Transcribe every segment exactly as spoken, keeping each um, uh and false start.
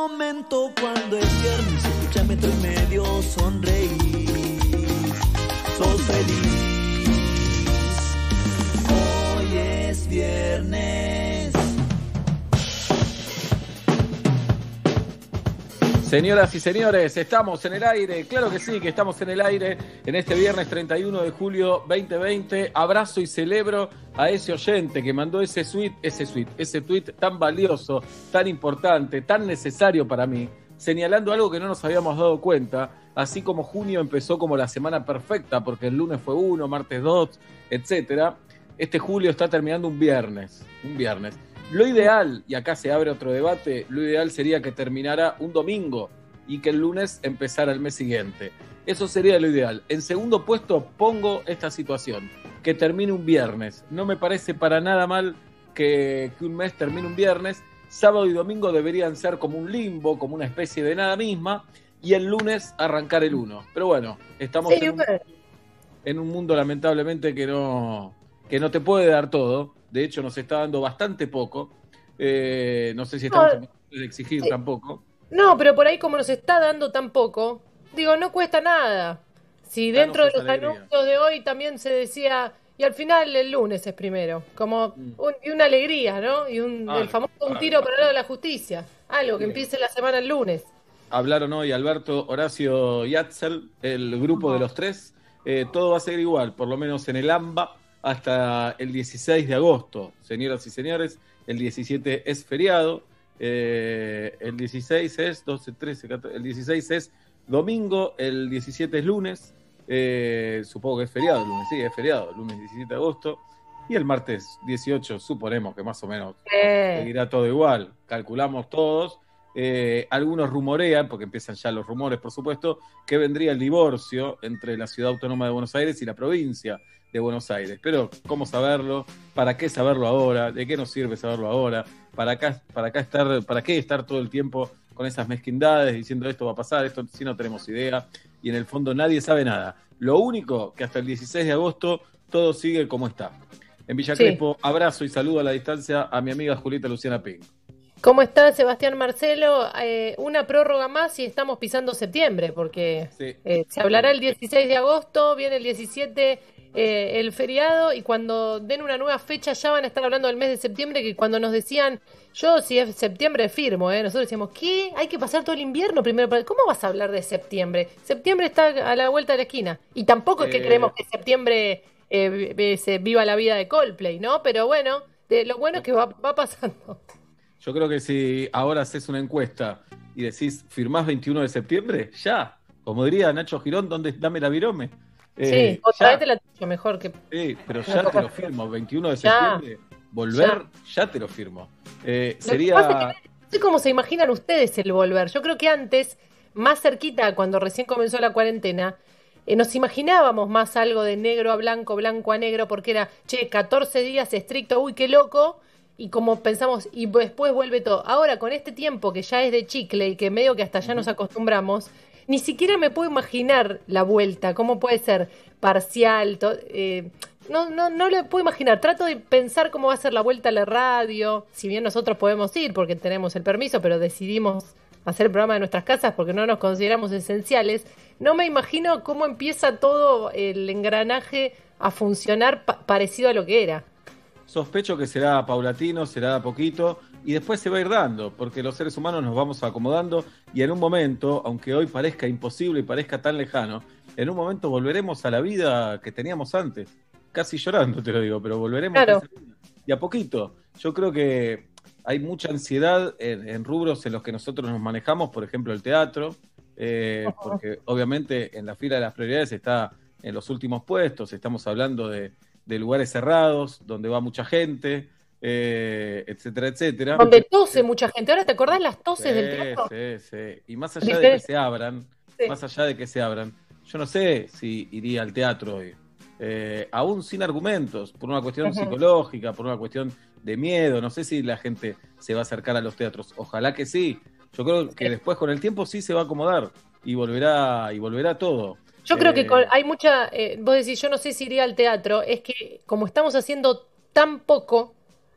momento cuando es viernes, escucha metro y medio, sonreír, sos feliz. Hoy es viernes. Señoras y señores, estamos en el aire, claro que sí, que estamos en el aire en este viernes treinta y uno de julio veinte veinte. Abrazo y celebro a ese oyente que mandó ese tweet, ese tweet, ese tweet tan valioso, tan importante, tan necesario para mí, señalando algo que no nos habíamos dado cuenta, así como junio empezó como la semana perfecta, porque el lunes fue uno, martes dos, etcétera. Este julio está terminando un viernes, un viernes. Lo ideal, y acá se abre otro debate, lo ideal sería que terminara un domingo y que el lunes empezara el mes siguiente. Eso sería lo ideal. En segundo puesto pongo esta situación, que termine un viernes. No me parece para nada mal que, que un mes termine un viernes. Sábado y domingo deberían ser como un limbo, como una especie de nada misma, y el lunes arrancar el uno. Pero bueno, estamos sí, en, un, en un mundo lamentablemente que no, que no te puede dar todo. De hecho, nos está dando bastante poco. Eh, no sé si estamos no, de exigir sí. tampoco. No, pero por ahí como nos está dando tan poco, digo, no cuesta nada. Si dentro de los alegría. anuncios de hoy también se decía, y al final el lunes es primero, como mm. un, y una alegría, ¿no? Y un, ah, el famoso ah, un tiro ah, para el lado de la justicia. Algo que sí. empiece la semana el lunes. Hablaron hoy Alberto, Horacio y Axel, el grupo uh-huh. de los tres. Eh, todo va a ser igual, por lo menos en el AMBA, hasta el dieciséis de agosto, señoras y señores. El diecisiete es feriado, eh, el dieciséis es doce, trece, catorce, el dieciséis es domingo, el diecisiete es lunes, eh, supongo que es feriado el lunes, sí, es feriado, el lunes diecisiete de agosto, y el martes dieciocho suponemos que más o menos eh. seguirá todo igual, calculamos todos. Eh, algunos rumorean, porque empiezan ya los rumores, por supuesto, que vendría el divorcio entre la Ciudad Autónoma de Buenos Aires y la provincia de Buenos Aires. Pero, ¿cómo saberlo? ¿Para qué saberlo ahora? ¿De qué nos sirve saberlo ahora? ¿Para acá, para acá estar, para qué estar todo el tiempo con esas mezquindades diciendo esto va a pasar, esto si no tenemos idea? Y en el fondo nadie sabe nada. Lo único que hasta el dieciséis de agosto todo sigue como está. En Villa sí. Crespo, abrazo y saludo a la distancia a mi amiga Julieta Luciana Ping. ¿Cómo está Sebastián Marcelo? Eh, una prórroga más y estamos pisando septiembre, porque sí. eh, se hablará el dieciséis de agosto, viene el diecisiete eh, el feriado, y cuando den una nueva fecha ya van a estar hablando del mes de septiembre, que cuando nos decían, yo si es septiembre firmo, ¿eh? Nosotros decíamos, ¿qué? Hay que pasar todo el invierno primero. ¿Cómo vas a hablar de septiembre? Septiembre está a la vuelta de la esquina. Y tampoco es que eh... creemos que septiembre eh, se viva la vida de Coldplay, ¿no? Pero bueno, de, lo bueno es que va, va pasando. Yo creo que si ahora haces una encuesta y decís, ¿firmás veintiuno de septiembre? Ya. Como diría Nacho Girón, ¿dónde dame la virome? Eh, sí, otra vez te la tuyo mejor que... Sí, pero ya te lo firmo. veintiuno de septiembre, ya. volver, ya. ya te lo firmo. Eh, lo sería... que pasa es que no sé cómo se imaginan ustedes el volver. Yo creo que antes, más cerquita, cuando recién comenzó la cuarentena, eh, nos imaginábamos más algo de negro a blanco, blanco a negro, porque era, che, catorce días estricto, uy, qué loco... Y como pensamos, y después vuelve todo. Ahora, con este tiempo que ya es de chicle y que medio que hasta ya nos acostumbramos, ni siquiera me puedo imaginar la vuelta. ¿Cómo puede ser parcial? To- eh, no, no, no lo puedo imaginar. Trato de pensar cómo va a ser la vuelta a la radio. Si bien nosotros podemos ir porque tenemos el permiso, pero decidimos hacer el programa de nuestras casas porque no nos consideramos esenciales. No me imagino cómo empieza todo el engranaje a funcionar pa- parecido a lo que era. Sospecho que será paulatino, será a poquito, y después se va a ir dando, porque los seres humanos nos vamos acomodando, y en un momento, aunque hoy parezca imposible y parezca tan lejano, en un momento volveremos a la vida que teníamos antes. Casi llorando te lo digo, pero volveremos claro. a esa vida. Y a poquito. Yo creo que hay mucha ansiedad en, en rubros en los que nosotros nos manejamos, por ejemplo el teatro, eh, porque obviamente en la fila de las prioridades está en los últimos puestos, estamos hablando de de lugares cerrados, donde va mucha gente, eh, etcétera, etcétera. Donde tose mucha gente. ¿Ahora te acordás las toses sí, del teatro? Sí, sí. Y más allá de que se abran, sí. más allá de que se abran, yo no sé si iría al teatro hoy. Eh, aún sin argumentos, por una cuestión uh-huh. psicológica, por una cuestión de miedo. No sé si la gente se va a acercar a los teatros. Ojalá que sí. Yo creo que sí. después, con el tiempo, sí se va a acomodar y volverá, y volverá todo. Yo creo que con, hay mucha, eh, vos decís, yo no sé si iría al teatro, es que como estamos haciendo tan poco,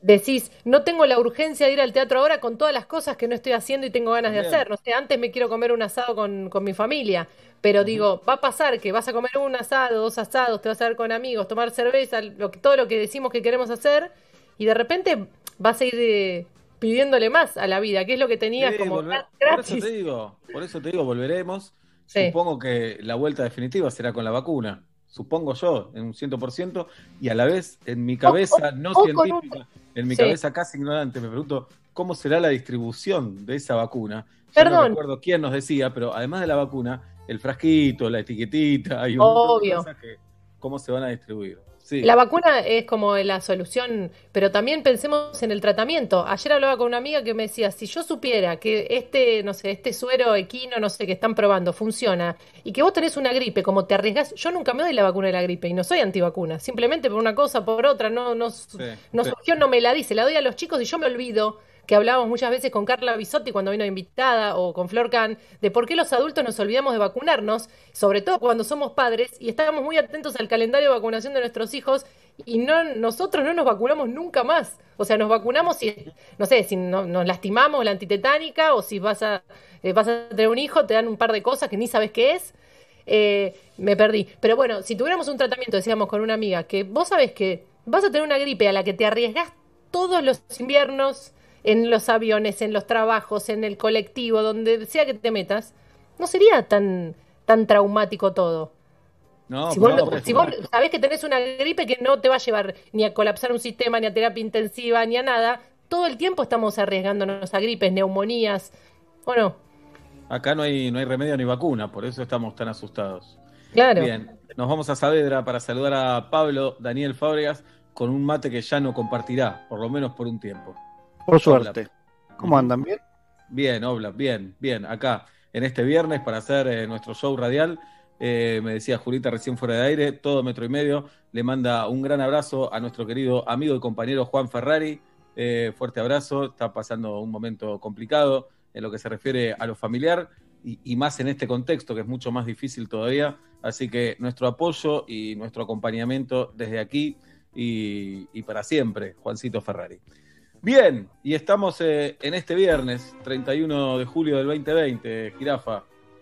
decís, no tengo la urgencia de ir al teatro ahora con todas las cosas que no estoy haciendo y tengo ganas de También. hacer. No sé, antes me quiero comer un asado con, con mi familia, pero Ujú. digo, va a pasar que vas a comer un asado, dos asados, te vas a ver con amigos, tomar cerveza, lo que, todo lo que decimos que queremos hacer, y de repente vas a ir eh, pidiéndole más a la vida, que es lo que tenías Sí, como volver- por eso te gratis. digo, por eso te digo, volveremos. Sí. Supongo que la vuelta definitiva será con la vacuna. Supongo yo, en un cien por ciento, y a la vez, en mi O, o- cabeza no o con un... científica, en mi Sí. cabeza casi ignorante, me pregunto cómo será la distribución de esa vacuna. Ya no Perdón, recuerdo quién nos decía, pero además de la vacuna, el frasquito, la etiquetita y un montón de obvio. cosas que cómo se van a distribuir. Sí, La vacuna es como la solución, pero también pensemos en el tratamiento. Ayer hablaba con una amiga que me decía, si yo supiera que este, no sé, este suero equino, no sé, que están probando, funciona, y que vos tenés una gripe, como te arriesgás, yo nunca me doy la vacuna de la gripe y no soy antivacuna, simplemente por una cosa, por otra, no, no, sí, no sí. surgió, no me la dice, la doy a los chicos y yo me olvido que hablábamos muchas veces con Carla Bisotti cuando vino invitada o con Flor Can, de por qué los adultos nos olvidamos de vacunarnos, sobre todo cuando somos padres y estábamos muy atentos al calendario de vacunación de nuestros hijos y no nosotros no nos vacunamos nunca más. O sea, nos vacunamos si, no sé, si no- nos lastimamos la antitetánica o si vas a, eh, vas a tener un hijo, te dan un par de cosas que ni sabes qué es. Eh, me perdí. Pero bueno, si tuviéramos un tratamiento, decíamos con una amiga, que vos sabés que vas a tener una gripe a la que te arriesgás todos los inviernos en los aviones, en los trabajos, en el colectivo, donde sea que te metas, no sería tan, tan traumático todo. No, Si por vos, eso. lo- si vos sabés que tenés una gripe que no te va a llevar ni a colapsar un sistema, ni a terapia intensiva, ni a nada, todo el tiempo estamos arriesgándonos a gripes, neumonías. Bueno, Acá no hay, no hay remedio ni vacuna, por eso estamos tan asustados. claro. Bien, nos vamos a Saavedra para saludar a Pablo Daniel Fábregas con un mate que ya no compartirá, por lo menos por un tiempo. Por Hola. suerte. ¿Cómo Ujú. andan? ¿Bien? Bien, Obla, bien, bien. Acá, en este viernes, para hacer eh, nuestro show radial, eh, me decía Julita recién fuera de aire, todo metro y medio, le manda un gran abrazo a nuestro querido amigo y compañero Juan Ferrari. Eh, fuerte abrazo, está pasando un momento complicado en lo que se refiere a lo familiar y, y más en este contexto que es mucho más difícil todavía. Así que nuestro apoyo y nuestro acompañamiento desde aquí y, y para siempre, Juancito Ferrari. Bien, y estamos eh, en este viernes, treinta y uno de julio del veinte veinte, Jirafa.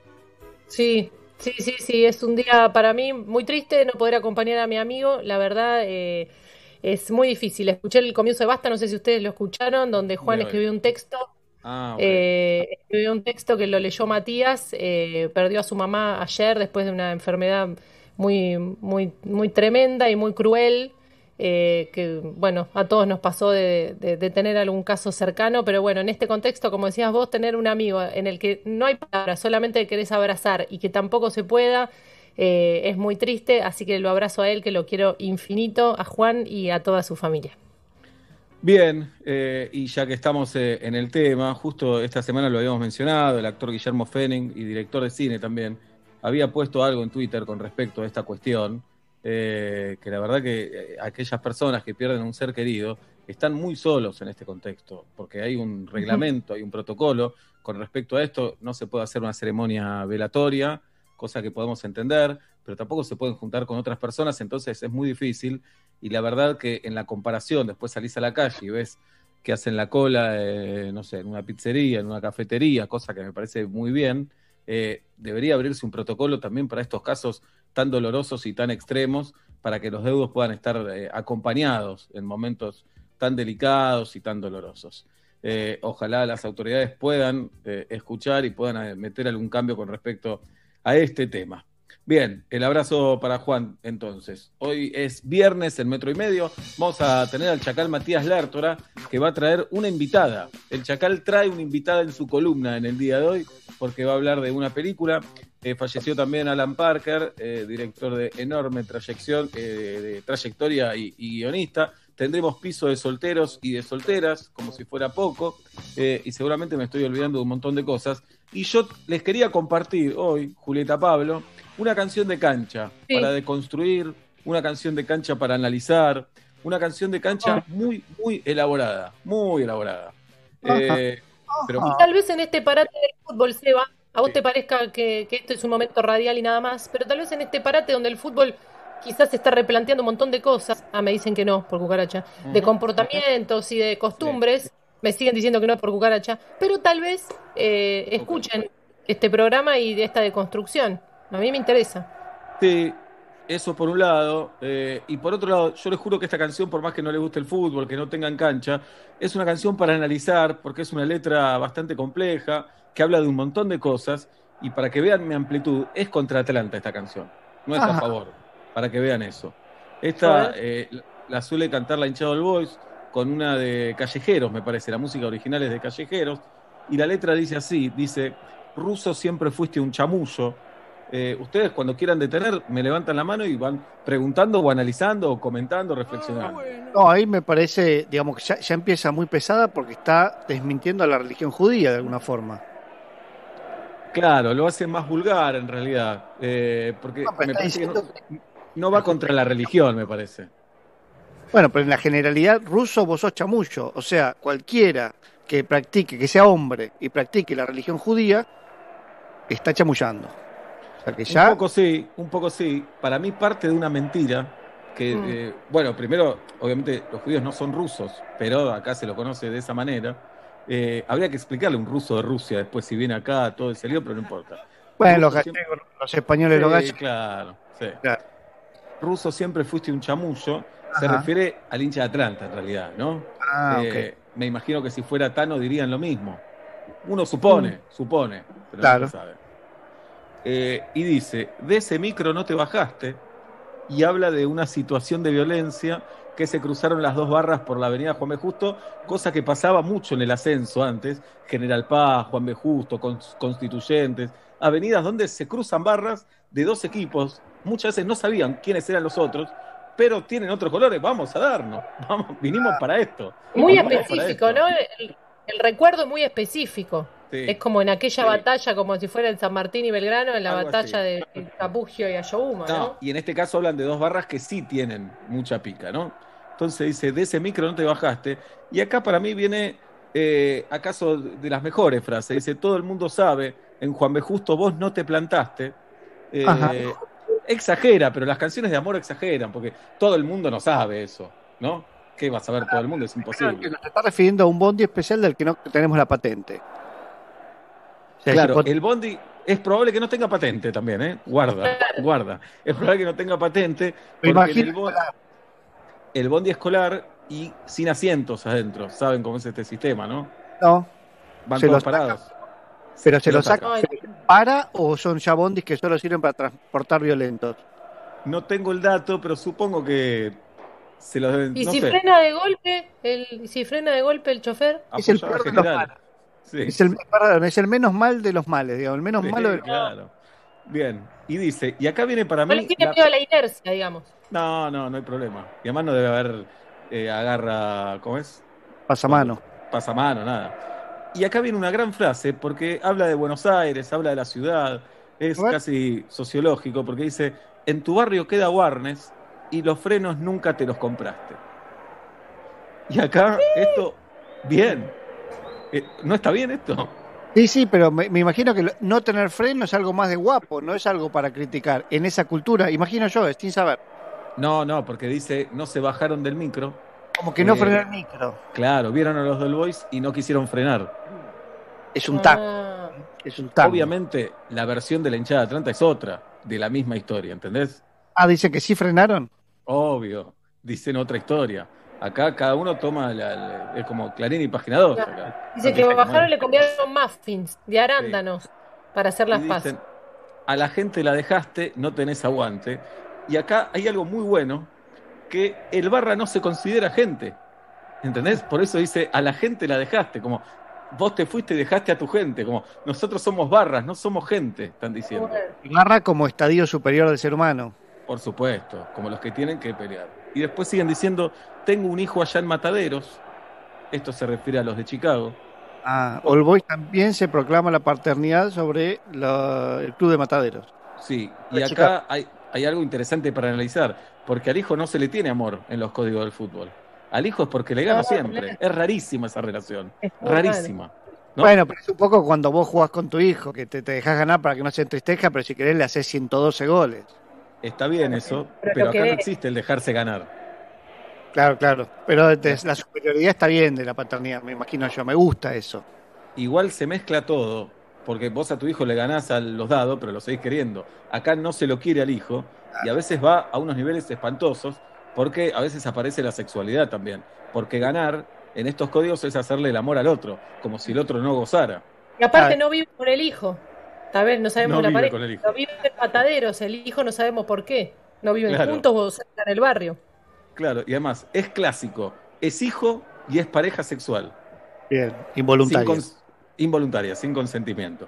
Sí, sí, sí, sí, es un día para mí muy triste no poder acompañar a mi amigo. La verdad, eh, es muy difícil. Escuché el comienzo de Basta, no sé si ustedes lo escucharon, donde Juan De hoy. escribió un texto. Ah, ok. Eh, escribió un texto que lo leyó Matías, eh, perdió a su mamá ayer después de una enfermedad muy, muy, muy tremenda y muy cruel, eh, que bueno, a todos nos pasó de, de- de tener algún caso cercano, pero bueno, en este contexto, como decías vos, tener un amigo en el que no hay palabras, solamente querés abrazar y que tampoco se pueda, eh, es muy triste, así que lo abrazo a él, que lo quiero infinito, a Juan y a toda su familia. Bien, eh, y ya que estamos eh, en el tema, justo esta semana lo habíamos mencionado, el actor Guillermo Fenning y director de cine también, había puesto algo en Twitter con respecto a esta cuestión, eh, que la verdad que eh, aquellas personas que pierden un ser querido están muy solos en este contexto, porque hay un reglamento, hay un protocolo con respecto a esto, no se puede hacer una ceremonia velatoria, cosa que podemos entender, pero tampoco se pueden juntar con otras personas, entonces es muy difícil. Y la verdad que en la comparación, después salís a la calle y ves que hacen la cola, eh, no sé, en una pizzería, en una cafetería, cosa que me parece muy bien, eh, debería abrirse un protocolo también para estos casos tan dolorosos y tan extremos, para que los deudos puedan estar eh, acompañados en momentos tan delicados y tan dolorosos. Eh, ojalá las autoridades puedan eh, escuchar y puedan eh, meter algún cambio con respecto a este tema. Bien, el abrazo para Juan, entonces. Hoy es viernes en Metro y Medio. Vamos a tener al Chacal Matías Lertora, que va a traer una invitada. El Chacal trae una invitada en su columna en el día de hoy, porque va a hablar de una película. Eh, falleció también Alan Parker, eh, director de enorme trayección, eh, de trayectoria y, y guionista. Tendremos piso de solteros y de solteras, como si fuera poco, eh, y seguramente me estoy olvidando de un montón de cosas. Y yo les quería compartir hoy, Julieta Pablo, una canción de cancha Sí. para deconstruir, una canción de cancha para analizar, una canción de cancha muy, muy elaborada, muy elaborada. Eh, pero Y tal vez en este parate del fútbol, Seba, a vos Sí. te parezca que, que esto es un momento radial y nada más, pero tal vez en este parate donde el fútbol quizás se está replanteando un montón de cosas. Ah, me dicen que no, por cucaracha. De comportamientos y de costumbres. Sí. Me siguen diciendo que no por cucaracha. Pero tal vez eh, escuchen okay. este programa y de esta deconstrucción. A mí me interesa. Sí, eso por un lado. Eh, y por otro lado, yo les juro que esta canción, por más que no le guste el fútbol, que no tengan cancha, es una canción para analizar, porque es una letra bastante compleja, que habla de un montón de cosas. Y para que vean mi amplitud, es contra Atlanta esta canción. No es Ajá. a favor, para que vean eso. Esta eh, la suele cantar la hinchada del Boys con una de Callejeros, me parece. La música original es de Callejeros. Y la letra dice así, dice, Russo siempre fuiste un chamullo. Eh, ustedes cuando quieran detener, me levantan la mano y van preguntando o analizando o comentando, reflexionando. No, ahí me parece, digamos que ya, ya empieza muy pesada porque está desmintiendo a la religión judía de alguna forma. Claro, lo hace más vulgar en realidad, eh, porque no, me parece que no, no va contra la religión, me parece. Bueno, pero en la generalidad, Russo, vos sos chamullo, o sea, cualquiera que practique, que sea hombre y practique la religión judía, está chamullando. O sea que ya... Un poco sí, un poco sí. Para mí parte de una mentira, que, mm. eh, bueno, primero, obviamente los judíos no son rusos, pero acá se lo conoce de esa manera. Eh, habría que explicarle a un ruso de Rusia después si viene acá todo ese lío, pero no importa. Bueno, los gallegos, siempre... los españoles, sí, los gallegos. Claro, sí. Claro. Ruso siempre fuiste un chamullo. Ajá. Se refiere al hincha de Atlanta, en realidad, ¿no? Ah, eh, okay. Me imagino que si fuera Tano dirían lo mismo. Uno supone, mm. supone, pero claro. no se sabe. Eh, y dice, de ese micro no te bajaste, y habla de una situación de violencia que se cruzaron las dos barras por la avenida Juan B. Justo, cosa que pasaba mucho en el ascenso antes, General Paz, Juan B. Justo, Constituyentes, avenidas donde se cruzan barras de dos equipos, muchas veces no sabían quiénes eran los otros, pero tienen otros colores, vamos a darnos, vamos, vinimos para esto. Muy específico, ¿no? El, el recuerdo es muy específico. Sí, es como en aquella sí. batalla, como si fuera el San Martín y Belgrano, en la Algo batalla así. de Capugio y Ayohuma, ¿no? ¿no? Y en este caso hablan de dos barras que sí tienen mucha pica, ¿no? Entonces dice, de ese micro no te bajaste. Y acá para mí viene, eh, acaso de las mejores frases. Dice, todo el mundo sabe, en Juan B. Justo vos no te plantaste. Eh, exagera, pero las canciones de amor exageran, porque todo el mundo no sabe eso, ¿no? ¿Qué va a saber todo el mundo? Es imposible. Claro, se está refiriendo a un bondi especial del que no tenemos la patente. O sea, claro, el bondi es probable que no tenga patente también, ¿eh? Guarda, guarda. Es probable que no tenga patente, porque el bondi, el bondi escolar y sin asientos adentro. Saben cómo es este sistema, ¿no? No. Van todos parados. ¿Pero se, se lo sacan para o son ya bondis que solo sirven para transportar violentos? No tengo el dato, pero supongo que se los deben. ¿Y no si sé. frena de golpe el, si frena de golpe el chofer? Es el peor de los males. Sí. Es, el, perdón, es el menos mal de los males, digamos, el menos sí, malo de... Claro. Bien, y dice, y acá viene para no mí... No tiene miedo a la inercia, digamos. No, no, no hay problema. Y además no debe haber eh, agarra, ¿cómo es? Pasamano. Pasamano, nada. Y acá viene una gran frase, porque habla de Buenos Aires, habla de la ciudad, es casi sociológico, porque dice, en tu barrio queda Warnes y los frenos nunca te los compraste. Y acá, ¿sí? Esto, bien... ¿No está bien esto? Sí, sí, pero me, me imagino que no tener freno es algo más de guapo, no es algo para criticar. En esa cultura, imagino yo, sin saber. No, no, porque dice, no se bajaron del micro. Como que eh, no frenar el micro. Claro, vieron a los del Boys y no quisieron frenar. Es un tango. Ah. Es un tango. Obviamente, la versión de la hinchada de Atlanta es otra, de la misma historia, ¿entendés? Ah, dicen que sí frenaron. Obvio, dicen otra historia. Acá cada uno toma, la, la, es como Clarín y Página dos. Claro. Dice que bajaron y le comieron muffins de arándanos sí. para hacer las paces. A la gente la dejaste, no tenés aguante. Y acá hay algo muy bueno, que el barra no se considera gente. ¿Entendés? Por eso dice, a la gente la dejaste, como vos te fuiste y dejaste a tu gente, como nosotros somos barras, no somos gente, están diciendo. Barra como estadio superior del ser humano. Por supuesto, como los que tienen que pelear. Y después siguen diciendo, tengo un hijo allá en Mataderos. Esto se refiere a los de Chicago. Ah, All Boys también se proclama la paternidad sobre la, el club de Mataderos. Sí, y acá Chicago. hay, hay algo interesante para analizar, porque al hijo no se le tiene amor en los códigos del fútbol. Al hijo es porque le gana siempre. Es rarísima esa relación. Rarísima. ¿No? Bueno, pero es un poco cuando vos jugás con tu hijo, que te, te dejás ganar para que no se entristezca, pero si querés le haces ciento doce goles. está bien eso, Pero pero lo acá que- no existe el dejarse ganar. Claro, claro. Pero te- la superioridad está bien de la paternidad, me imagino yo. Me gusta eso. Igual se mezcla todo, porque vos a tu hijo le ganás a los dados, pero lo seguís queriendo. Acá no se lo quiere al hijo, y a veces va a unos niveles espantosos, porque a veces aparece la sexualidad también. Porque ganar en estos códigos es hacerle el amor al otro, como si el otro no gozara. Y aparte Ah. no vive con el hijo. Tal vez no sabemos No la vive pareja. con el hijo. No vive en mataderos, el hijo no sabemos por qué. No viven Claro. juntos o cerca en el barrio. Claro, y además es clásico, es hijo y es pareja sexual. Bien, involuntario. Sin cons- involuntaria, sin consentimiento.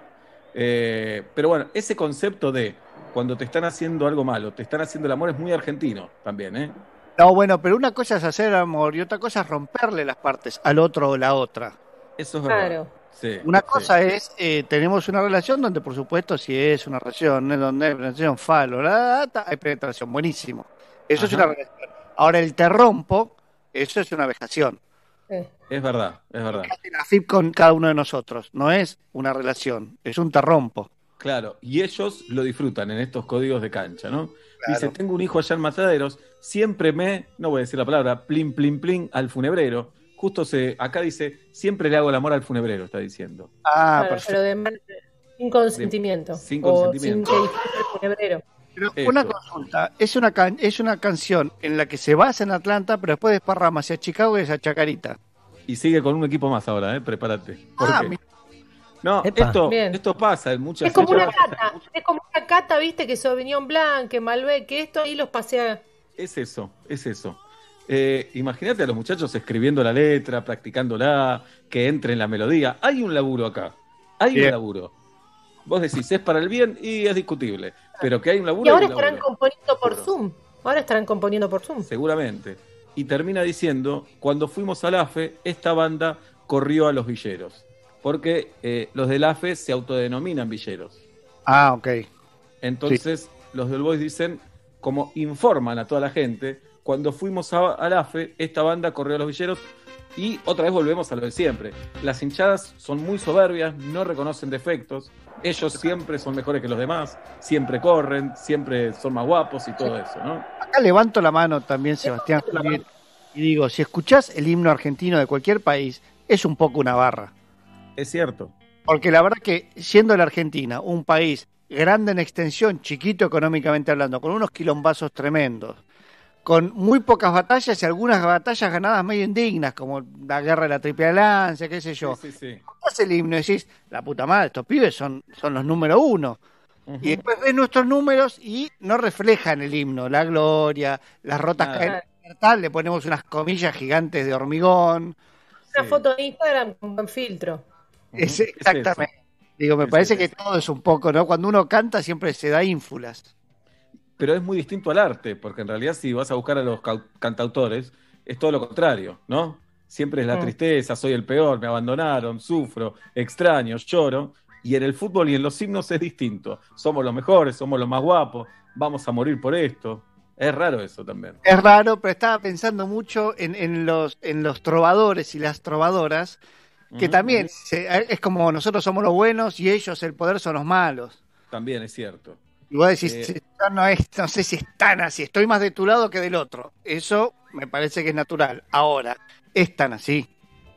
Eh, pero bueno, ese concepto de cuando te están haciendo algo malo, te están haciendo el amor es muy argentino también, ¿eh? No, bueno, pero una cosa es hacer amor y otra cosa es romperle las partes al otro o la otra. Eso es verdad. Claro. Sí, Una sí. cosa es, eh, tenemos una relación donde, por supuesto, si es una relación ¿eh? donde hay penetración falo, la, la, la, ta, hay penetración, buenísimo. Eso es Ajá. una relación. Ahora, el te rompo, eso es una vejación. Sí. Es verdad, es verdad. Hace la F I P con cada uno de nosotros, no es una relación, es un te rompo. Claro, y ellos lo disfrutan en estos códigos de cancha, ¿no? Claro. Dice, tengo un hijo allá en Mataderos, siempre me, no voy a decir la palabra, plin, plin, plin, al funebrero. Justo se, acá dice, siempre le hago el amor al funebrero, está diciendo. Ah, Claro, perfecto. pero de man- sin consentimiento. De- sin O consentimiento. sin que disfrute el funebrero. Pero Eso. una consulta, es una, can- es una canción en la que se basa en Atlanta, pero después desparrama hacia Chicago y hacia Chacarita. Y sigue con un equipo más ahora, ¿eh? Prepárate. ¿Por Ah, qué? mi- No, Epa. esto, Bien. esto pasa en muchas Es como una muchas- cata. Es como una cata, viste, que Sauvignon Blanc, que Malbec, que esto ahí los pasea. Es eso, es eso. Eh, imagínate a los muchachos escribiendo la letra, practicándola, que entre en la melodía. Hay un laburo acá, hay Bien. un laburo. Vos decís, es para el bien y es discutible, pero que hay un laburo. Y ahora hay un estarán laburo. componiendo por Seguro. Zoom. Ahora estarán componiendo por Zoom. Seguramente. Y termina diciendo, cuando fuimos al A F E, esta banda corrió a los villeros, porque eh, los del A F E se autodenominan villeros. Ah, ok. Entonces, los del Boys dicen, como informan a toda la gente, cuando fuimos a- al A F E, esta banda corrió a los villeros y otra vez volvemos a lo de siempre. Las hinchadas son muy soberbias, no reconocen defectos, ellos siempre son mejores que los demás, siempre corren, siempre son más guapos y todo eso, ¿no? Acá levanto la mano también, Sebastián Juliet, y digo, si escuchás el himno argentino de cualquier país, es un poco una barra. Es cierto. Porque la verdad que siendo la Argentina un país grande en extensión, chiquito económicamente hablando, con unos quilombazos tremendos, con muy pocas batallas y algunas batallas ganadas medio indignas, como la guerra de la Triple Alianza, qué sé yo. Sí, sí, sí. Escuchás el himno y decís, la puta madre, estos pibes son, son los número uno. Ujú. Y después ves nuestros números y no reflejan el himno, la gloria, las rotas Nada. cadenas de libertad, le ponemos unas comillas gigantes de hormigón. Una Sí. foto de Instagram con buen filtro. Ujú. Es Es exactamente. Digo, me Es parece eso. que todo es un poco, ¿no? Cuando uno canta siempre se da ínfulas. Pero es muy distinto al arte, porque en realidad si vas a buscar a los cau- cantautores, es todo lo contrario, ¿no? Siempre es la Mm. tristeza, soy el peor, me abandonaron, sufro, extraño, lloro. Y en el fútbol y en los himnos es distinto. Somos los mejores, somos los más guapos, vamos a morir por esto. Es raro eso también. Es raro, pero estaba pensando mucho en, en los, en los trovadores y las trovadoras, que Ujú, también ujú. se- es como nosotros somos los buenos y ellos, el poder, son los malos. También es cierto. Y vos decís, Eh. "Sí, yo no, es, no sé si es tan así, estoy más de tu lado que del otro". Eso me parece que es natural. Ahora, es tan así.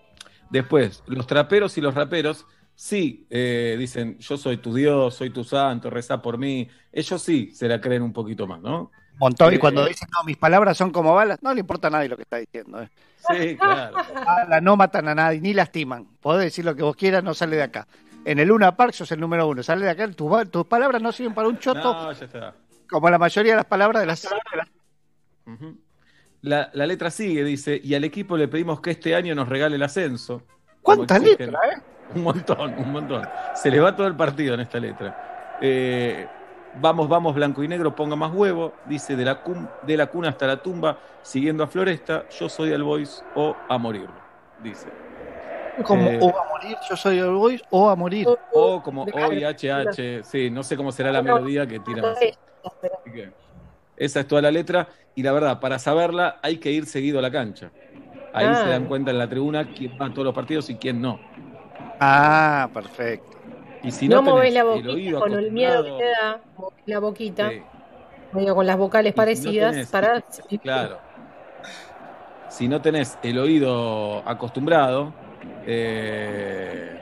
Después, los traperos y los raperos, sí, eh, dicen, yo soy tu Dios, soy tu santo, rezá por mí. Ellos sí se la creen un poquito más, ¿no? Un montón. Y Eh. cuando dicen, no, mis palabras son como balas, no le importa a nadie lo que está diciendo. ¿eh? Sí, claro. Balas no matan a nadie, ni lastiman. Podés decir lo que vos quieras, no sale de acá. En el Luna Park sos el número uno. Sale de acá, tus, ba- tus palabras no sirven para un choto, No, ya está. como la mayoría de las palabras de las... Ujú. La, la letra sigue, dice, y al equipo le pedimos que este año nos regale el ascenso. Como ¿Cuántas exigen. letras, eh? Un montón, un montón. Se le va todo el partido en esta letra. Eh, vamos, vamos, blanco y negro, ponga más huevo. Dice, de la, cum- de la cuna hasta la tumba, siguiendo a Floresta, yo soy el Boys o a morir. Dice. Como Eh. o a morir, yo soy el Boys, o a morir. O como O y H H, sí, no sé cómo será la melodía que tiran así. Así que esa es toda la letra. Y la verdad, para saberla hay que ir seguido a la cancha. Ahí Ah. se dan cuenta en la tribuna quién va a todos los partidos y quién no. Ah, perfecto. Y si No no, movés tenés la el boquita oído con el miedo que acostumbrado- te da, movés la boquita. Sí. medio con las vocales Y si no parecidas, tenés- para... Claro. Si no tenés el oído acostumbrado, eh,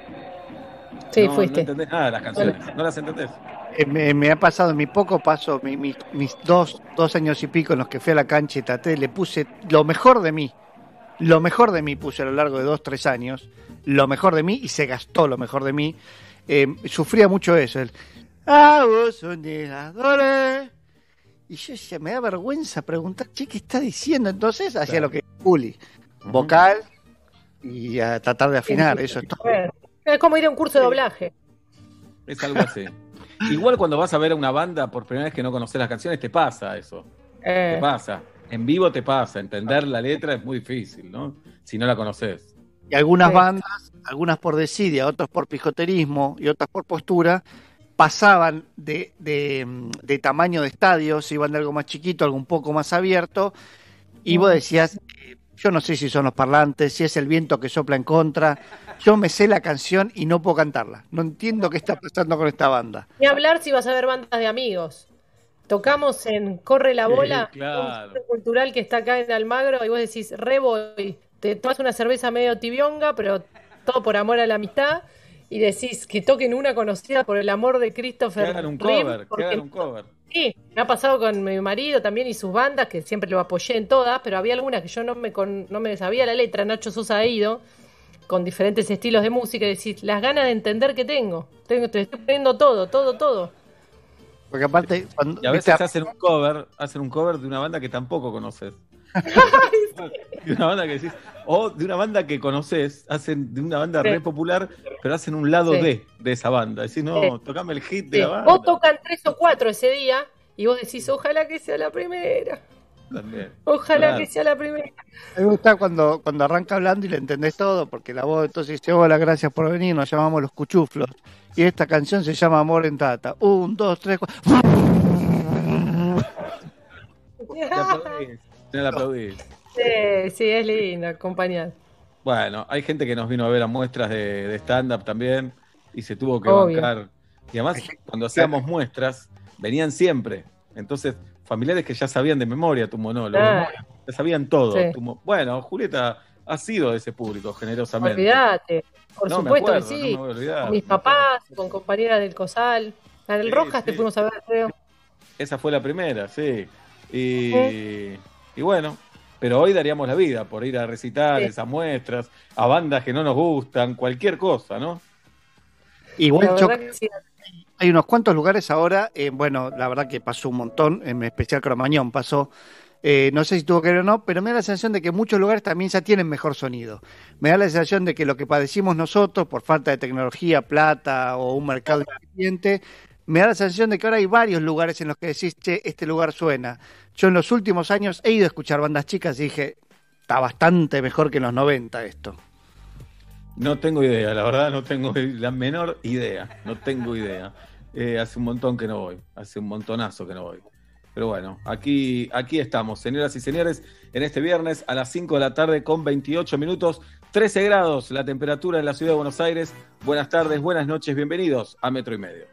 Sí, no, fuiste. no entendés nada de las canciones, no las entendés. Eh, me, me ha pasado en mi poco paso, mi- mi- mis dos, dos años y pico en los que fui a la cancha y traté, le puse lo mejor de mí. Lo mejor de mí puse a lo largo de dos, tres años. Lo mejor de mí y se gastó lo mejor de mí. Eh, sufría mucho eso. El, ah, vos son llegadores. Y yo decía, me da vergüenza preguntar, che, ¿qué está diciendo? Entonces hacía Claro. lo que Juli. Vocal y a tratar de afinar. Eso es todo. Es como ir a un curso de doblaje. Es algo así. Igual cuando vas a ver a una banda por primera vez que no conoces las canciones, te pasa eso. Eh, Te pasa. En vivo te pasa. Entender la letra es muy difícil, ¿no? Si no la conoces. Y algunas Sí. bandas, algunas por desidia, otras por pijoterismo y otras por postura, pasaban de, de, de tamaño de estadio, se iban de algo más chiquito, algo un poco más abierto, y vos decías, eh, yo no sé si son los parlantes, si es el viento que sopla en contra, yo me sé la canción y no puedo cantarla, no entiendo qué está pasando con esta banda. Ni hablar si vas a ver bandas de amigos. Tocamos en Corre la Sí, Bola, claro. un centro cultural que está acá en Almagro, y vos decís, re voy, te tomas una cerveza medio tibionga, pero todo por amor a la amistad, y decís que toquen una conocida por el amor de Que Christopher hagan un Reeve, cover, que porque- hagan un cover. Sí, me ha pasado con mi marido también y sus bandas, que siempre lo apoyé en todas, pero había algunas que yo no me, con- no me sabía la letra. Nacho Sosa ha ido con diferentes estilos de música y decís, las ganas de entender que tengo. tengo te estoy poniendo todo, todo, todo. Porque aparte, cuando Y a veces viste, hacen un cover, hacen un cover de una banda que tampoco conoces. De una banda que decís, o de una banda que conoces, hacen de una banda Sí. re popular, pero hacen un lado Sí. de, de esa banda. Decís, no, Sí. tocame el hit de Sí. la banda. Vos tocan tres o cuatro ese día y vos decís, ojalá que sea la primera. También. Ojalá Claro. que sea la primera. me gusta cuando, cuando arranca hablando y le entendés todo, porque la voz entonces dice, hola, gracias por venir, nos llamamos Los Cuchuflos, y esta canción se llama Amor en Tata. Un, dos, tres, cuatro. Te aplaudís, te la aplaudís. Sí, sí, es lindo acompañar. Bueno, hay gente que nos vino a ver a muestras de, de stand-up también y se tuvo que Obvio. bancar. Y además, cuando hacíamos muestras, venían siempre. Entonces, familiares que ya sabían de memoria tu monólogo, Ah. ya sabían todo. Sí. Tu mo- bueno, Julieta ha sido de ese público, generosamente. Olvídate, por No, me supuesto acuerdo, que no sí. me voy a olvidar. Con mis papás, con compañeras del COSAL. En el Sí, Rojas te sí. fuimos a ver, creo. Esa fue la primera, sí. Y, y bueno, pero hoy daríamos la vida por ir a recitales, Sí. a muestras, a bandas que no nos gustan, cualquier cosa, ¿no? Igual La Choc, verdad que sí. hay unos cuantos lugares ahora, eh, bueno, la verdad que pasó un montón, en especial Cromañón pasó, eh, no sé si tuvo que ver o no, pero me da la sensación de que muchos lugares también ya tienen mejor sonido. Me da la sensación de que lo que padecimos nosotros por falta de tecnología, plata o un mercado independiente, me da la sensación de que ahora hay varios lugares en los que decís, che, este lugar suena. Yo en los últimos años he ido a escuchar bandas chicas y dije, está bastante mejor que en los noventa esto. No tengo idea, la verdad no tengo la menor idea, no tengo idea. Eh, hace un montón que no voy, hace un montonazo que no voy. Pero bueno, aquí, aquí estamos, señoras y señores, en este viernes a las cinco de la tarde con veintiocho minutos, trece grados la temperatura en la ciudad de Buenos Aires. Buenas tardes, buenas noches, bienvenidos a Metro y Medio.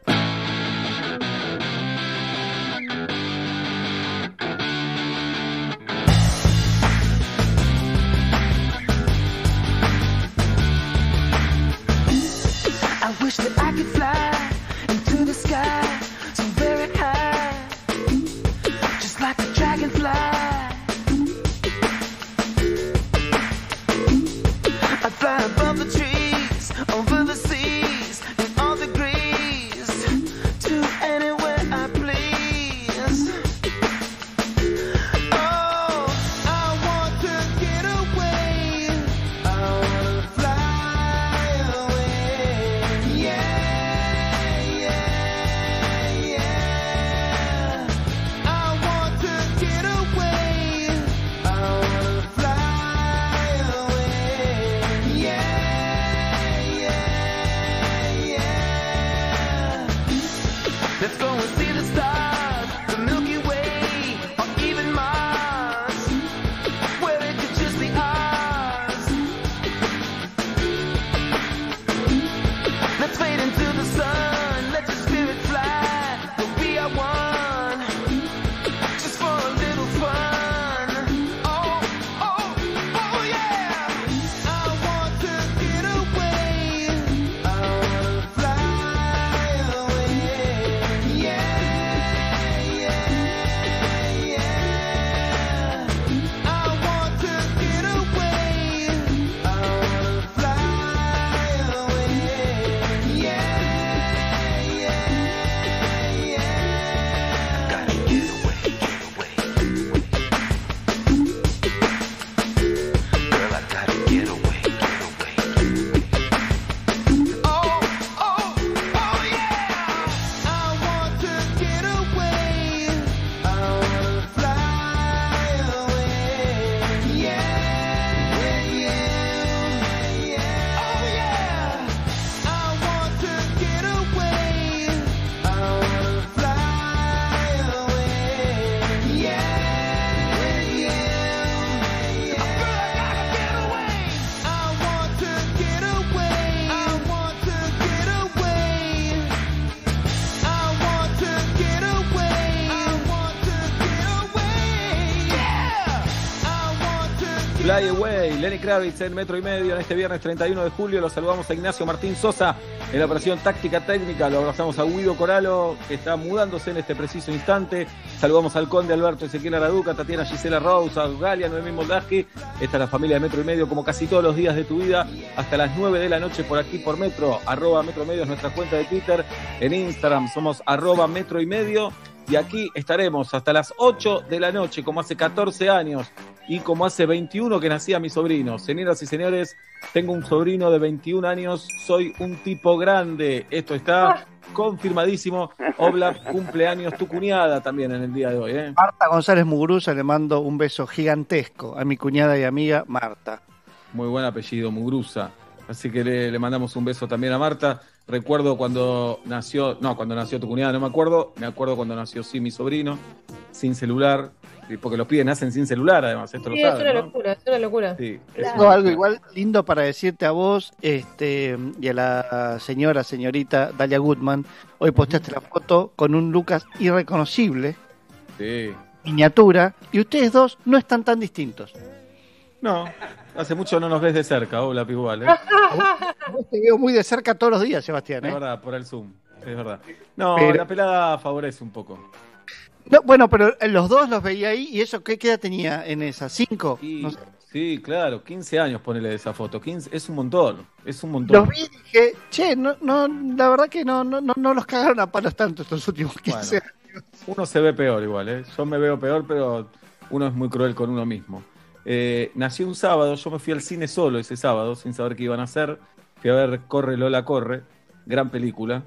I wish that I could fly into the sky so very high, just like a dragonfly. I'd fly above the trees, over the seas, in all degrees. Fly Away, Lenny Kravitz en Metro y Medio en este viernes treinta y uno de julio. Lo saludamos a Ignacio Martín Sosa en la operación táctica técnica. Lo abrazamos a Guido Coralo, que está mudándose en este preciso instante. Saludamos al Conde Alberto Ezequiel Araduca, Tatiana Gisela Rose, a Galia, Noemí Moldaski. Esta es la familia de Metro y Medio, como casi todos los días de tu vida, hasta las nueve de la noche por aquí por Metro. Arroba Metro y Medio es nuestra cuenta de Twitter. En Instagram somos arroba Metro y Medio. Y aquí estaremos hasta las ocho de la noche, como hace catorce años y como hace veintiuno que nacía mi sobrino. Señoras y señores, tengo un sobrino de veintiún años, soy un tipo grande. Esto está confirmadísimo. Obla, cumpleaños tu cuñada también en el día de hoy, ¿eh? Marta González Muguruza, le mando un beso gigantesco a mi cuñada y amiga Marta. Muy buen apellido, Muguruza. Así que le, le mandamos un beso también a Marta. Recuerdo cuando nació, no, cuando nació tu cuñada, no me acuerdo. Me acuerdo cuando nació, sí, mi sobrino, sin celular, porque los pibes nacen sin celular, además, esto Sí, lo es saben, una ¿no? locura, es una locura. Sí, Claro. es Tengo una algo locura. igual lindo para decirte a vos este, y a la señora, señorita Dalia Goodman. Hoy posteaste la foto con un Lucas irreconocible, Sí. miniatura, y ustedes dos no están tan distintos. No, hace mucho no nos ves de cerca, hola, igual, ¿eh? Vos te veo muy de cerca todos los días, Sebastián. Es ¿eh? verdad, por el Zoom, es verdad. No, Pero- la pelada favorece un poco. No, bueno, pero los dos los veía ahí, y eso, ¿qué edad tenía en esa? ¿Cinco? Y, No sé. sí, claro, quince años ponele de esa foto, quince, es un montón, es un montón. Los vi y dije, che, no, no, la verdad que no, no, no, no los cagaron a palos tanto estos últimos quince Bueno. años. Uno se ve peor igual, ¿eh? Yo me veo peor, pero uno es muy cruel con uno mismo. Eh, nació un sábado, yo me fui al cine solo ese sábado, sin saber qué iban a hacer. Fui a ver Corre Lola Corre, gran película.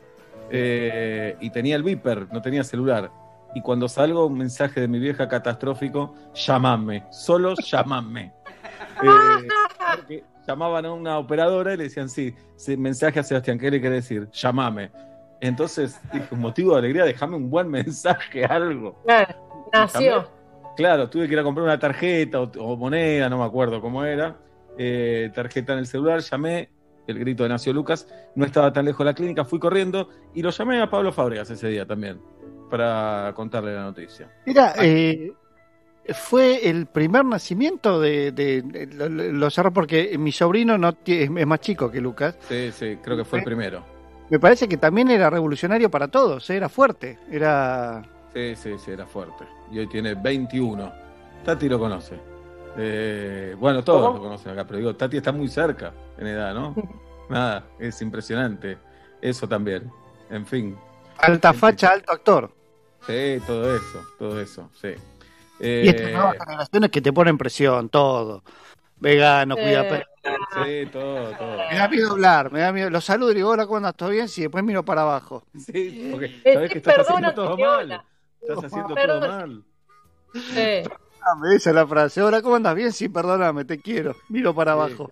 Eh, y tenía el beeper, no tenía celular. Y cuando salgo, un mensaje de mi vieja catastrófico: llamame, solo llamame. Eh, porque llamaban a una operadora y le decían, sí, sí, mensaje a Sebastián, ¿qué le quiere decir? Llamame. Entonces dije, un motivo de alegría, déjame un buen mensaje, algo. Claro, nació. Claro, tuve que ir a comprar una tarjeta o, o moneda, no me acuerdo cómo era. Eh, tarjeta en el celular, llamé, el grito de Nació Lucas, no estaba tan lejos de la clínica, fui corriendo y lo llamé a Pablo Fábregas ese día también, para contarle la noticia. Mira, eh, fue el primer nacimiento de, de, de- lo, lo cerró porque mi sobrino no tie- es, es más chico que Lucas. Sí, sí, creo que fue el primero. Me parece que también era revolucionario para todos, ¿eh? Era fuerte, era... Sí, sí, sí, era fuerte. Y hoy tiene veintiuno. Tati lo conoce. Eh, bueno, todos ¿Cómo? lo conocen acá, pero digo, Tati está muy cerca en edad, ¿no? Nada, es impresionante. Eso también. En fin. Alta facha, alto actor. Sí, todo eso, todo eso, sí. Y estas Eh, nuevas generaciones que te ponen presión, todo. Vegano, Sí. cuida perro. sí, todo, todo. Me da miedo hablar, me da miedo. Los saludo y digo, hola, ¿cómo andas? ¿Todo bien? Sí, después miro para abajo. Sí, porque Eh, sabes sí, que estás perdona, haciendo todo que mal. hola. Estás haciendo Perdona. todo mal. Sí. Ah, me dice la frase, hola, ¿cómo andas? Bien, sí, perdóname, te quiero. Miro para Sí. abajo.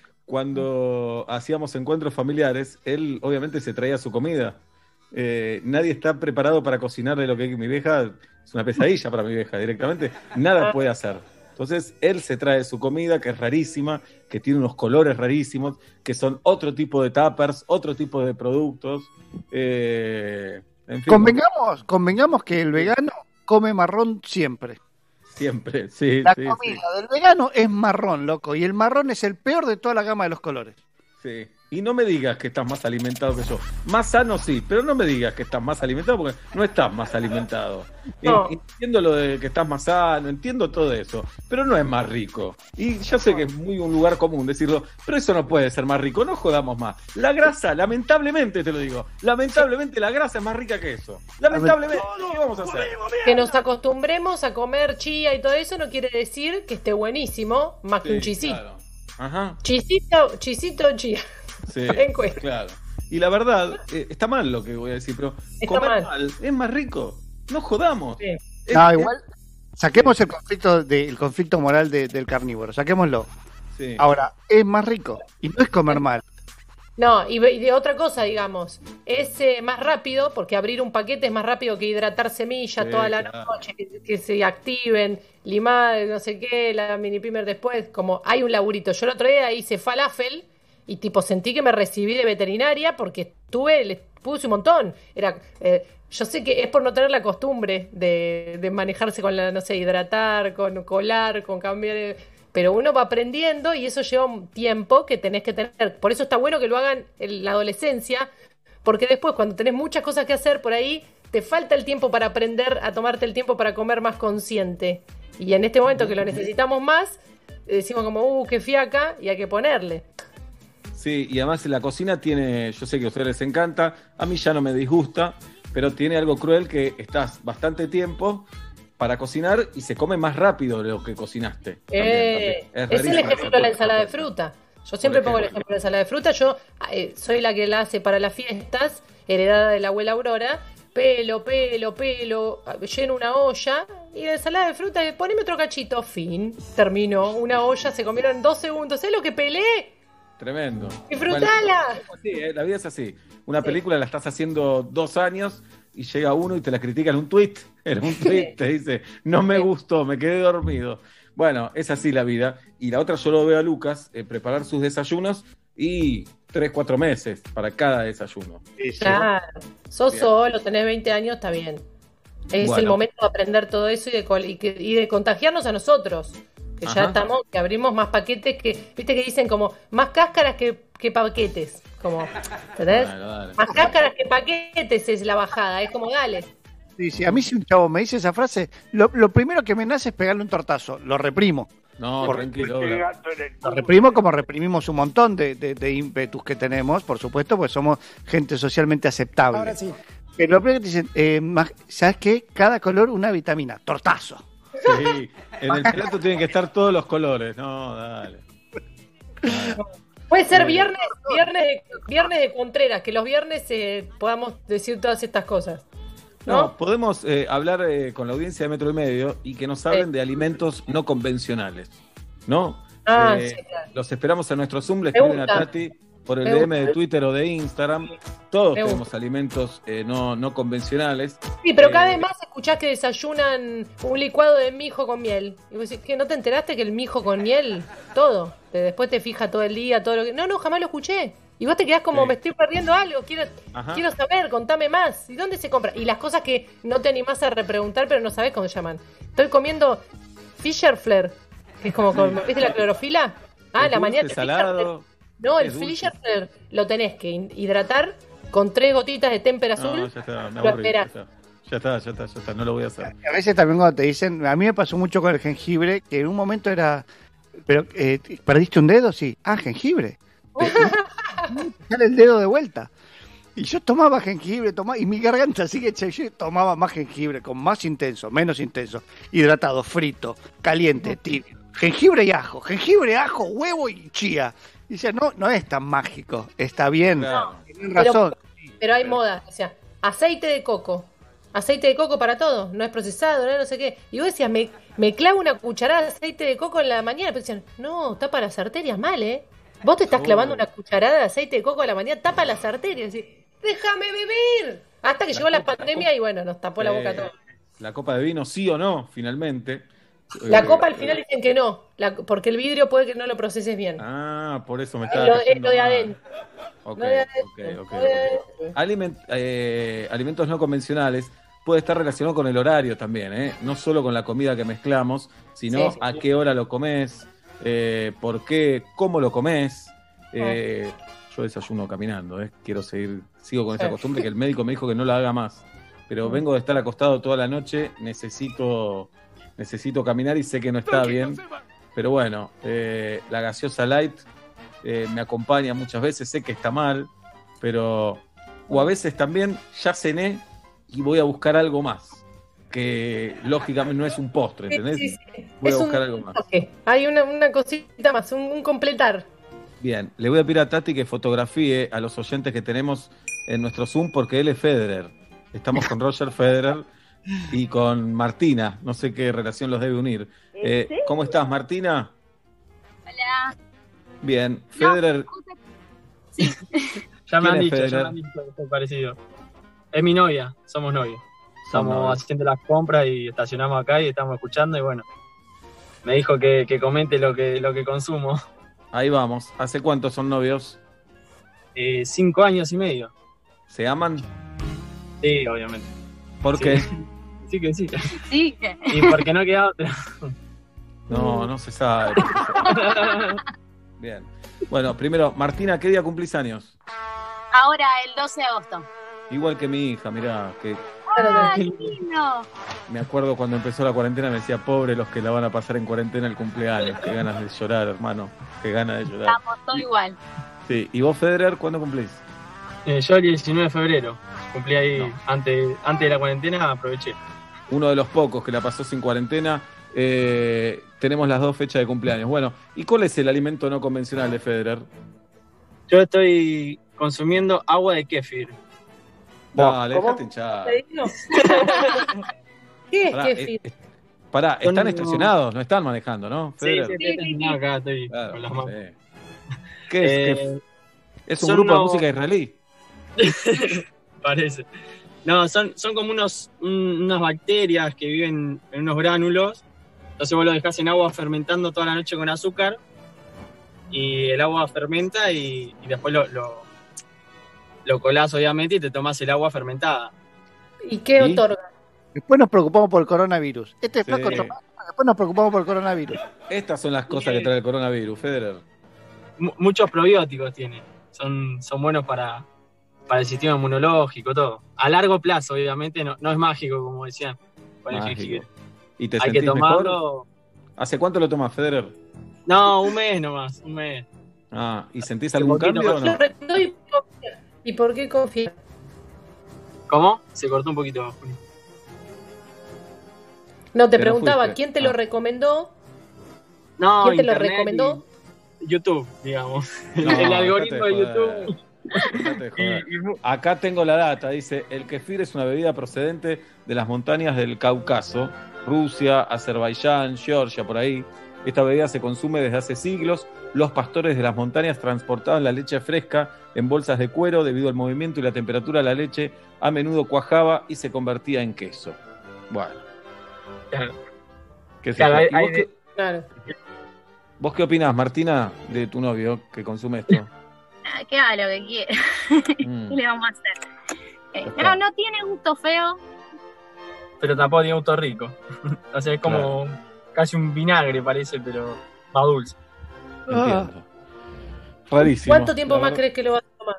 Cuando hacíamos encuentros familiares, él obviamente se traía su comida. Eh, nadie está preparado para cocinarle lo que mi vieja, es una pesadilla para mi vieja directamente, nada puede hacer. Entonces él se trae su comida, que es rarísima, que tiene unos colores rarísimos, que son otro tipo de tuppers, otro tipo de productos. Eh, en fin, Convengamos, convengamos que el vegano come marrón siempre. siempre, sí, La sí, comida del vegano es marrón, loco, y el marrón es el peor de toda la gama de los colores. sí. Y no me digas que estás más alimentado que yo. Más sano sí, pero no me digas que estás más alimentado porque no estás más alimentado. No. En- Entiendo lo de que estás más sano, entiendo todo eso, pero no es más rico. Y yo sé que es muy un lugar común decirlo, pero eso no puede ser más rico, no jodamos más. La grasa, lamentablemente te lo digo, lamentablemente la grasa es más rica que eso. Lamentablemente, ¿qué vamos a hacer? Que nos acostumbremos a comer chía y todo eso no quiere decir que esté buenísimo, más que un Sí, chisito. claro. Ajá. Chisito, chisito, chía. Sí, Encuesta. claro. Y la verdad, eh, está mal lo que voy a decir, pero Está comer mal. mal es más rico. No jodamos. Sí. Es- No, es- igual, saquemos el conflicto, de, el conflicto moral de- del carnívoro, saquémoslo. sí. Ahora, es más rico, y no es comer mal. No, y, y de otra cosa, digamos, es eh, más rápido, porque abrir un paquete es más rápido que hidratar semillas Sí, toda la claro. noche, que, que se activen, limar, no sé qué, la mini primer después, como hay un laburito. Yo el otro día hice falafel y tipo sentí que me recibí de veterinaria porque estuve, le puse un montón. Era, eh, yo sé que es por no tener la costumbre de, de manejarse con la, no sé, hidratar, con colar, con cambiar. eh, pero uno va aprendiendo y eso lleva un tiempo que tenés que tener. Por eso está bueno que lo hagan en la adolescencia, porque después cuando tenés muchas cosas que hacer por ahí, te falta el tiempo para aprender a tomarte el tiempo para comer más consciente. Y en este momento que lo necesitamos más, decimos como, uh, qué fiaca, y hay que ponerle. Sí, y además la cocina tiene, yo sé que a ustedes les encanta, a mí ya no me disgusta, pero tiene algo cruel que estás bastante tiempo para cocinar y se come más rápido de lo que cocinaste. Eh, también, también. Es, es el ejemplo de la ensalada de fruta. Yo siempre pongo el ejemplo de la ensalada de fruta. Yo eh, soy la que la hace para las fiestas, heredada de la abuela Aurora. Pelo, pelo, pelo, lleno una olla y la ensalada de fruta, poneme otro cachito, fin, terminó, una olla, se comieron en dos segundos, ¿sabes lo que peleé? Tremendo. ¡Disfrutala! Bueno, es así, ¿eh? La vida es así. Una película la estás haciendo dos años y llega uno y te la critica en un tuit. En un tuit te dice, no me gustó, me quedé dormido. Bueno, es así la vida. Y la otra yo lo veo a Lucas eh, preparar sus desayunos y tres, cuatro meses para cada desayuno. Claro, sos bien. Solo, tenés veinte años, está bien. Es bueno. El momento de aprender todo eso y de, y, que, y de contagiarnos a nosotros. Que Ajá. ya estamos, que abrimos más paquetes que, viste que dicen como, más cáscaras que, que paquetes. Como, ¿entendés? Dale, dale. Más cáscaras que paquetes es la bajada, es como, dale. Sí, sí, a mí si un chavo me dice esa frase, lo, lo primero que me nace es pegarle un tortazo, lo reprimo. No, por, tranquilo. Lo reprimo como reprimimos un montón de, de, de ímpetus que tenemos, por supuesto, porque somos gente socialmente aceptable. Ahora sí. Pero lo primero que te dicen, eh, ¿sabes qué? Cada color una vitamina, tortazo. Sí, en el plato tienen que estar todos los colores. No, dale. Puede ser viernes, viernes, de, viernes de Contreras, que los viernes eh, podamos decir todas estas cosas. No, no podemos eh, hablar eh, con la audiencia de Metro y Medio y que nos hablen sí. de alimentos no convencionales, ¿no? Ah, eh, sí, claro. Los esperamos en nuestro Zoom, le escriben a Tati por el Me D M gusta. de Twitter o de Instagram. Todos Me tenemos gusta. alimentos eh, no, no convencionales. Sí, pero eh, cada vez más escuchás que desayunan un licuado de mijo con miel. Y vos decís, ¿qué, ¿no te enteraste que el mijo con miel? Todo. Que después te fija todo el día, todo lo que... No, no, jamás lo escuché. Y vos te quedás como, sí. me estoy perdiendo algo, quiero, quiero saber, contame más. ¿Y dónde se compra? Y las cosas que no te animás a repreguntar, pero no sabés cómo se llaman. Estoy comiendo Fisher Flair, que es como, con, ¿viste la clorofila? Ah, la mañana. Salado. No, el Fisher Flair lo tenés que hidratar con tres gotitas de témpera azul. No, ya está, me lo aburrí, esperás. Ya está. Ya está, ya está, ya está, no lo voy a hacer. A veces también cuando te dicen, a mí me pasó mucho con el jengibre, que en un momento era, pero eh, ¿perdiste un dedo? Sí. Ah, jengibre. Sale el dedo de vuelta. Y yo tomaba jengibre, tomaba, y mi garganta así que yo tomaba más jengibre, con más intenso, menos intenso, hidratado, frito, caliente, tibio, jengibre y ajo, jengibre, ajo, huevo y chía. Y decía, no, no es tan mágico, está bien, no, tienen razón. Pero, pero hay moda, o sea, aceite de coco, aceite de coco para todo, no es procesado, no, no sé qué. Y vos decías, me, me clavo una cucharada de aceite de coco en la mañana, pero decían, no, tapa las arterias mal, ¿eh? Vos te estás clavando una cucharada de aceite de coco a la mañana, tapa las arterias. Y, déjame vivir. Hasta que la llegó la pandemia y bueno, nos tapó eh, la boca todo. La copa de vino, sí o no, finalmente. La eh, copa al final dicen que no, la, porque el vidrio puede que no lo proceses bien. Ah, por eso me estaba Es lo, es lo de adentro. Ok, ok, ok. okay. Aliment, eh, alimentos no convencionales puede estar relacionado con el horario también, ¿eh? No solo con la comida que mezclamos, sino sí, sí, a sí. qué hora lo comés. Eh, por qué, cómo lo comés. Eh, yo desayuno caminando, eh. quiero seguir, sigo con esa costumbre que el médico me dijo que no la haga más, pero vengo de estar acostado toda la noche, necesito, necesito caminar y sé que no está bien, pero bueno, eh, la gaseosa light eh, me acompaña muchas veces, sé que está mal, pero o a veces también ya cené y voy a buscar algo más. Que lógicamente no es un postre, ¿entendés? Sí, sí, sí. Voy es a buscar un... algo más. Okay. Hay una, una cosita más, un, un completar. Bien, le voy a pedir a Tati que fotografíe a los oyentes que tenemos en nuestro Zoom porque él es Federer. Estamos con Roger Federer y con Martina, no sé qué relación los debe unir. Eh, ¿Cómo estás, Martina? Hola. Bien, Federer... No, sí. Ya me han dicho, ya me han dicho que es parecido. Es mi novia, somos novios. Estamos haciendo las compras y estacionamos acá y estamos escuchando y bueno, me dijo que, que comente lo que, lo que consumo. Ahí vamos. ¿Hace cuánto son novios? Eh, cinco años y medio. ¿Se aman? Sí, obviamente. ¿Por sí. qué? Sí que sí. Sí que. Y porque no queda otra. No, no se sabe. Bien. Bueno, primero, Martina, ¿qué día cumplís años? Ahora el doce de agosto. Igual que mi hija, mirá, que ¡Ay, lindo! me acuerdo cuando empezó la cuarentena, me decía, pobre los que la van a pasar en cuarentena el cumpleaños. Qué ganas de llorar, hermano. Qué ganas de llorar. Estamos todos igual. Sí. ¿Y vos, Federer, cuándo cumplís? Eh, yo el diecinueve de febrero, cumplí ahí, No. antes, antes de la cuarentena, aproveché. Uno de los pocos que la pasó sin cuarentena. Eh, tenemos las dos fechas de cumpleaños. Bueno, ¿y cuál es el alimento no convencional de Federer? Yo estoy consumiendo agua de kéfir. Dale, ¿Cómo? dejate hinchar. ¿Te digo? ¿Qué es Pará, kéfir? eh, eh, pará, Son están unos- estacionados, no están manejando, ¿no? Sí, Federer? sí, estoy terminado acá, estoy Claro, con las manos. sí. ¿Qué es? Eh, ¿Qué- ¿Es un son grupo de unos- música israelí? Parece. No, son, son como unos, un- unas bacterias que viven en unos gránulos. Entonces vos lo dejás en agua fermentando toda la noche con azúcar. Y el agua fermenta y, y después lo, lo, lo colás obviamente y te tomás el agua fermentada. ¿Y qué ¿Y? otorga? Después nos preocupamos por el coronavirus. Este Sí. flaco toma- después nos preocupamos por el coronavirus. Estas son las cosas que trae el coronavirus, Federer. M- muchos probióticos tiene. Son, son buenos para, para el sistema inmunológico, todo. A largo plazo, obviamente, no, no es mágico, como decían con el Mágico. jengibre. ¿Y te Hay que sentís mejor? tomarlo. ¿Hace cuánto lo tomas, Federer? No, un mes nomás, un mes. Ah, ¿y sentís algún poquito cambio o más. no? Lo recomendó y confía. ¿Y por qué confía? ¿Cómo? Se cortó un poquito, Juli. No, te Te no preguntaba, fuiste. ¿quién te lo Ah. recomendó? No, ¿Quién te lo internet recomendó? y YouTube, digamos. No, el algoritmo dejate de joder. YouTube. Dejate de joder. Y- y mu- Acá tengo la data, dice, el kefir es una bebida procedente de las montañas del Cáucaso, Rusia, Azerbaiyán, Georgia, por ahí. Esta bebida se consume desde hace siglos. Los pastores de las montañas transportaban la leche fresca en bolsas de cuero. Debido al movimiento y la temperatura, la leche a menudo cuajaba y se convertía en queso. Bueno, Claro. qué sé Claro, yo. hay- ¿Y hay vos, de- qué, Claro. vos qué opinás, Martina, de tu novio que consume esto? Ah, que haga lo que quiera. Mm. ¿Qué le vamos a hacer? Eh, Ya no, está. no tiene gusto feo. Pero tampoco tiene gusto rico. O sea, es como casi un vinagre, parece, pero más dulce. Entiendo. Rarísimo. ¿Cuánto tiempo la más verdad. crees que lo vas a tomar?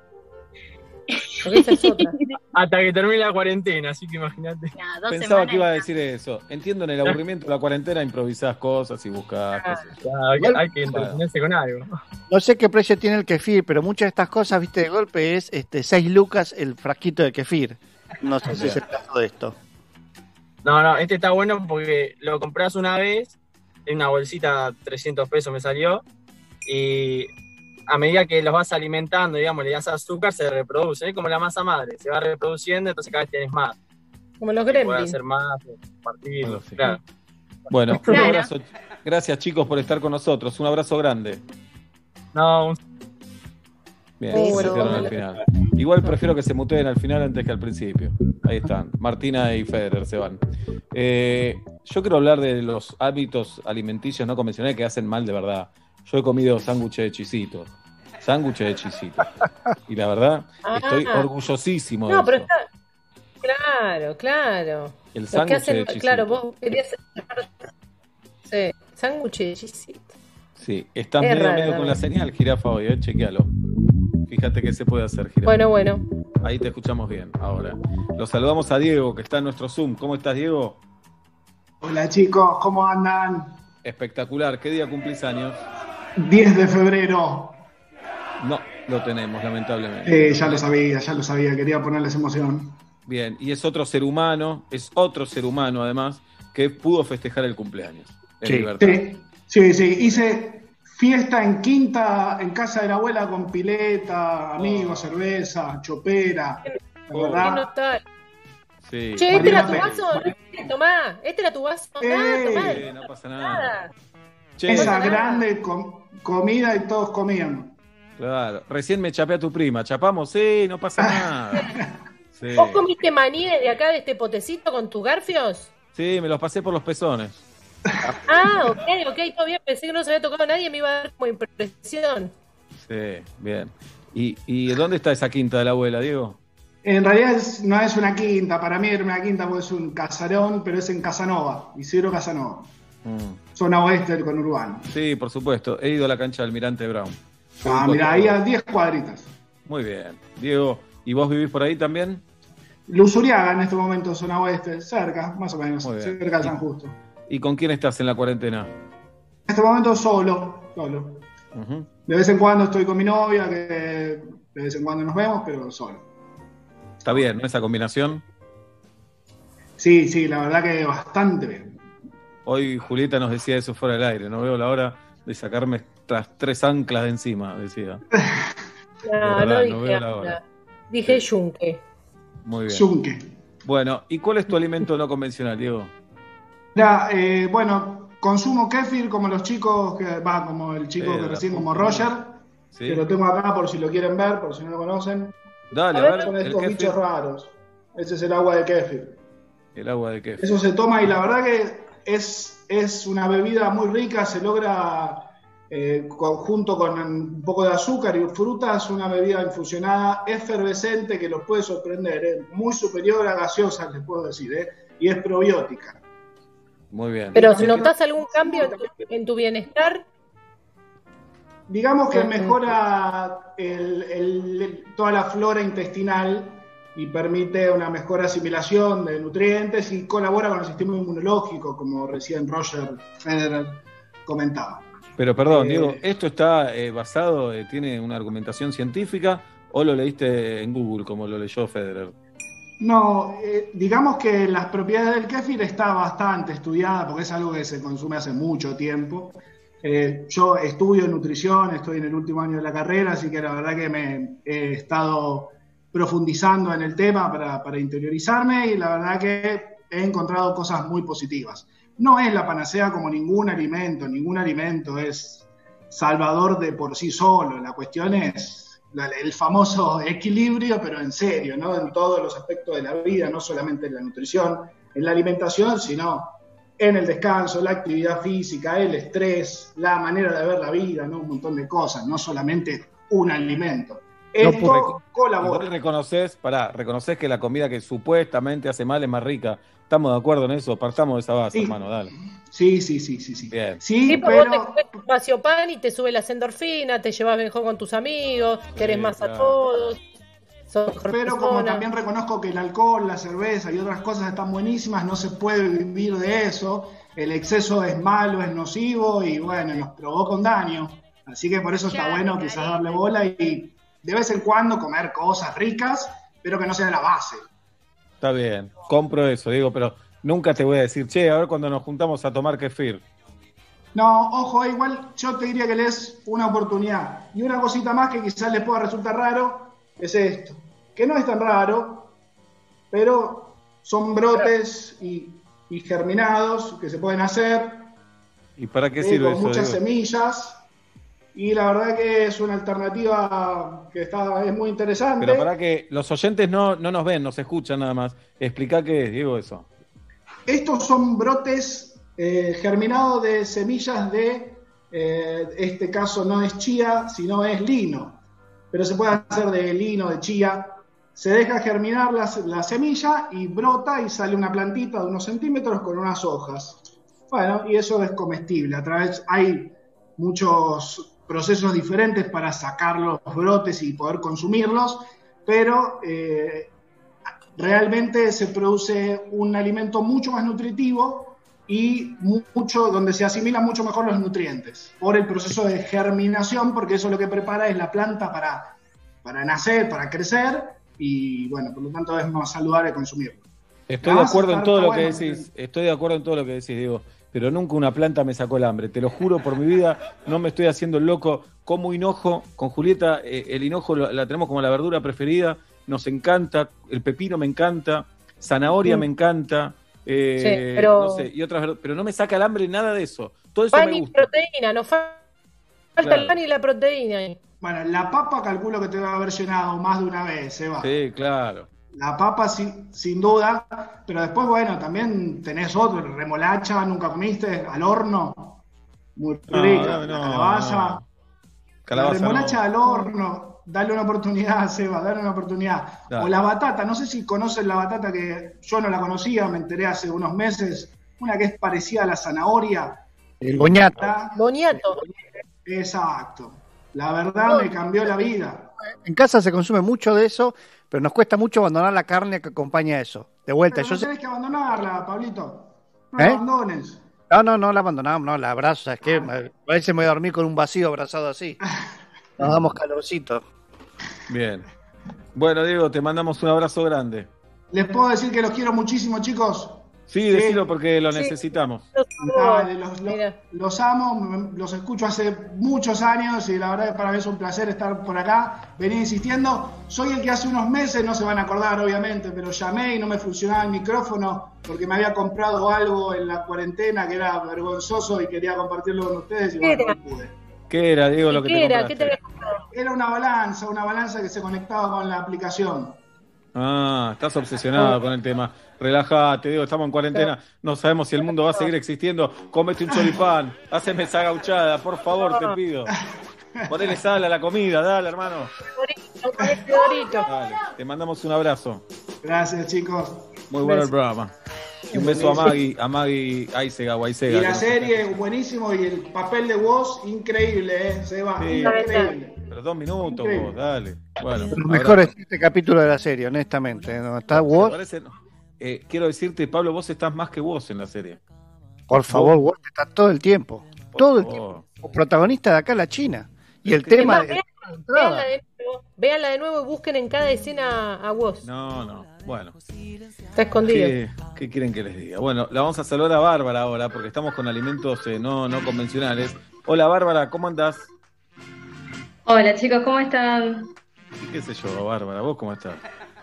Porque esa es otra. Hasta que termine la cuarentena, así que imagínate. Nah, dos Pensaba semanas que iba a y- decir eso. Entiendo, en el aburrimiento de la cuarentena improvisás cosas y buscás, qué sé yo. Ya, hay, que, Igual- hay que entretenerse con algo. No sé qué precio tiene el kefir, pero muchas de estas cosas, viste, de golpe es este seis lucas el frasquito de kefir. No sé si es el caso de esto. No, no, este está bueno porque lo compras una vez, en una bolsita, trescientos pesos me salió, y a medida que los vas alimentando, digamos, le das azúcar, se reproduce, es como la masa madre, se va reproduciendo, entonces cada vez tienes más. Como los Puedes gremlins. hacer más, compartir, Bueno, sí. claro. Bueno, un Claro. abrazo. Gracias, chicos, por estar con nosotros. Un abrazo grande. No, un- Bien, Beso. se quedaron al final. Igual prefiero que se muteen al final antes que al principio. Ahí están. Martina y Federer se van. Eh, yo quiero hablar de los hábitos alimenticios no convencionales que hacen mal de verdad. Yo he comido sándwiches de chisito. Sándwiches de chisito. Y la verdad, Ah. estoy orgullosísimo de No, pero eso. está. Claro, claro. El Los que sándwich hacen, de chisito. claro, vos querías. Sí, sándwich de chisito. Sí, estás Es medio, raro, medio ¿no? con la señal, jirafa, hoy, eh, chequealo. Fíjate que se puede hacer, jirafa. Bueno, bueno. Ahí te escuchamos bien, ahora. Lo saludamos a Diego, que está en nuestro Zoom. ¿Cómo estás, Diego? Hola chicos, ¿cómo andan? Espectacular. ¿Qué día cumplís años? diez de febrero. No, lo tenemos, lamentablemente. Eh, ya lo sabía, ya lo sabía, quería ponerles emoción. Bien, y es otro ser humano, es otro ser humano además, que pudo festejar el cumpleaños. En Sí. libertad. Sí, sí, sí, hice fiesta en quinta, en casa de la abuela con pileta, amigos, cerveza, chopera. La Oh. ¿Qué verdad, nota? Sí. Che, ¿este era tu Mariana vaso? Tomá, ¿este era tu vaso? Eh, Nada, tomá. Sí, no pasa nada. Nada. Che, esa nada. grande com- comida y todos comían. claro, recién me chapé a tu prima. ¿Chapamos? Sí, no pasa nada. Sí, ¿Vos comiste maní de acá de este potecito con tus garfios? sí, me los pasé por los pezones. Ah, ok, ok, todo bien. Pensé que no se había tocado a nadie, me iba a dar como impresión. Sí, bien. ¿Y, y dónde está esa quinta de la abuela, Diego? En realidad es- no es una quinta, para mí era una quinta porque es un casarón, pero es en Casanova, Isidro Casanova. Mm. Zona oeste del conurbano. Sí, por supuesto. He ido a la cancha del Almirante Brown. Ah, mira, ahí a diez cuadritas. Muy bien. Diego, ¿y vos vivís por ahí también? Luzuriaga en este momento, zona oeste, cerca, más o menos, Muy bien. cerca de San Justo. ¿Y con quién estás en la cuarentena? En este momento solo, solo. Uh-huh. De vez en cuando estoy con mi novia, que de vez en cuando nos vemos, pero solo. Está bien, ¿no? Esa combinación. Sí, sí, la verdad que bastante bien. Hoy Julieta nos decía eso fuera del aire. No veo la hora de sacarme estas tres anclas de encima, decía. No, verdad, no no dije veo la ancla. hora. Dije Sí. yunque. Muy bien. Yunque. Bueno, ¿y cuál es tu alimento no convencional, Diego? Mira, eh, bueno, consumo kéfir como los chicos, que va, como el chico Eh, que la recién, puta como madre. Roger, ¿Sí? que lo tengo acá por si lo quieren ver, por si no lo conocen. Dale, A a ver, ver, Son el estos kéfir, bichos raros. Ese es el agua de kéfir. el agua de kéfir. Eso se toma y la verdad que es, es una bebida muy rica, se logra eh, con- junto con un poco de azúcar y frutas, una bebida infusionada efervescente que los puede sorprender, ¿eh? Muy superior a gaseosas, les puedo decir, ¿eh? Y es probiótica. Muy bien. Pero si notas algún cambio en tu, en tu bienestar, Digamos que Ujú. mejora el- el- el- toda la flora intestinal y permite una mejor asimilación de nutrientes y colabora con el sistema inmunológico, como recién Roger Federer comentaba. Pero perdón, Eh, Diego, ¿esto está eh, basado, eh, tiene una argumentación científica o lo leíste en Google como lo leyó Federer? No, eh, digamos que las propiedades del kéfir está bastante estudiada porque es algo que se consume hace mucho tiempo. Eh, yo estudio nutrición, estoy en el último año de la carrera, así que la verdad que me he estado profundizando en el tema para, para interiorizarme y la verdad que he encontrado cosas muy positivas. No es la panacea como ningún alimento, ningún alimento es salvador de por sí solo, la cuestión es la- el famoso equilibrio, pero en serio, ¿no? En todos los aspectos de la vida, no solamente en la nutrición, en la alimentación, sino en el descanso, la actividad física, el estrés, la manera de ver la vida, ¿no? Un montón de cosas, no solamente un alimento. No, Esto pues, Igual colabora. reconoces, pará, reconoces que la comida que supuestamente hace mal es más rica. ¿Estamos de acuerdo en eso? Partamos de esa base, Sí. hermano, dale. Sí, sí, sí, sí, sí. Bien. Sí, tipo, vos te pero comes un vacío pan y te sube las endorfinas, te llevas mejor con tus amigos, querés Sí, más claro. a todos. sos mejor Pero como persona. también reconozco que el alcohol, la cerveza y otras cosas están buenísimas, no se puede vivir de eso. El exceso es malo, es nocivo y bueno, nos provoca un daño. Así que por eso está Ya, bueno me quizás caí. darle bola y de vez en cuando comer cosas ricas, pero que no sean la base. Está bien, compro eso, Diego, pero nunca te voy a decir, che, a ver cuando nos juntamos a tomar kefir. No, ojo, igual yo te diría que le es una oportunidad. Y una cosita más que quizás les pueda resultar raro, es esto. Que no es tan raro, pero son brotes y, y germinados que se pueden hacer ¿Y para qué eh, sirve con eso, muchas Diego? semillas. Y la verdad que es una alternativa que está, es muy interesante. Pero para que los oyentes no, no nos ven, nos escuchan nada más. Explica qué es, Diego, eso. Estos son brotes eh, germinados de semillas de, eh, este caso no es chía, sino es lino. Pero se puede hacer de lino, de chía. Se deja germinar la, la semilla y brota y sale una plantita de unos centímetros con unas hojas. Bueno, y eso es comestible. A través hay muchos procesos diferentes para sacar los brotes y poder consumirlos, pero eh, realmente se produce un alimento mucho más nutritivo y mucho, donde se asimilan mucho mejor los nutrientes por el proceso de germinación, porque eso lo que prepara es la planta para, para nacer, para crecer, y bueno, por lo tanto es más saludable consumirlo. Estoy de Además, acuerdo en está- todo está lo que bueno. decís, estoy de acuerdo en todo lo que decís, Diego, pero nunca una planta me sacó el hambre, te lo juro por mi vida, no me estoy haciendo el loco, como hinojo, con Julieta, eh, el hinojo lo- la tenemos como la verdura preferida, nos encanta, el pepino me encanta, zanahoria Sí. me encanta, eh, Sí, pero- no sé, y otras verduras, pero no me saca el hambre nada de eso, todo eso Pan me y gusta. proteína, nos fa- falta Claro. el pan y la proteína ahí. Bueno, la papa calculo que te va a haber llenado más de una vez, Eva. Sí, claro. La papa sin, sin duda, pero después, bueno, también tenés otro, remolacha, nunca comiste, al horno, muy No, rica, no, la no, calabaza, no. Calabaza la remolacha no. al horno, dale una oportunidad, Seba, dale una oportunidad. Dale. O la batata, no sé si conocen la batata, que yo no la conocía, me enteré hace unos meses, una que es parecida a la zanahoria. El boñato. ¿Verdad? Boniato. Exacto. La verdad me cambió la vida. En casa se consume mucho de eso, pero nos cuesta mucho abandonar la carne que acompaña eso. De vuelta, Pero yo no sé... tenés que abandonarla, Pablito. No ¿Eh? la abandones. No, no, no la abandonamos, no, la abrazo, es que a veces me voy a dormir con un vacío abrazado así. Nos damos calorcito. Bien. Bueno, Diego, te mandamos un abrazo grande. Les puedo decir que los quiero muchísimo, chicos. Sí, Sí. decilo porque lo Sí. necesitamos. Dale, los, los- Mira. los amo, los escucho hace muchos años y la verdad que para mí es un placer estar por acá, venir insistiendo. Soy el que hace unos meses, no se van a acordar obviamente, pero llamé y no me funcionaba el micrófono porque me había comprado algo en la cuarentena que era vergonzoso y quería compartirlo con ustedes y ¿Qué bueno, era? no pude. ¿Qué era, Diego, lo que ¿Qué te era? compraste? ¿Qué te habías comprado? Era una balanza, una balanza que se conectaba con la aplicación. Ah, estás obsesionado con el tema. Relájate, Diego, estamos en cuarentena. No sabemos si el mundo va a seguir existiendo. Cómete un choripán, haceme esa gauchada, por favor, te pido. Ponele sal a la comida, dale, hermano. Dorito, con este dorito. Dale, te mandamos un abrazo. Gracias, chicos. Muy bueno el programa. Y un beso a Maggie, a Maggie Aisega o Aisega. Y la serie, buenísimo, y el papel de voz, increíble, ¿eh? Seba, Sí. increíble. Pero dos minutos, Increíble. vos, dale. Bueno, Lo mejor es este capítulo de la serie, honestamente. ¿No? Está ¿Te Walt, parece? Eh, quiero decirte, Pablo, vos estás más que vos en la serie. por favor, Walt está todo el tiempo. Por Todo el favor. tiempo. Como protagonista de acá, la China. Y el Es tema más, de. vean- Véanla de nuevo, véanla de nuevo y busquen en cada escena a Woz. No, no. Bueno, Está escondido. ¿qué, qué quieren que les diga? Bueno, la vamos a saludar a Bárbara ahora porque estamos con alimentos eh, no, no convencionales. Hola, Bárbara, ¿cómo andás? Hola chicos, ¿cómo están? ¿Y qué sé yo, Bárbara? ¿Vos cómo estás?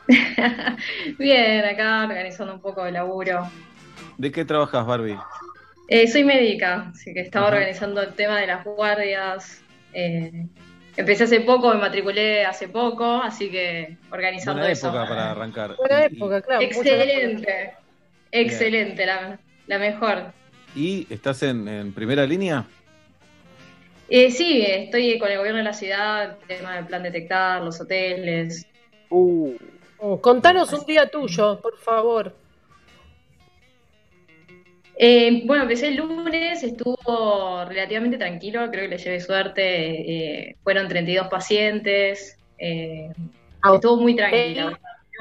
Bien, acá organizando un poco de laburo. ¿De qué trabajas, Barbie? Eh, soy médica, así que estaba Ajá. organizando el tema de las guardias. Eh, empecé hace poco, me matriculé hace poco, así que organizando Buena eso. época para arrancar. Buena Y- época, claro. mucha- Excelente, excelente, la, la mejor. ¿Y estás en, en primera línea? Eh, sí, estoy con el gobierno de la ciudad, el tema del plan detectar, los hoteles. Oh, contanos un día tuyo, por favor. Eh, bueno, empecé el lunes, estuvo relativamente tranquilo, creo que le llevé suerte, eh, fueron treinta y dos pacientes, eh, estuvo muy tranquilo.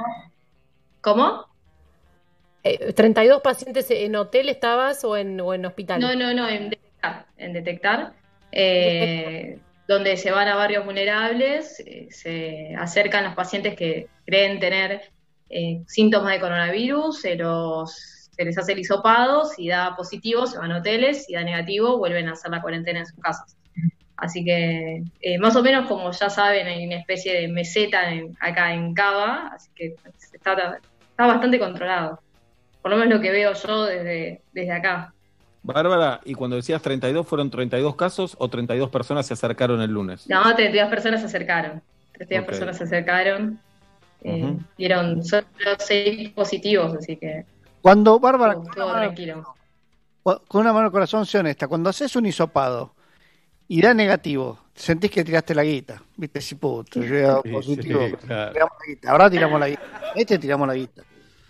¿Cómo? Eh, ¿treinta y dos pacientes en hotel estabas o en, o en hospital? No, no, no, en detectar, en detectar, eh, donde se van a barrios vulnerables, eh, se acercan los pacientes que creen tener eh, síntomas de coronavirus, se los se les hace el hisopado, si da positivo se van a hoteles, si da negativo vuelven a hacer la cuarentena en sus casas. Así que eh, más o menos como ya saben hay una especie de meseta en- acá en Cava, así que está, está bastante controlado. Por lo menos lo que veo yo desde, desde acá. Bárbara, y cuando decías treinta y dos, ¿fueron treinta y dos casos o treinta y dos personas se acercaron el lunes? No, treinta y dos personas se acercaron. treinta y dos Ok. personas se acercaron. Eh, Ujú. Dieron solo seis positivos, así que Cuando, Bárbara, estuvo, con estuvo una, mano, tranquilo. con una mano al corazón, sé honesta, cuando haces un hisopado y da negativo, sentís que tiraste la guita. Viste, si puto, yo era Sí, positivo. sí, claro. Tiramos la guita. Ahora tiramos la guita. Este tiramos la guita.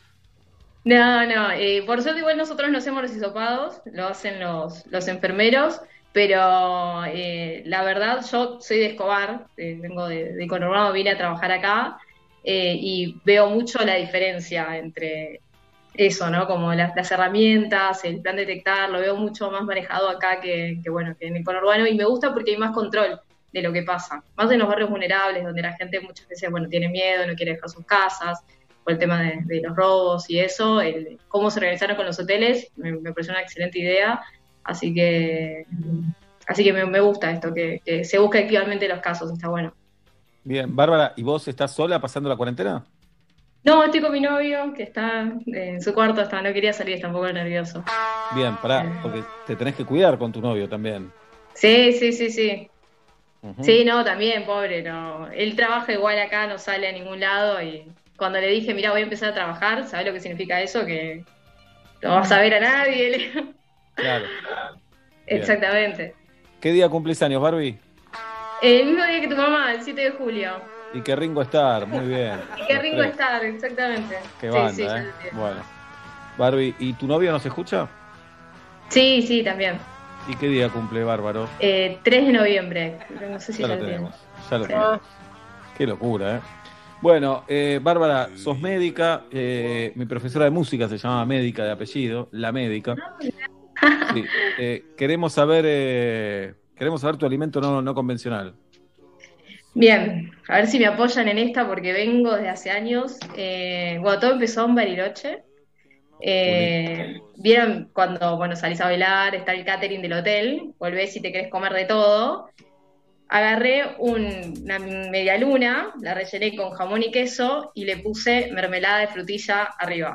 No, no, eh, por suerte igual nosotros no hacemos los hisopados, lo hacen los, los enfermeros, pero eh, la verdad yo soy de Escobar, eh, vengo de, de Conurbano, vine a trabajar acá eh, y veo mucho la diferencia entre eso, ¿no? Como las, las herramientas, el plan detectar, lo veo mucho más manejado acá que, que, bueno, que en el conurbano y me gusta porque hay más control de lo que pasa, más en los barrios vulnerables donde la gente muchas veces, bueno, tiene miedo, no quiere dejar sus casas por el tema de, de los robos y eso, el, cómo se organizaron con los hoteles, me, me pareció una excelente idea, así que así que me, me gusta esto, que, que se busque activamente los casos, está bueno. Bien, Bárbara, ¿y vos estás sola pasando la cuarentena? No, estoy con mi novio, que está en su cuarto, está, no quería salir, está un poco nervioso. Bien, pará, porque te tenés que cuidar con tu novio también. Sí, sí, sí, sí. Ujú. Sí, no, también, pobre, no. Él trabaja igual acá, no sale a ningún lado y cuando le dije, mira, voy a empezar a trabajar, ¿sabes lo que significa eso? Que no vas a ver a nadie. le- Claro. Exactamente. ¿Qué día cumplís años, Barbie? El mismo día que tu mamá, el siete de julio. Y que Ringo Starr, muy bien. Y que Los Ringo tres. Starr, exactamente. Qué Sí, banda, sí, ya ¿eh? lo entiendo. Bueno. Barbie, ¿y tu novio nos escucha? Sí, sí, también. ¿Y qué día cumple Bárbaro? Eh, tres de noviembre. No sé si Ya ya, lo lo tenemos, tienen. ya lo Sí. tenemos. Qué locura, ¿eh? Bueno, eh, Bárbara, sos médica, eh, mi profesora de música se llama Médica de apellido, La Médica. Sí, eh, queremos saber, eh, queremos saber tu alimento no, no convencional. Bien, a ver si me apoyan en esta porque vengo desde hace años. Eh, bueno, todo empezó en Bariloche. Eh, Vieron cuando, bueno, salís a bailar, está el catering del hotel, volvés y te querés comer de todo. Agarré un- una media luna, la rellené con jamón y queso y le puse mermelada de frutilla arriba.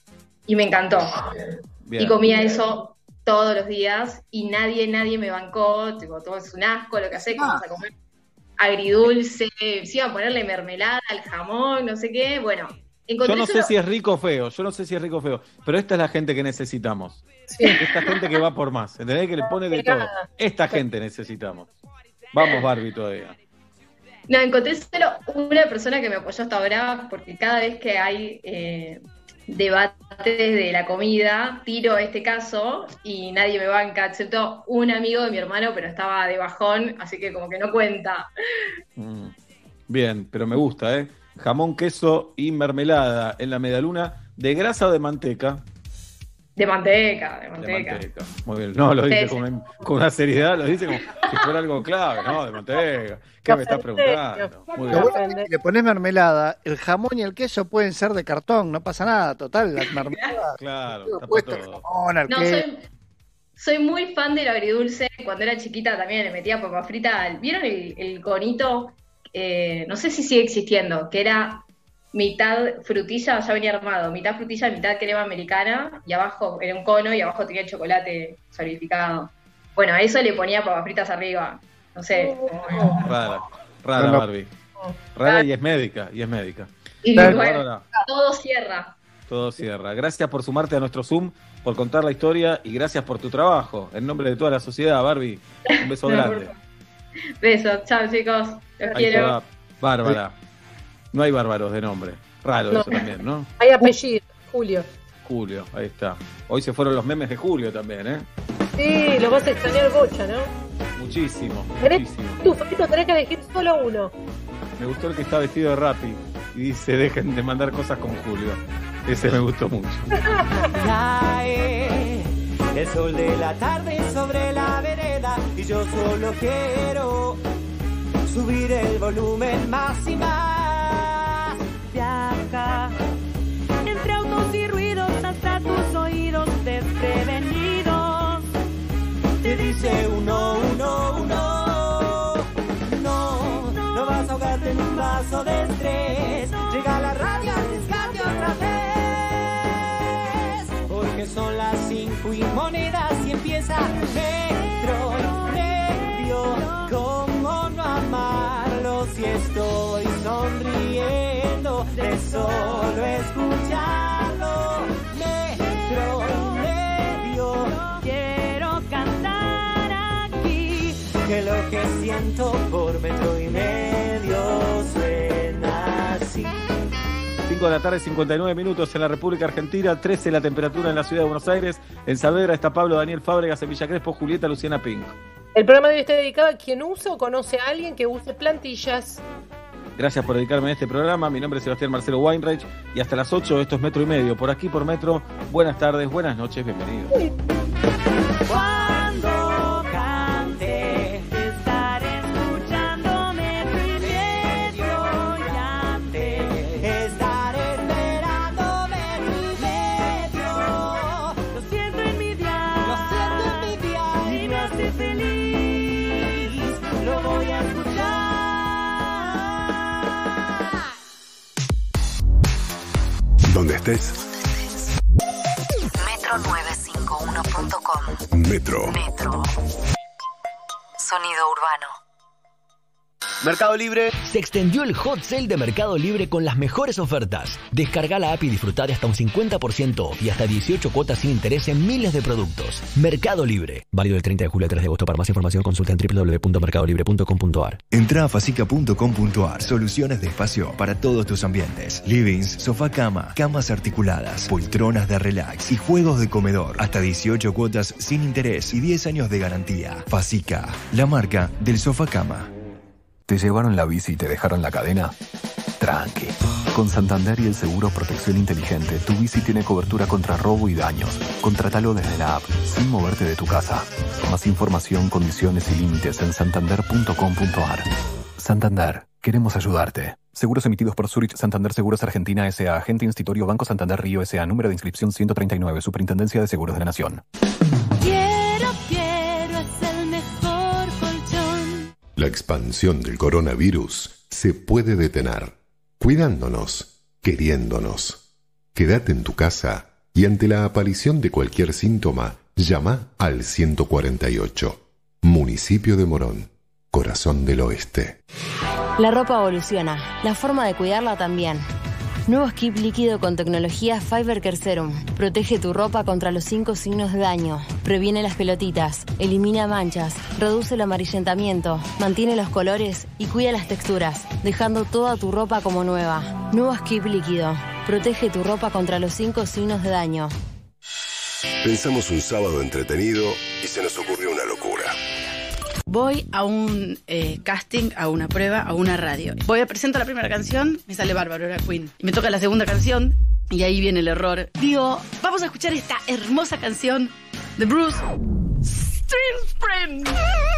Y me encantó. Bien. Y comía eso todos los días y nadie, nadie me bancó. Tipo, todo es un asco lo que haces, ¿cómo vas a comer? Agridulce, si iba a ponerle mermelada al jamón, no sé qué. Bueno, encontré Yo no sé solo- si es rico o feo, yo no sé si es rico o feo, pero esta es la gente que necesitamos. Sí. Esta gente que va por más, ¿entendés? Que le pone de todo. Esta gente necesitamos. Vamos, Barbie, todavía. No, encontré solo una persona que me apoyó hasta ahora, porque cada vez que hay eh, debates de la comida, tiro este caso y nadie me banca, excepto un amigo de mi hermano, pero estaba de bajón, así que como que no cuenta. Mm. Bien, pero me gusta, ¿eh? Jamón, queso y mermelada en la medialuna, ¿de grasa o de manteca? De manteca, de De manteca. manteca. Muy bien. No, lo dice Sí. con una, con una seriedad, lo dice como si fuera algo clave, ¿no? De manteca. ¿Qué me estás preguntando? Muy Lo bien. bueno es que le pones mermelada, el jamón y el queso pueden ser de cartón, no pasa nada, total, la mermelada. Claro, Todo tapa puesto el todo. jamón, el No, queso. soy, soy muy fan del agridulce. Cuando era chiquita también le metía papa frita. al- ¿Vieron el, el conito? Eh, no sé si sigue existiendo, que era mitad frutilla, ya venía armado, mitad frutilla, mitad crema americana, y abajo era un cono y abajo tenía chocolate solidificado. Bueno, a eso le ponía papas fritas arriba. No sé. Rara, rara, No, no. Barbie. Rara y es médica, y es médica. Y Claro. bueno, Bárbara, todo cierra. todo cierra. Gracias por sumarte a nuestro Zoom, por contar la historia y gracias por tu trabajo. En nombre de toda la sociedad, Barbie, un beso No, grande. Besos, chao chicos, los Ahí quiero. está, Bárbara. No hay bárbaros de nombre. Raro No. eso también, ¿no? Hay apellido, Julio. Julio, ahí está. Hoy se fueron los memes de Julio también, ¿eh? Sí, lo vas a extrañar Bocha, ¿no? Muchísimo, ¿Tenés muchísimo. tu favorito? Tenés que elegir solo uno. Me gustó el que está vestido de Rappi y dice, dejen de mandar cosas con Julio. Ese me gustó mucho. Cae el sol de la tarde sobre la vereda y yo solo quiero subir el volumen más y más. Viaja entre autos y ruidos hasta tus oídos desprevenidos. Te dice uno, uno, uno. No, no vas a ahogarte en un vaso de estrés. Llega la radio, arriesgate otra vez. Porque son las cinco y monedas y empieza Metro Medio. ¿Cómo no amarlo si estoy sonriendo de solo escucharlo? Metro Medio. Quiero cantar aquí que lo que siento por metro y medio suena así. cinco de la tarde, cincuenta y nueve minutos en la República Argentina, trece la temperatura en la ciudad de Buenos Aires. En Saavedra está Pablo Daniel Fábregas, en Villa Crespo, Julieta Luciana Pink. El programa de hoy está dedicado a quien usa o conoce a alguien que use plantillas. Gracias por dedicarme a este programa. Mi nombre es Sebastián Marcelo Weinreich y hasta las ocho esto es Metro y Medio. Por aquí, por Metro. Buenas tardes, buenas noches, bienvenidos. Cuando cante, estaré escuchando metro y medio y antes estaré esperando metro y medio. Lo siento en mi día, lo siento en mi día y me hace feliz. Lo voy a escuchar. Donde estés. metro novecientos cincuenta y uno punto com. Metro. Metro. Sonido urbano. Mercado Libre. Se extendió el hot sale de Mercado Libre con las mejores ofertas. Descarga la app y disfruta de hasta un cincuenta por ciento off y hasta dieciocho cuotas sin interés en miles de productos. Mercado Libre. Válido del treinta de julio al tres de agosto. Para más información consulta en doble u doble u doble u punto mercado libre punto com punto a r. Entra a facica punto com punto a r. Soluciones de espacio para todos tus ambientes. Livings, sofá cama, camas articuladas, poltronas de relax y juegos de comedor. Hasta dieciocho cuotas sin interés y diez años de garantía. Facica, la marca del sofá cama. ¿Te llevaron la bici y te dejaron la cadena? Tranqui. Con Santander y el seguro Protección Inteligente, tu bici tiene cobertura contra robo y daños. Contrátalo desde la app, sin moverte de tu casa. Más información, condiciones y límites en santander punto com punto a r. Santander, queremos ayudarte. Seguros emitidos por Zurich Santander Seguros Argentina S A. Agente Institutorio Banco Santander Río S A. Número de inscripción ciento treinta y nueve. Superintendencia de Seguros de la Nación. Quiero, quiero, es el mejor colchón. La expansión del coronavirus se puede detener, cuidándonos, queriéndonos. Quédate en tu casa y ante la aparición de cualquier síntoma, llama al ciento cuarenta y ocho. Municipio de Morón, corazón del oeste. La ropa evoluciona, la forma de cuidarla también. Nuevo Skip líquido con tecnología Fiber Care Serum. Protege tu ropa contra los cinco signos de daño. Previene las pelotitas, elimina manchas, reduce el amarillentamiento, mantiene los colores y cuida las texturas, dejando toda tu ropa como nueva. Nuevo Skip líquido. Protege tu ropa contra los cinco signos de daño. Pensamos un sábado entretenido y se nos ocurrió una locura. Voy a un eh, casting, a una prueba, a una radio. Voy a presentar la primera canción, me sale bárbaro, era Queen. Y me toca la segunda canción y ahí viene el error. Digo, vamos a escuchar esta hermosa canción de Bruce Springsteen.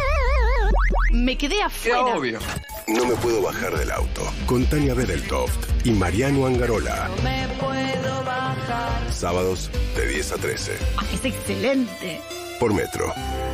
Me quedé afuera. Obvio. No me puedo bajar del auto. Con Tania Bedeltoft y Mariano Angarola. No me puedo bajar. Sábados de diez a trece. Es excelente. Por Metro.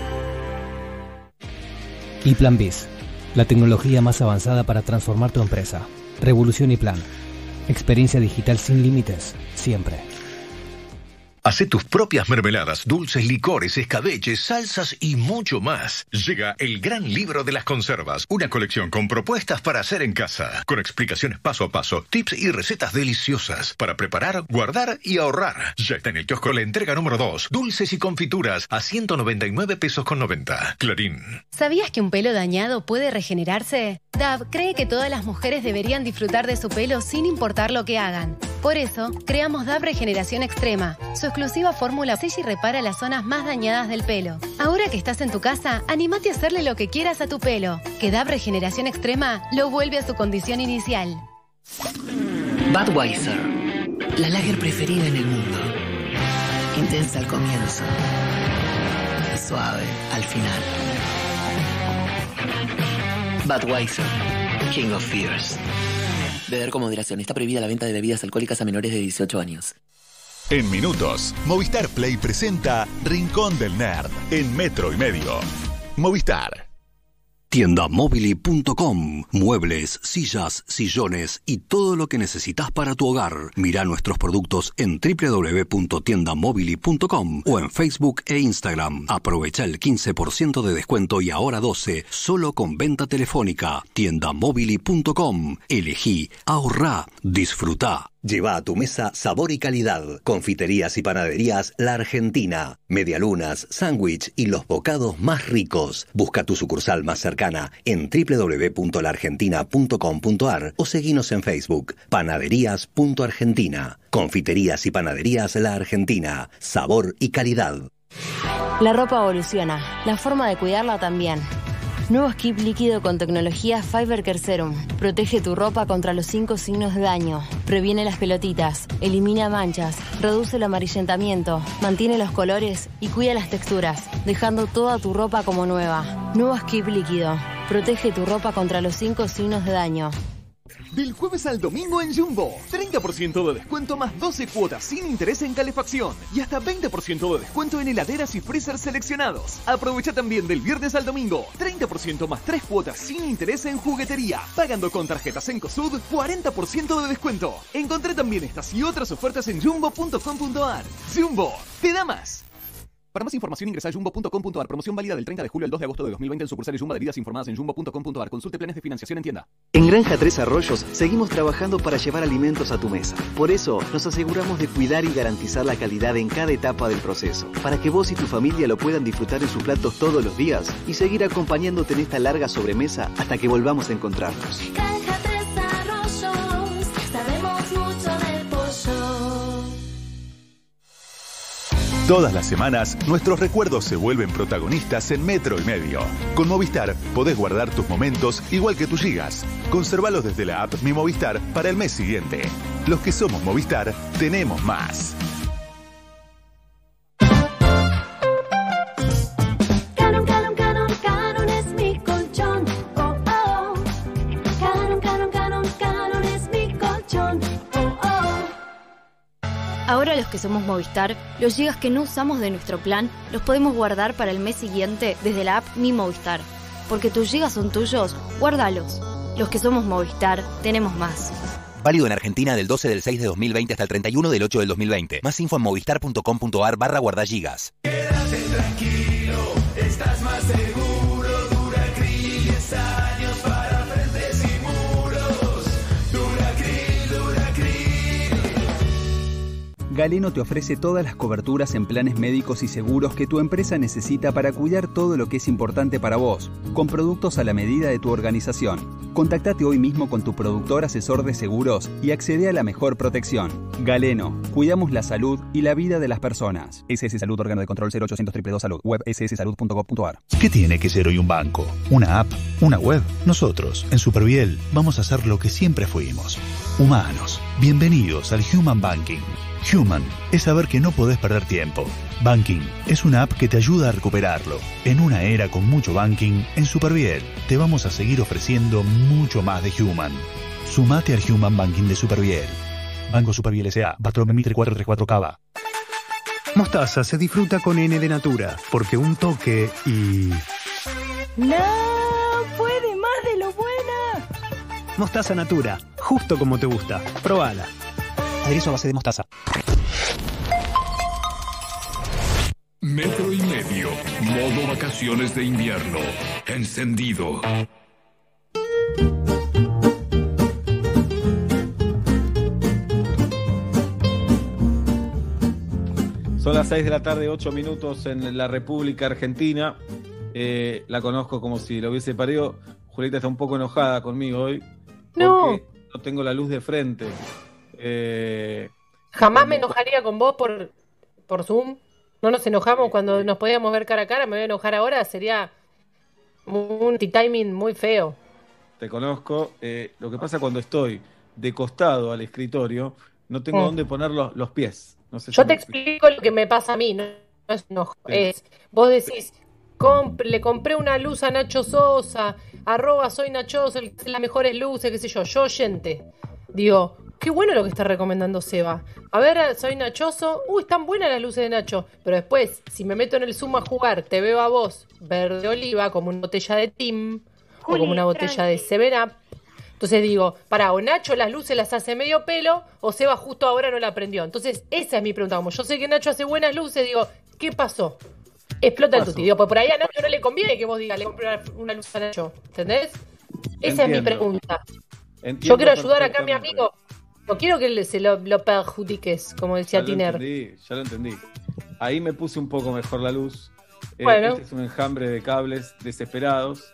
Y Plan Biz, la tecnología más avanzada para transformar tu empresa. Revolución y Plan. Experiencia digital sin límites, siempre. Hacé tus propias mermeladas, dulces, licores, escabeches, salsas y mucho más. Llega el gran libro de las conservas, una colección con propuestas para hacer en casa, con explicaciones paso a paso, tips y recetas deliciosas para preparar, guardar y ahorrar. Ya está en el kiosco la entrega número dos, dulces y confituras a ciento noventa y nueve pesos con noventa. Clarín. ¿Sabías que un pelo dañado puede regenerarse? Dove cree que todas las mujeres deberían disfrutar de su pelo sin importar lo que hagan. Por eso, creamos Dove Regeneración Extrema. Su exclusiva fórmula sella y repara las zonas más dañadas del pelo. Ahora que estás en tu casa, anímate a hacerle lo que quieras a tu pelo. Que Dove Regeneración Extrema lo vuelve a su condición inicial. Budweiser, la lager preferida en el mundo. Intensa al comienzo y suave al final. Budweiser, King of Fears. Beber con moderación. Está prohibida la venta de bebidas alcohólicas a menores de dieciocho años. En minutos, Movistar Play presenta Rincón del Nerd en Metro y Medio. Movistar. tienda mobili punto com. Muebles, sillas, sillones y todo lo que necesitas para tu hogar. Mira nuestros productos en doble u doble u doble u punto tienda mobili punto com o en Facebook e Instagram. Aprovecha el quince por ciento de descuento y ahora doce solo con venta telefónica. tienda mobili punto com. Elegí, ahorrá, disfrutá. Lleva a tu mesa sabor y calidad. Confiterías y panaderías La Argentina. Medialunas, sándwich y los bocados más ricos. Busca tu sucursal más cercana en doble u doble u doble u punto la argentina punto com punto a r o seguinos en Facebook. Panaderías punto argentina. Confiterías y panaderías La Argentina. Sabor y calidad. La ropa evoluciona, la forma de cuidarla también. Nuevo Skip líquido con tecnología Fiber Care Serum. Protege tu ropa contra los cinco signos de daño. Previene las pelotitas, elimina manchas, reduce el amarillentamiento, mantiene los colores y cuida las texturas, dejando toda tu ropa como nueva. Nuevo Skip líquido. Protege tu ropa contra los cinco signos de daño. Del jueves al domingo en Jumbo, treinta por ciento de descuento más doce cuotas sin interés en calefacción y hasta veinte por ciento de descuento en heladeras y freezers seleccionados. Aprovecha también del viernes al domingo, treinta por ciento más tres cuotas sin interés en juguetería. Pagando con tarjetas Encosud, cuarenta por ciento de descuento. Encontré también estas y otras ofertas en jumbo punto com punto a r. Jumbo, te da más. Para más información ingresa a jumbo punto com punto ar. Promoción válida del treinta de julio al dos de agosto de dos mil veinte en sucursales Jumbo. Debidas informadas en jumbo punto com punto ar. Consulte planes de financiación en tienda. En Granja Tres Arroyos seguimos trabajando para llevar alimentos a tu mesa. Por eso nos aseguramos de cuidar y garantizar la calidad en cada etapa del proceso, para que vos y tu familia lo puedan disfrutar en sus platos todos los días y seguir acompañándote en esta larga sobremesa hasta que volvamos a encontrarnos. Granja Tres Arroyos, sabemos mucho del pollo. Todas las semanas, nuestros recuerdos se vuelven protagonistas en Metro y Medio. Con Movistar podés guardar tus momentos igual que tus gigas. Conservalos desde la app Mi Movistar para el mes siguiente. Los que somos Movistar, tenemos más. Canon, Canon, Canon, Canon es mi colchón. Oh, oh. Canon, Canon, Canon, Canon es mi colchón. Oh, oh. Ahora los que somos Movistar, los gigas que no usamos de nuestro plan los podemos guardar para el mes siguiente desde la app Mi Movistar. Porque tus gigas son tuyos, guárdalos. Los que somos Movistar, tenemos más. Válido en Argentina del doce del seis de dos mil veinte hasta el treinta y uno del ocho del dos mil veinte. Más info en movistar punto com punto ar barra guardagigas. Quédate tranquilo, estás más seguro. Duracril, diez años para frentes y muros. Duracril, Duracril. Galeno te ofrece todas las coberturas en planes médicos y seguros que tu empresa necesita para cuidar todo lo que es importante para vos, con productos a la medida de tu organización. Contactate hoy mismo con tu productor asesor de seguros y accede a la mejor protección. Galeno, cuidamos la salud y la vida de las personas. S S Salud, órgano de control cero ochocientos dos dos dos Salud, web ese ese salud punto gov punto ar. ¿Qué tiene que ser hoy un banco? ¿Una app? ¿Una web? Nosotros, en Superviel, vamos a hacer lo que siempre fuimos. Humanos. Bienvenidos al Human Banking. Human es saber que no podés perder tiempo. Banking es una app que te ayuda a recuperarlo. En una era con mucho banking, en Superviel te vamos a seguir ofreciendo mucho más de Human. Sumate al Human Banking de Superviel. Banco Superviel S A, Bartolomé Mitre cuatro tres cuatro Cava. Mostaza se disfruta con N de Natura, porque un toque y... No puede más de lo buena. Mostaza Natura, justo como te gusta. Probala. Aderezo a base de mostaza. Metro y Medio, modo vacaciones de invierno, encendido. Son las seis de la tarde, ocho minutos en la República Argentina. Eh, la conozco como si lo hubiese parido. Julieta está un poco enojada conmigo hoy. No. Porque no tengo la luz de frente. Eh, Jamás me enojaría con vos por, por Zoom. No nos enojamos cuando nos podíamos ver cara a cara. Me voy a enojar ahora. Sería un timing muy feo. Te conozco. Eh, lo que pasa cuando estoy de costado al escritorio, no tengo Mm. dónde poner los, los pies. No sé si Yo me te explico. explico lo que me pasa a mí. No, no es enojo. Sí. Es, vos decís, comp- le compré una luz a Nacho Sosa, arroba soy Nacho Sosa, el que hace las mejores luces, qué sé yo. Yo oyente. Digo, qué bueno lo que está recomendando Seba. A ver, soy Nachoso. Uy, están buenas las luces de Nacho. Pero después, si me meto en el Zoom a jugar, te veo a vos verde oliva, como una botella de Tim, o como una botella de Seven Up. Entonces digo, para, o Nacho las luces las hace medio pelo, o Seba justo ahora no la aprendió. Entonces, esa es mi pregunta. Como yo sé que Nacho hace buenas luces, digo, ¿qué pasó? Explota el tuti. Digo, pues por ahí a Nacho no le conviene que vos digas, le compré una, una luz a Nacho. ¿Entendés? Esa es mi Entiendo. pregunta. Entiendo Yo quiero ayudar acá a mi perfectamente. amigo. No quiero que le- se lo, lo perjudiques, como decía Ya lo Tiner. entendí, ya lo entendí. Ahí me puse un poco mejor la luz. Eh, Bueno. Este es un enjambre de cables desesperados.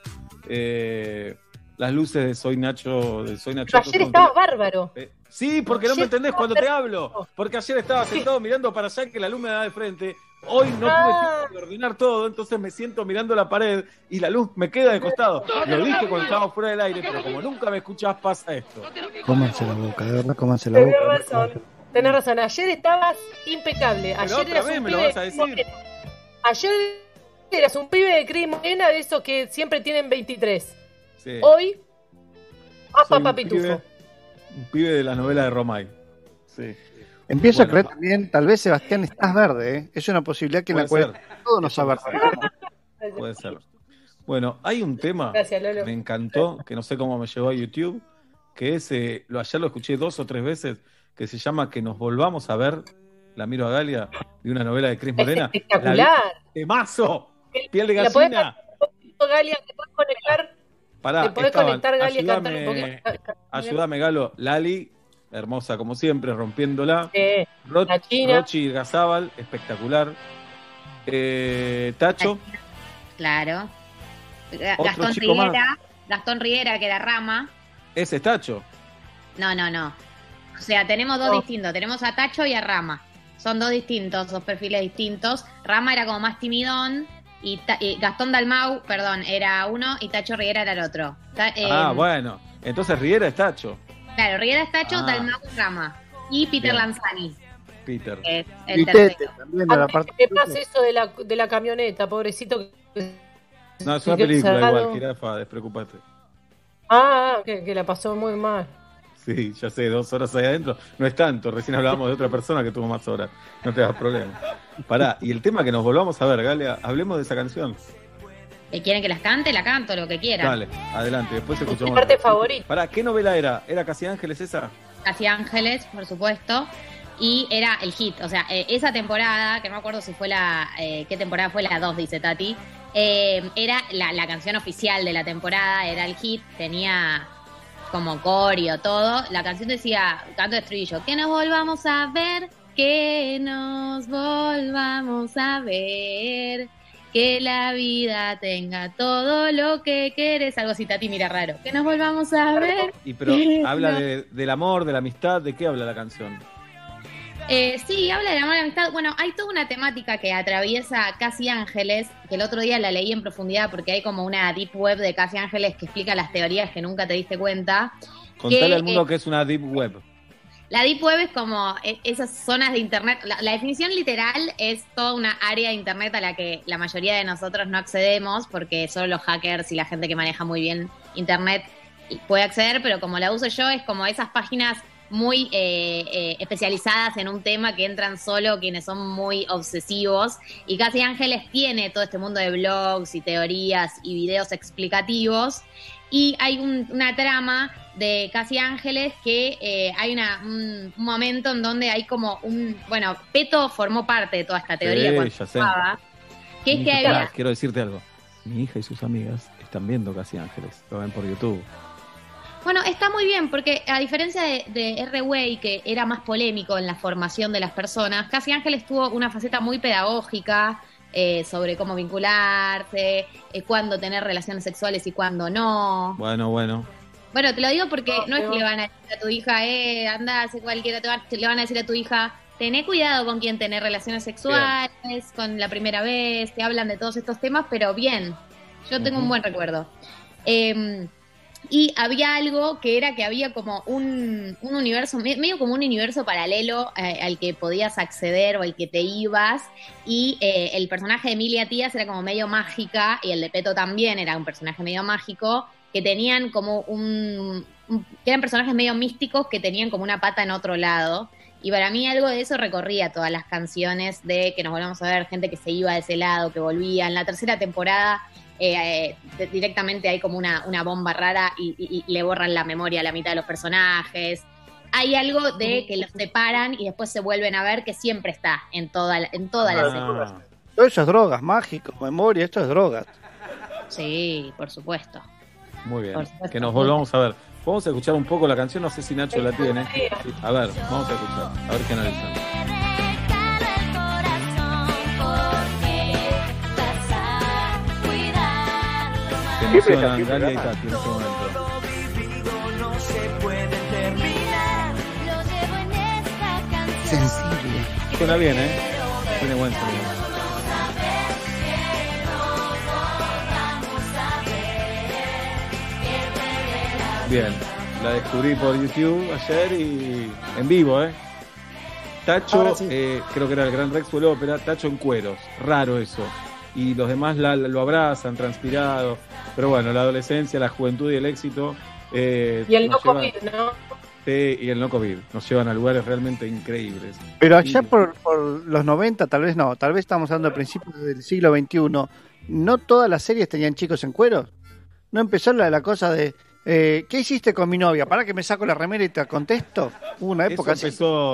Eh, las luces de Soy Nacho, de Soy Nacho. Pero ayer estabas bárbaro. Sí, porque no me Ayer entendés estabas cuando te hablo. Porque ayer estaba sentado mirando para allá que la luz me da de frente. Hoy no Ah. tuve tiempo de ordenar todo, entonces me siento mirando la pared y la luz me queda de costado. Lo dije cuando estábamos fuera del aire, pero como nunca me escuchás, pasa esto. Cómanse la boca, de verdad, cómanse la Tenés boca. razón. Tenés razón. Ayer estabas impecable. Pero Ayer otra eras vez un me lo pibe vas a de decir. Morena. Ayer eras un pibe de Cris Morena de esos que siempre tienen veintitrés. Sí. Hoy, Soy apa un papitufo. pibe, un pibe de la novela de Romay. Sí. Empiezo Bueno, a creer también, tal vez Sebastián estás verde, ¿eh? Es una posibilidad que en la Puede cuarentena todo nos va verde. Puede ser. Bueno, hay un tema Gracias, Lolo. que me encantó, que no sé cómo me llegó a YouTube, que es, eh, lo, ayer lo escuché dos o tres veces, que se llama Que nos volvamos a ver, la miro a Galia, de una novela de Cris Morena. Espectacular. ¡Temazo! Piel de ¿La podés gallina. poner, Galia, te podés conectar? Pará, ¿Te podés estaban, conectar, Galia, y cantar un ayúdame, poquito? ayúdame, Galo. Lali, hermosa como siempre, rompiéndola. Sí, Ro- la China. Rochi Gazábal, espectacular. Eh, Tacho, Claro. Ga- Otro Gastón chico más. Riera, Gastón Riera, que era Rama. ese es Tacho. No, no, no. O sea, tenemos dos No. distintos. Tenemos a Tacho y a Rama. Son dos distintos, dos perfiles distintos. Rama era como más timidón y, Ta- y Gastón Dalmau, perdón, era uno y Tacho Riera era el otro. Ta- eh, Ah, bueno. Entonces Riera es Tacho. Claro, Riera es Tacho, Ah. Dalmau es Rama. Y Peter Bien. Lanzani, Peter. que es el Y tercero. Tete también de la Antes parte. que pase eso de la, de la camioneta, pobrecito. No, es una que película cerrado. igual, jirafa, despreocupate. Ah, que, que la pasó muy mal. Sí, ya sé, dos horas ahí adentro. No es tanto, recién hablábamos de otra persona que tuvo más horas. No te hagas problema. Pará, y el tema que nos volvamos a ver, Galia, hablemos de esa canción. Eh, ¿Quieren que las cante? La canto, lo que quieran. Dale, adelante, después Mi escuchamos. parte favorita. Pará, ¿qué novela era? ¿Era Casi Ángeles esa? Casi Ángeles, por supuesto. Y era el hit. O sea, eh, esa temporada, que no me acuerdo si fue la. Eh, ¿Qué temporada fue? La dos, dice Tati. Eh, era la, la canción oficial de la temporada, era el hit. Tenía como coreo, todo. La canción decía, canto de estribillo, que nos volvamos a ver, que nos volvamos a ver. Que la vida tenga todo lo que quieres. Algo así, Tati, mira raro. Que nos volvamos a ver. Y pero habla de, del amor, de la amistad, ¿de qué habla la canción? Eh, sí, habla de amor y amistad. Bueno, hay toda una temática que atraviesa Casi Ángeles, que el otro día la leí en profundidad porque hay como una deep web de Casi Ángeles que explica las teorías que nunca te diste cuenta. Contale que, al mundo eh, que es una deep web. La deep web es como eh, esas zonas de internet. La, la definición literal es toda una área de internet a la que la mayoría de nosotros no accedemos porque solo los hackers y la gente que maneja muy bien internet puede acceder, pero como la uso yo es como esas páginas muy eh, eh, especializadas en un tema que entran solo quienes son muy obsesivos, y Casi Ángeles tiene todo este mundo de blogs y teorías y videos explicativos, y hay un- una trama de Casi Ángeles que eh, hay una, un, un momento en donde hay como un, bueno, Peto formó parte de toda esta teoría Sí, cuando ya sé. jugaba, que es Mi que hija- había... pará, quiero decirte algo. Mi hija y sus amigas están viendo Casi Ángeles. Lo ven por YouTube. Bueno, está muy bien, porque a diferencia de, de R-Way, que era más polémico en la formación de las personas, Casi Ángeles tuvo una faceta muy pedagógica eh, sobre cómo vincularse, eh, cuándo tener relaciones sexuales y cuándo no. Bueno, bueno. Bueno, te lo digo porque no es que le van a decir a tu hija, eh, anda, hace cualquiera, te van- le van a decir a tu hija, tené cuidado con quién tener relaciones sexuales, con la primera vez, te hablan de todos estos temas, pero bien, yo tengo un buen recuerdo. Eh, y había algo que era que había como un, un universo, me- medio como un universo paralelo eh, al que podías acceder o al que te ibas, y eh, el personaje de Emilia Tías era como medio mágica, y el de Peto también era un personaje medio mágico, que tenían como un, un- que eran personajes medio místicos que tenían como una pata en otro lado. Y para mí algo de eso recorría todas las canciones de que nos volvamos a ver, gente que se iba de ese lado, que volvía. En la tercera temporada eh, eh, directamente hay como una, una bomba rara y, y- y le borran la memoria a la mitad de los personajes. Hay algo de que los separan y después se vuelven a ver que siempre está en toda la, en toda la serie. Todo eso es drogas, mágicos, memoria, esto es drogas. Sí, por supuesto. Muy bien. Por supuesto. Que nos volvamos a ver. Vamos a escuchar un poco la canción, no sé si Nacho la tiene. A ver, vamos a escuchar, a ver qué analizan. Se emocionan Galia y Tati en este momento. No se puede terminar. Lo llevo en esta canción. Sensible. Suena bien, ¿eh? Tiene buen sonido. Bien, la descubrí por YouTube ayer y en vivo, ¿eh? Tacho, Ahora sí. eh, creo que era el Gran Rex o el Ópera, Tacho en cueros, raro eso. Y los demás la- la- lo abrazan, transpirado. Pero bueno, la adolescencia, la juventud y el éxito. eh, Y el no nos llevan- COVID, ¿no? Sí, y el no COVID. Nos llevan a lugares realmente increíbles. Pero allá por, por los noventa, tal vez no, tal vez estamos hablando de principios del siglo veintiuno, ¿no todas las series tenían chicos en cueros? ¿No empezó la, la cosa de, eh, ¿qué hiciste con mi novia? ¿Para que me saco la remera y te contesto? Hubo una época Eso así. empezó,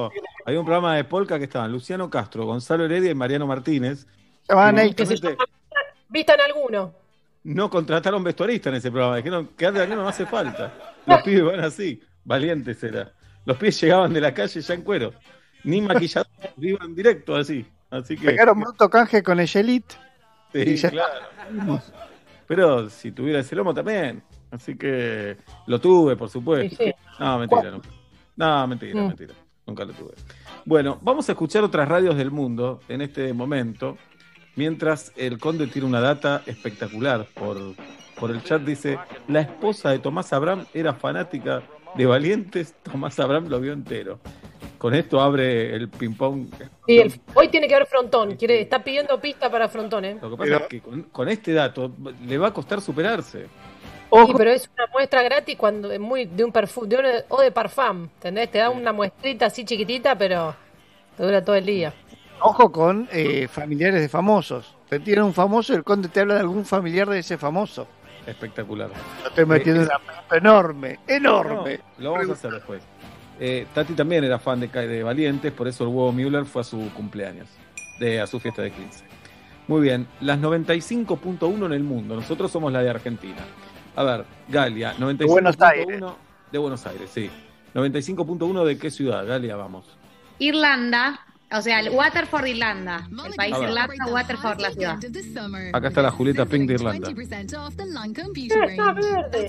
Había un programa de polka que estaban Luciano Castro, Gonzalo Heredia y Mariano Martínez. Llamaban ahí, Que se llama Vistan alguno. No contrataron vestuarista en ese programa. Dijeron, quédate aquí, no hace falta. Los pibes van así. Valientes era. Los pibes llegaban de la calle ya en cuero. Ni maquillados, iban directo así. Así que. Pegaron bruto canje con el Elite. Sí, claro. Pero si tuviera ese lomo también. Así que lo tuve, por supuesto. Sí, sí. No, mentira, nunca. No, mentira, Mm. mentira. Nunca lo tuve. Bueno, vamos a escuchar otras radios del mundo en este momento. Mientras el Conde tiene una data espectacular por, por el chat. Dice, la esposa de Tomás Abraham era fanática de Valientes. Tomás Abraham lo vio entero. Con esto abre el ping-pong. Sí, el- hoy tiene que haber frontón. Quiere, está pidiendo pista para frontón, ¿eh? Lo que pasa es que con, con este dato le va a costar superarse. Sí, pero es una muestra gratis cuando es muy de un perfume, de un, o de parfum, ¿entendés? Te da una muestrita así chiquitita, pero te dura todo el día. Ojo con eh, familiares de famosos. Te tiran un famoso y el Conde te habla de algún familiar de ese famoso. Espectacular. Lo estoy metiendo Eh, en una pelota enorme, enorme. No, lo vamos a hacer después. Eh, Tati también era fan de, de Valientes, por eso el huevo Müller fue a su cumpleaños, de, a su fiesta de quince. Muy bien, las noventa y cinco punto uno en el mundo, nosotros somos la de Argentina. A ver, Galia, noventa y cinco punto uno De Buenos Aires. de Buenos Aires, sí. noventa y cinco punto uno de qué ciudad, Galia, vamos. Irlanda, o sea, el Waterford, Irlanda. El país A ver. Irlanda, Waterford, la ciudad. Acá está la Julieta Pink de Irlanda. Está verde.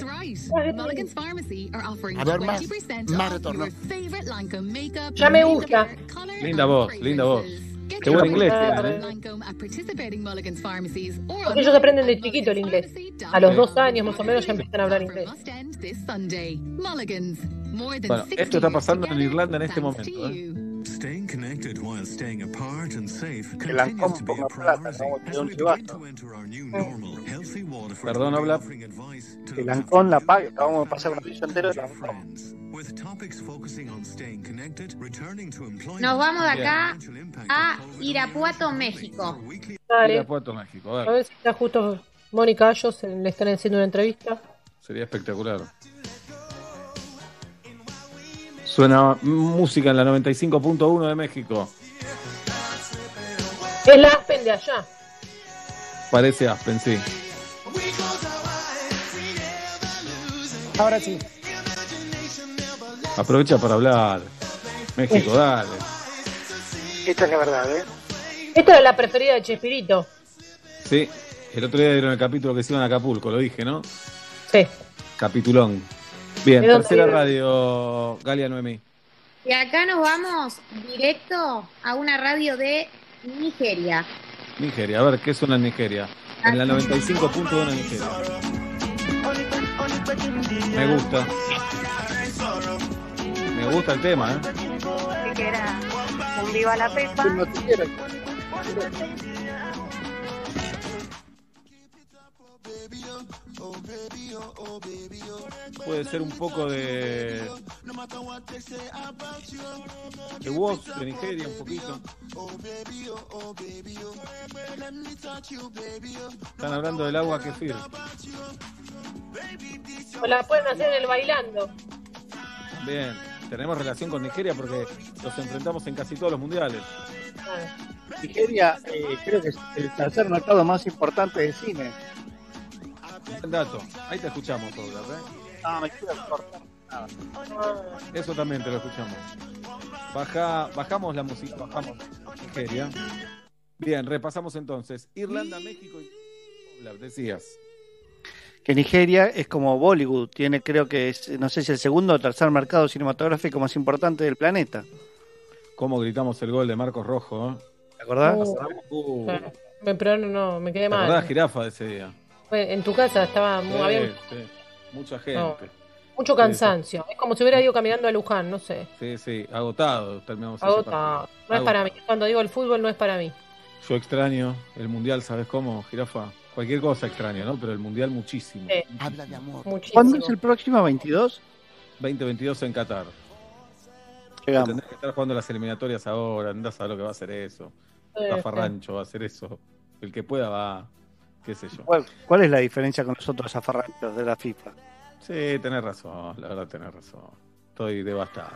A ver, más, más retorno. Ya me gusta. Linda voz, linda voz. Qué buen inglés tienen, ¿eh? Porque ellos aprenden de chiquito el inglés. A los dos años más o menos ya empiezan a hablar inglés. Bueno, esto está pasando en Irlanda en este momento, ¿eh? Staying connected while staying apart and safe Que la continues to be a ponga plata, priority como que as un we chivato. begin to enter our new normal. Healthy Waterford Perdón, habla. offering advice to Que Lancón la pague. Acabamos de pasar una piso entero de Lancón. friends. With topics focusing on staying connected, returning to employment. Nos vamos de acá a Irapuato, México. Dale. Irapuato, México, a A ver, ver si está justo Mónica Ayos, le están haciendo una entrevista. sería espectacular. Suena música en la noventa y cinco punto uno de México. Es la Aspen de allá. Parece Aspen, sí. Ahora sí. Aprovecha para hablar. México, dale. Esta es la verdad, ¿eh? Esta era la preferida de Chespirito. Sí, el otro día dieron el capítulo que se iban a Acapulco, lo dije, ¿no? Sí. Capitulón. Bien, ¿De dónde tercera vive? radio, Galia Noemí. Y acá nos vamos directo a una radio de Nigeria. Nigeria, a ver, ¿qué suena en Nigeria? En la noventa y cinco punto uno en Nigeria. Me gusta. Me gusta el tema, ¿eh? que era un viva la pepa. Puede ser un poco de de Woz de Nigeria, un poquito. Están hablando del agua kefir. O la pueden hacer en el bailando. Bien, tenemos relación con Nigeria porque los enfrentamos en casi todos los mundiales. Nigeria eh, creo que es el tercer mercado más importante de cine. Buen dato. Ahí te escuchamos, Douglas, ¿eh? No, me quiero cortar nada. Eso también te lo escuchamos. Baja, bajamos la música, bajamos Nigeria. Bien, repasamos entonces. Irlanda, México y... Decías. Que Nigeria es como Bollywood, tiene creo que es, no sé si el segundo o tercer mercado cinematográfico más importante del planeta. ¿Cómo gritamos el gol de Marcos Rojo? ¿eh? ¿Te acordás? Uh, Me, pero no, no, me quedé ¿Te mal. acordás, Jirafa, de ese día? Fue en tu casa estaba muy, Sí, había sí. Mucha gente. No. mucho cansancio. Es como si hubiera ido caminando a Luján, no sé. Sí, sí, agotado. Terminamos ese Agotado. partido. No es para mí. Agotado. Cuando digo el fútbol no es para mí. Yo extraño el mundial, ¿sabes cómo, Jirafa? Cualquier cosa extraño, ¿no? Pero el mundial muchísimo. Sí. Habla de amor. Muchísimo. ¿Cuándo es el próximo? ¿veintidós? veinte veintidós en Qatar. Llegamos. Tendrás que estar jugando las eliminatorias ahora. Andás a lo que va a hacer eso. Sí, Zafarrancho va a hacer eso. El que pueda va. Qué sé yo. ¿Cuál, cuál es la diferencia con los otros zafarranchos de la FIFA? Sí, tenés razón. La verdad, tenés razón. Estoy devastado.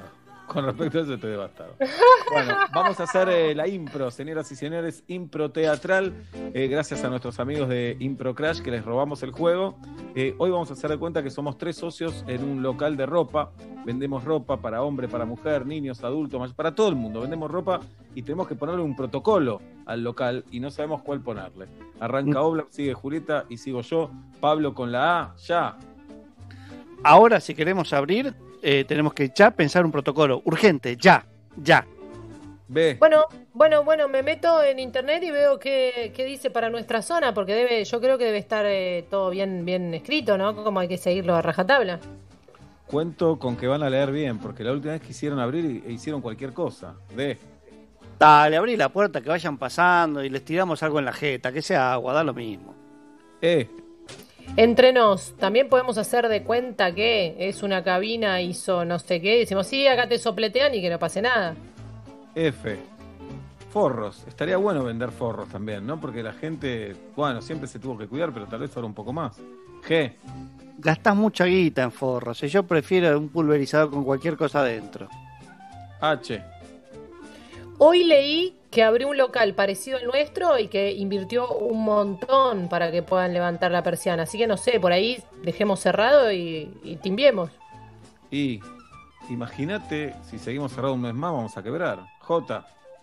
Con respecto a eso estoy devastado. Bueno, vamos a hacer eh, la impro, señoras y señores, impro teatral, eh, gracias a nuestros amigos de Impro Crash que les robamos el juego. Eh, hoy vamos a hacer de cuenta que somos tres socios en un local de ropa. Vendemos ropa para hombre, para mujer, niños, adultos, para todo el mundo. Vendemos ropa y tenemos que ponerle un protocolo al local y no sabemos cuál ponerle. Arranca Oblak, sigue Julieta y sigo yo. Pablo con la A, ya. Ahora, si queremos abrir, eh, tenemos que ya pensar un protocolo. Urgente, ya, ya. Ve. Bueno, bueno, bueno, me meto en internet y veo qué, qué dice para nuestra zona, porque debe, yo creo que debe estar eh, todo bien, bien escrito, ¿no? Como hay que seguirlo a rajatabla. Cuento con que van a leer bien, porque la última vez quisieron abrir e hicieron cualquier cosa. Ve. Dale, abrí la puerta, que vayan pasando y les tiramos algo en la jeta, que sea agua, da lo mismo. Eh. Entre nos, también podemos hacer de cuenta que es una cabina, hizo no sé qué, decimos, sí, acá te sopletean y que no pase nada. F. Forros. Estaría bueno vender forros también, ¿no? Porque la gente, bueno, siempre se tuvo que cuidar, pero tal vez ahora un poco más. G. Gastás mucha guita en forros, y yo prefiero un pulverizador con cualquier cosa adentro. H. Hoy leí que abrió un local parecido al nuestro y que invirtió un montón para que puedan levantar la persiana. Así que no sé, por ahí dejemos cerrado y, y timbiemos. Y imagínate, si seguimos cerrado un mes más, vamos a quebrar. J.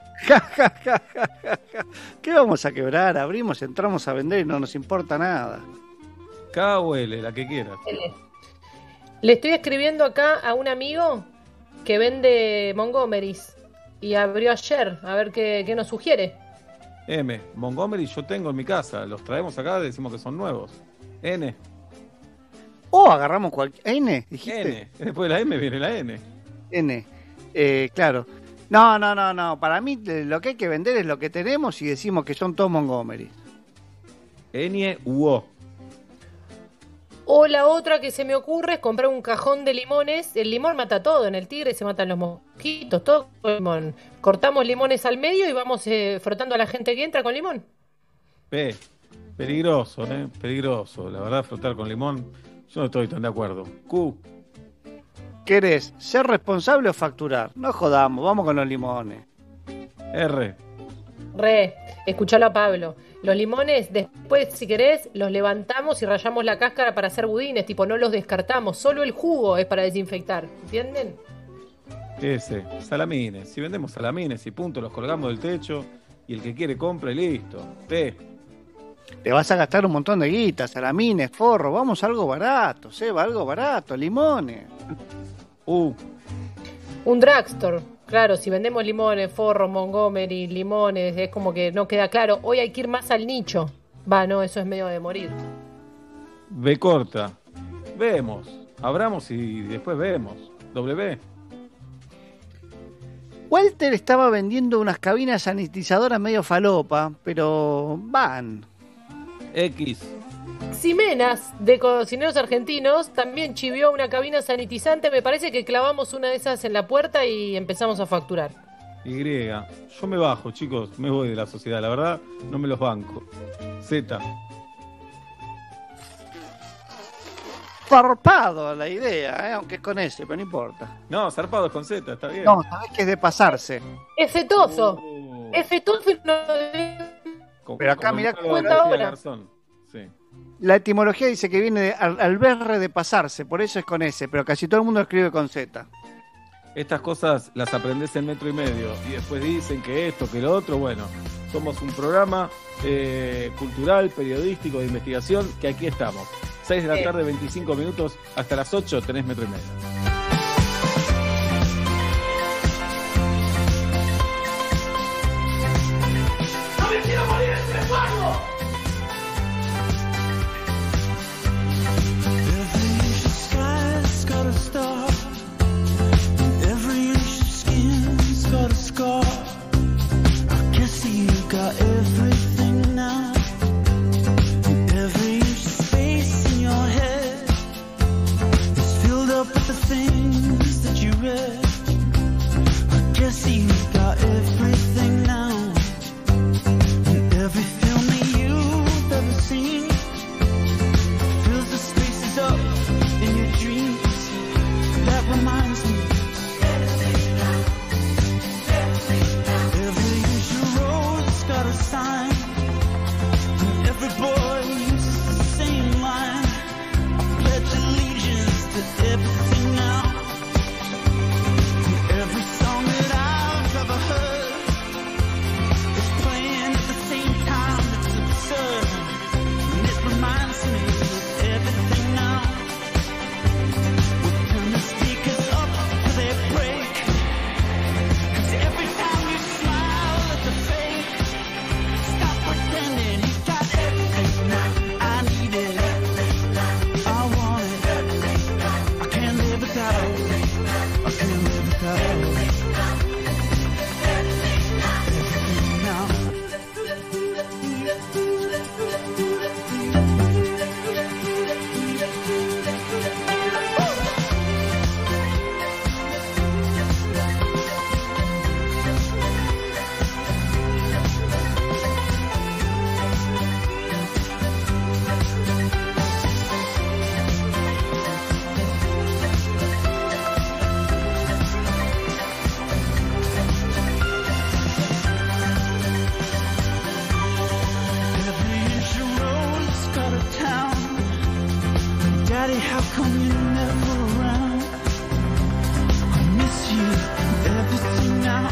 ¿Qué vamos a quebrar? Abrimos, entramos a vender y no nos importa nada. K o L, la que quieras. L. Le estoy escribiendo acá a un amigo que vende Montgomery's. Y abrió ayer, a ver qué, qué nos sugiere. M. Montgomery yo tengo en mi casa. Los traemos acá, decimos que son nuevos. N. O oh, agarramos cualquier... ¿N? ¿Dijiste? N. Después de la M viene la N. N. Eh, claro. No, no, no, no. Para mí lo que hay que vender es lo que tenemos y decimos que son todos Montgomery. N u O. O la otra que se me ocurre es comprar un cajón de limones. El limón mata todo. En el Tigre se matan los mosquitos, todo con limón. Cortamos limones al medio y vamos eh, frotando a la gente que entra con limón. P. Peligroso, ¿eh? Peligroso. La verdad, frotar con limón, yo no estoy tan de acuerdo. Q. ¿Querés ser responsable o facturar? No jodamos, vamos con los limones. R. Re. Escuchalo a Pablo. Los limones, después, si querés, los levantamos y rayamos la cáscara para hacer budines. Tipo, no los descartamos. Solo el jugo es para desinfectar. ¿Entienden? S. Salamines. Si vendemos salamines y punto, los colgamos del techo y el que quiere compra y listo. T. Te vas a gastar un montón de guitas, salamines, forro. Vamos a algo barato, Seba, algo barato. Limones. U. Un drugstore. Claro, si vendemos limones, forros, Montgomery, limones, es como que no queda claro. Hoy hay que ir más al nicho. Va, no, eso es medio de morir. B corta. Vemos. Abramos y después vemos. W. Walter estaba vendiendo unas cabinas sanitizadoras medio falopa, pero van. X. Ximenas, de Cocineros Argentinos, también chivió una cabina sanitizante. Me parece que clavamos una de esas en la puerta y empezamos a facturar. Y. Yo me bajo, chicos. Me voy de la sociedad. La verdad, no me los banco. Z. Zarpado la idea, ¿eh? Aunque es con S, pero no importa. No, zarpado es con Z, está bien. No, sabés que es de pasarse. Efetoso. Uh. Efetoso. No... Pero acá mirá cuenta ahora. Sí. La etimología dice que viene de al, alberre de pasarse, por eso es con S, pero casi todo el mundo escribe con Z. Estas cosas las aprendés en metro y medio y después dicen que esto, que lo otro. Bueno, somos un programa eh, cultural, periodístico, de investigación, que aquí estamos. seis de la tarde, veinticinco minutos, hasta las ocho tenés metro y medio. ¡No me quiero morir en este fuego! Got a star, every inch of skin's got a scar. I guess you got everything now. Every inch of space in your head is filled up with the things that you read. I guess you got everything now. And every film that you've ever seen fills the spaces up in your dreams. That reminds me, without. I can't live without everything now. Daddy, how come you're never around? I miss you, everything now.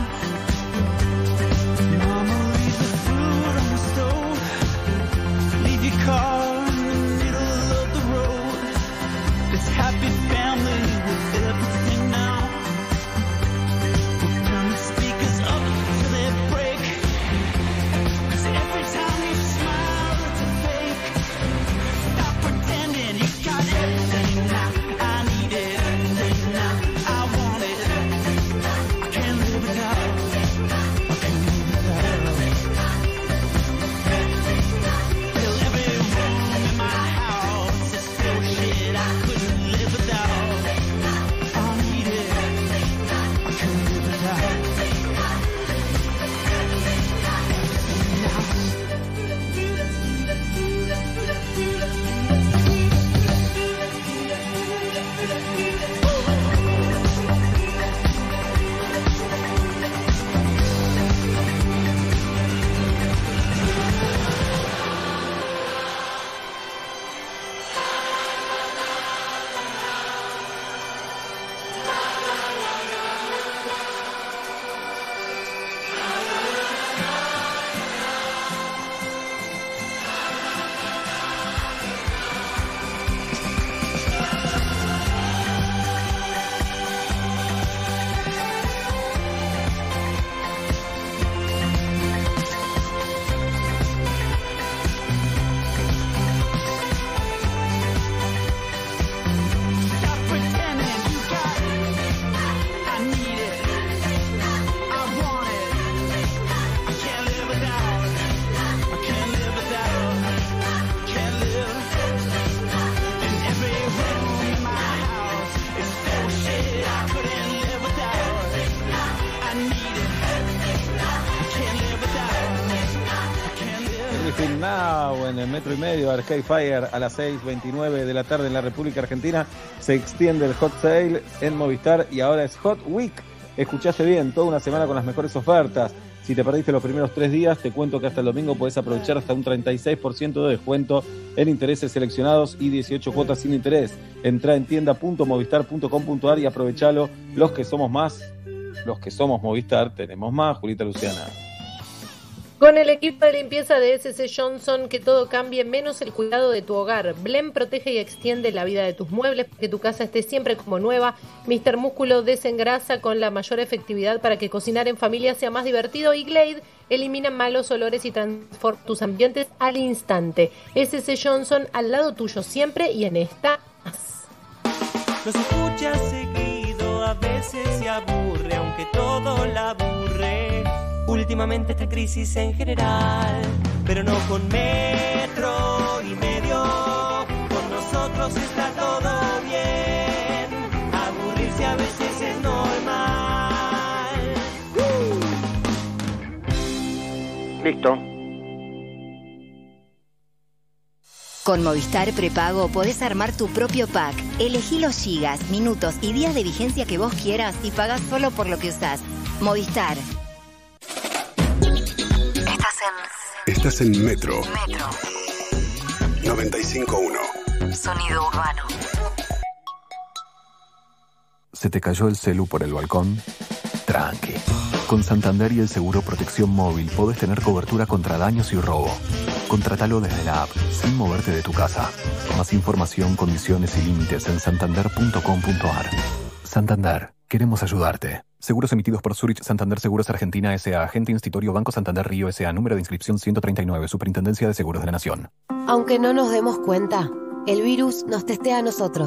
Mama, leave the food on the stove. Leave your car in the middle of the road. This happy family with everything now. We'll turn the speakers up till they break. 'Cause every time you smile, it's a fake. Stop pretending you got everything now. I need everything now. I want it. I can't live without. I can't live without. Fill every room in my house. It's still shit I couldn't live without. I need it. I can't live without. Everything now. Stop pretending you got it. I need it. I want it. I can't live without. I can't live without. Can't live. In every room in my house, it's still shit I couldn't live without. I need it. I can't live without. I can't live. Everything Now en el metro y medio, Arcade Fire a las seis veintinueve de la tarde en la República Argentina. Se extiende el Hot Sale en Movistar y ahora es Hot Week. Escuchaste bien, toda una semana con las mejores ofertas. Si te perdiste los primeros tres días, te cuento que hasta el domingo podés aprovechar hasta un treinta y seis por ciento de descuento en intereses seleccionados y dieciocho cuotas sin interés. Entrá en tienda punto movistar punto com punto ar y aprovechalo. Los que somos más, los que somos Movistar, tenemos más. Julita Luciana. Con el equipo de limpieza de ese ese Johnson, que todo cambie menos el cuidado de tu hogar. Blem protege y extiende la vida de tus muebles para que tu casa esté siempre como nueva. míster Músculo desengrasa con la mayor efectividad para que cocinar en familia sea más divertido. Y Glade elimina malos olores y transforma tus ambientes al instante. ese ese Johnson al lado tuyo siempre y en esta más. Los escucha seguido, a veces se aburre, aunque todo la aburre. Últimamente esta crisis en general, pero no con metro y medio. Con nosotros está todo bien. Aburrirse a veces es normal. ¡Uh! Listo. Con Movistar Prepago podés armar tu propio pack. Elegí los gigas, minutos y días de vigencia que vos quieras y pagás solo por lo que usás. Movistar. Estás en Metro. Metro. noventa y cinco punto uno. Sonido urbano. ¿Se te cayó el celu por el balcón? Tranqui. Con Santander y el seguro Protección Móvil podés tener cobertura contra daños y robo. Contratalo desde la app, sin moverte de tu casa. Más información, condiciones y límites en santander punto com punto ar. Santander. Queremos ayudarte. Seguros emitidos por Zurich Santander Seguros Argentina S A. Agente Institutorio Banco Santander Río S A. Número de inscripción ciento treinta y nueve. Superintendencia de Seguros de la Nación. Aunque no nos demos cuenta, el virus nos testea a nosotros.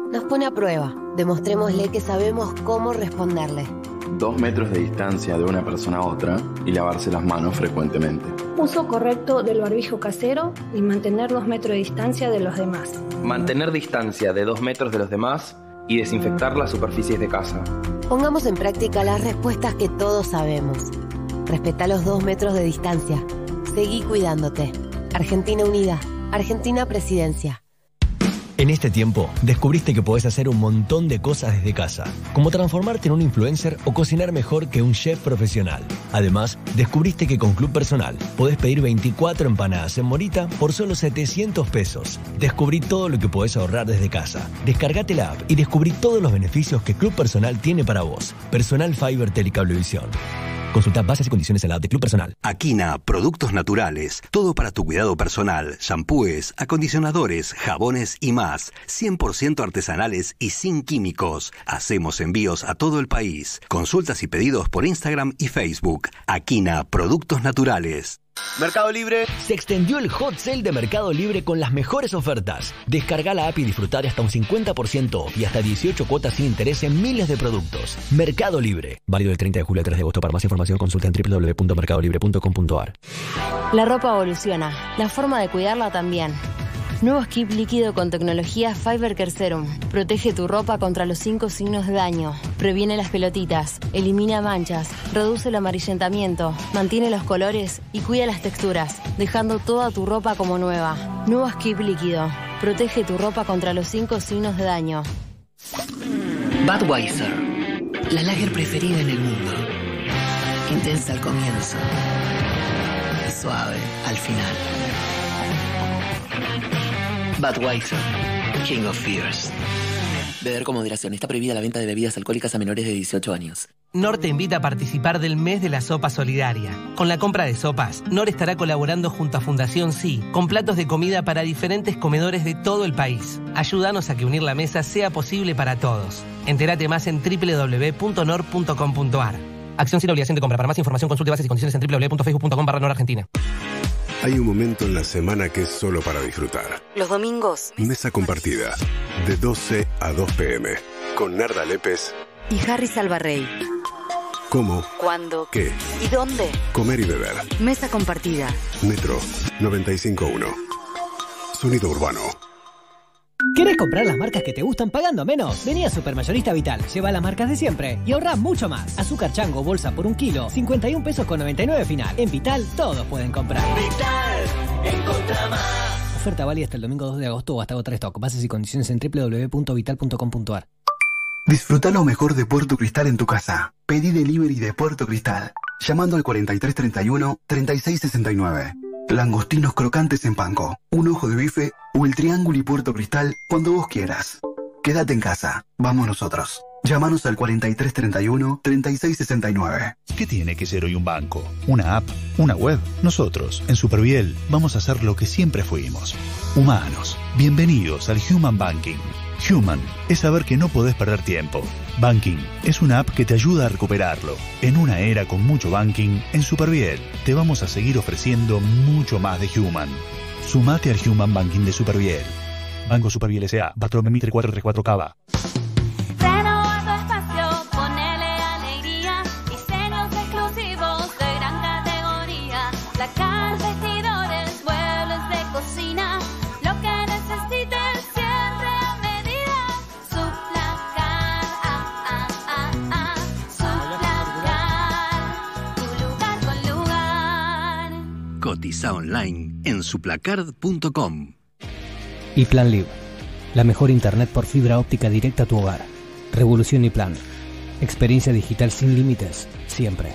nos pone a prueba. Demostrémosle que sabemos cómo responderle. Dos metros de distancia de una persona a otra y lavarse las manos frecuentemente. Uso correcto del barbijo casero y mantener dos metros de distancia de los demás. Mantener distancia de dos metros de los demás y desinfectar las superficies de casa. Pongamos en práctica las respuestas que todos sabemos. Respeta los dos metros de distancia. Seguí cuidándote. Argentina Unida. Argentina Presidencia. En este tiempo, descubriste que podés hacer un montón de cosas desde casa, como transformarte en un influencer o cocinar mejor que un chef profesional. Además, descubriste que con Club Personal podés pedir veinticuatro empanadas en Morita por solo setecientos pesos. Descubrí todo lo que podés ahorrar desde casa. Descargate la app y descubrí todos los beneficios que Club Personal tiene para vos. Personal Fiber Telecablevisión. Consulta bases y condiciones en la app de Club Personal. Aquina, productos naturales, todo para tu cuidado personal, shampoos, acondicionadores, jabones y más, cien por ciento artesanales y sin químicos. Hacemos envíos a todo el país. Consultas y pedidos por Instagram y Facebook. Aquina, productos naturales. Mercado Libre. Se extendió el hot sale de Mercado Libre con las mejores ofertas. Descarga la app y disfrutar hasta un cincuenta por ciento off y hasta dieciocho cuotas sin interés en miles de productos. Mercado Libre. Válido del treinta de julio al tres de agosto. Para más información consulta en doble u doble u doble u punto mercado libre punto com punto a r. La ropa evoluciona. La forma de cuidarla también. Nuevo skip líquido con tecnología Fiber Care Serum. Protege tu ropa contra los cinco signos de daño. Previene las pelotitas, elimina manchas, reduce el amarillentamiento, mantiene los colores y cuida las texturas, dejando toda tu ropa como nueva. Nuevo skip líquido. Protege tu ropa contra los cinco signos de daño. Budweiser. La lager preferida en el mundo. Intensa al comienzo. Y suave al final. Budweiser, King of Fears. Beber con moderación. Está prohibida la venta de bebidas alcohólicas a menores de dieciocho años. Nor te invita a participar del mes de la sopa solidaria. Con la compra de sopas, Nor estará colaborando junto a Fundación Sí, con platos de comida para diferentes comedores de todo el país. Ayúdanos a que unir la mesa sea posible para todos. Entérate más en doble u doble u doble u punto nor punto com punto a r. Acción sin obligación de compra. Para más información consulte bases y condiciones en doble u doble u doble u punto facebook punto com barra nor argentina. Hay un momento en la semana que es solo para disfrutar. Los domingos. Mesa compartida, de doce a dos pm, con Narda Lépez Y Harry Salvarrey. ¿Cómo? ¿Cuándo? ¿Qué? ¿Y dónde? Comer y beber. Mesa compartida. Metro noventa y cinco punto uno. Sonido urbano. ¿Querés comprar las marcas que te gustan pagando menos? Vení a Supermayorista Vital, lleva las marcas de siempre y ahorrá mucho más. Azúcar Chango, bolsa por un kilo, cincuenta y un pesos con noventa y nueve final. En Vital, todos pueden comprar. Vital, encontra más. Oferta válida hasta el domingo dos de agosto o hasta otra stock. Bases y condiciones en doble u doble u doble u punto vital punto com punto a r. Disfruta lo mejor de Puerto Cristal en tu casa. Pedí delivery de Puerto Cristal, llamando al cuarenta y tres treinta y uno treinta y seis sesenta y nueve. Langostinos crocantes en panko, un ojo de bife o el triángulo y Puerto Cristal cuando vos quieras. Quédate en casa, vamos nosotros. Llámanos al cuarenta y tres treinta y uno treinta y seis sesenta y nueve. ¿Qué tiene que ser hoy un banco? ¿Una app? ¿Una web? Nosotros, en Superviel, vamos a hacer lo que siempre fuimos. Humanos. Bienvenidos al Human Banking. Human es saber que no podés perder tiempo. Banking es una app que te ayuda a recuperarlo. En una era con mucho banking, en Superviel te vamos a seguir ofreciendo mucho más de Human. Sumate al Human Banking de Superviel. Banco Superviel S A, Bartolomé Mitre cuatro tres cuatro Cava. Renova tu espacio, ponele alegría, diseños exclusivos de gran categoría, placas, vestidores, muebles de cocina, lo que necesites siempre a medida. Su placar, ah, ah, ah, ah, su placar, tu lugar con lugar. Cotiza online en suplacard punto com. Y Plan Live, la mejor internet por fibra óptica directa a tu hogar. Revolución y Plan. Experiencia digital sin límites, siempre.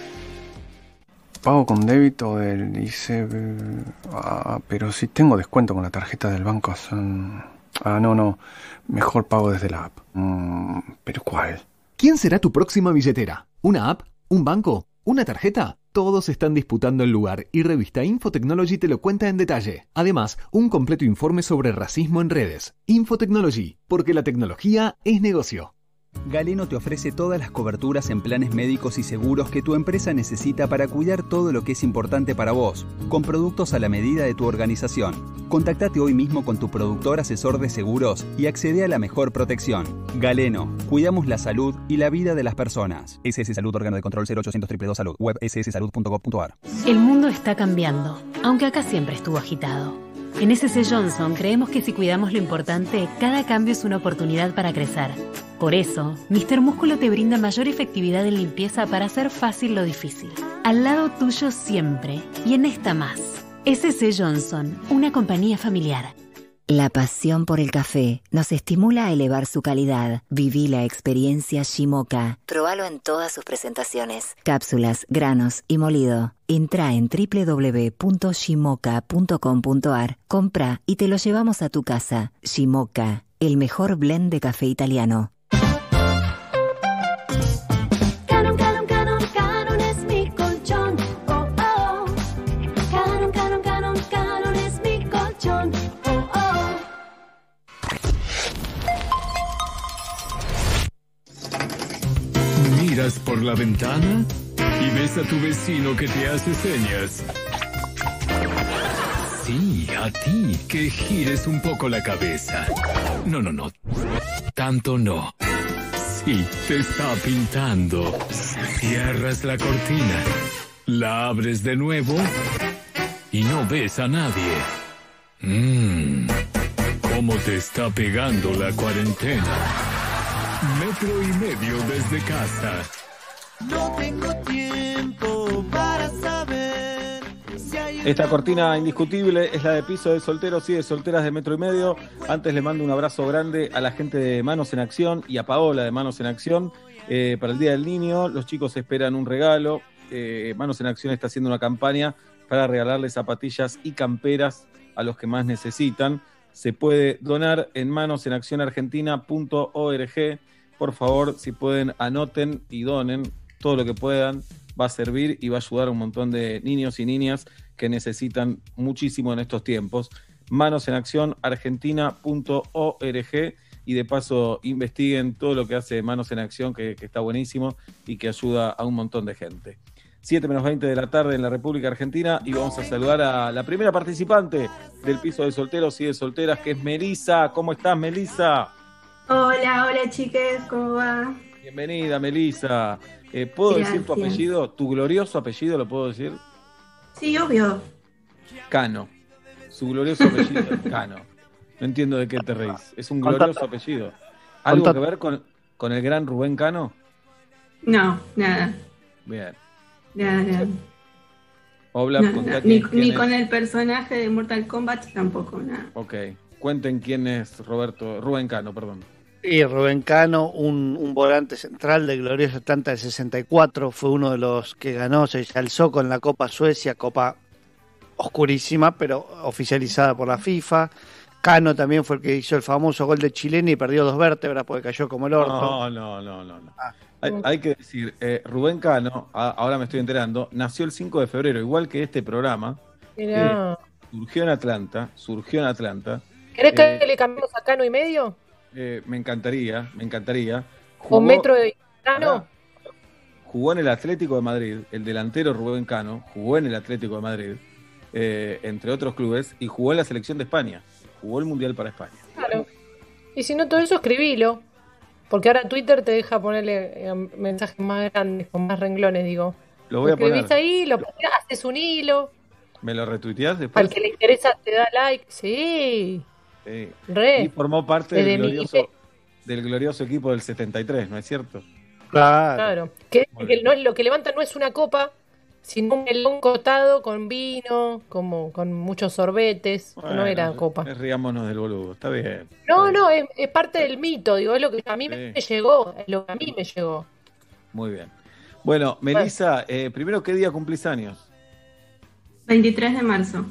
Pago con débito del I C B. Ah, pero si tengo descuento con la tarjeta del banco son... Ah, no, no. Mejor pago desde la app. Mm, ¿Pero cuál? ¿Quién será tu próxima billetera? ¿Una app? ¿Un banco? ¿Una tarjeta? Todos están disputando el lugar y revista Infotechnology te lo cuenta en detalle. Además, un completo informe sobre racismo en redes. Infotechnology, porque la tecnología es negocio. Galeno te ofrece todas las coberturas en planes médicos y seguros que tu empresa necesita para cuidar todo lo que es importante para vos, con productos a la medida de tu organización. Contactate hoy mismo con tu productor asesor de seguros y accede a la mejor protección. Galeno, cuidamos la salud y la vida de las personas. S S Salud, órgano de control cero ochocientos dos dos dos Salud, web ese ese salud punto gov punto a r. El mundo está cambiando, aunque acá siempre estuvo agitado. En S C Johnson creemos que si cuidamos lo importante, cada cambio es una oportunidad para crecer. Por eso, míster Músculo te brinda mayor efectividad en limpieza para hacer fácil lo difícil. Al lado tuyo siempre, y en esta más. S C Johnson, una compañía familiar. La pasión por el café nos estimula a elevar su calidad. Viví la experiencia Shimoka. Probalo en todas sus presentaciones. Cápsulas, granos y molido. Entra en doble u doble u doble u punto shimoka punto com punto a r, compra y te lo llevamos a tu casa. Shimoka, el mejor blend de café italiano. Canon, Canon, Canon, Canon es mi colchón. Oh, oh. Canon, Canon, Canon, Canon es mi colchón. Oh, oh. Miras por la ventana y ves a tu vecino que te hace señas. Sí, a ti, que gires un poco la cabeza. No, no, no. Tanto no. Sí, te está pintando. Cierras la cortina, la abres de nuevo y no ves a nadie. Mmm, ¿cómo te está pegando la cuarentena? Metro y medio desde casa. No tengo tiempo para saber si hay... Esta cortina indiscutible es la de Piso de Solteros y de Solteras de Metro y Medio. Antes le mando un abrazo grande a la gente de Manos en Acción y a Paola de Manos en Acción. Eh, para el Día del Niño, los chicos esperan un regalo. Eh, Manos en Acción está haciendo una campaña para regalarle zapatillas y camperas a los que más necesitan. Se puede donar en manos en acción argentina punto org. Por favor, si pueden, anoten y donen todo lo que puedan. Va a servir y va a ayudar a un montón de niños y niñas que necesitan muchísimo en estos tiempos. manos en acción argentina punto org, y de paso investiguen todo lo que hace Manos en Acción, que, que está buenísimo y que ayuda a un montón de gente. siete menos veinte de la tarde en la República Argentina, y vamos a saludar a la primera participante del Piso de Solteros y de Solteras, que es Melisa. ¿Cómo estás, Melisa? Hola, hola chiques, ¿cómo va? Bienvenida, Melisa. Eh, ¿Puedo Gracias. decir tu apellido? ¿Tu glorioso apellido lo puedo decir? Sí, obvio. Cano. Su glorioso apellido es Cano. No entiendo de qué te reís. Es un glorioso apellido. ¿Algo que ver con, con el gran Rubén Cano? No, nada, Bien. nada, nada. Habla, No, contá no, quién- Ni, quién ni es. con el personaje de Mortal Kombat tampoco, nada. Ok. Cuenten quién es Roberto, Rubén Cano, perdón. Y Rubén Cano, un, un volante central del glorioso Atlanta del sesenta y cuatro, fue uno de los que ganó, se alzó con la Copa Suecia, Copa oscurísima, pero oficializada por la FIFA. Cano también fue el que hizo el famoso gol de Chilena y perdió dos vértebras porque cayó como el orto. No, no, no, no. no. Hay, hay que decir, eh, Rubén Cano, a- ahora me estoy enterando, nació el cinco de febrero, igual que este programa. Mirá. Eh, surgió en Atlanta, surgió en Atlanta. ¿Querés que Eh, le cambiemos a Cano y medio? eh, me encantaría, me encantaría. ¿O metro de Cano? Jugó en el Atlético de Madrid, el delantero Rubén Cano, jugó en el Atlético de Madrid, eh, entre otros clubes, y jugó en la selección de España. Jugó el Mundial para España. Claro. Y si no todo eso, escribilo. Porque ahora Twitter te deja ponerle eh, mensajes más grandes, con más renglones, digo. Lo voy a escribís poner. ahí, lo pones, haces un hilo. ¿Me lo retuiteás después? Al que le interesa te da like. Sí. Sí. Re. Y formó parte Desde del mi glorioso, del glorioso equipo del setenta y tres, ¿no es cierto? Claro. Que, que no, lo que levanta no es una copa, sino un melón cortado con vino, como con muchos sorbetes. no Bueno, era copa. eh, Riámonos del boludo, está bien. No, no, es, es parte del mito, digo, es lo que a mí Sí. me llegó, es lo que a mí me llegó. Muy bien. Bueno, Melissa, eh, primero, ¿qué día cumplís años? veintitrés de marzo.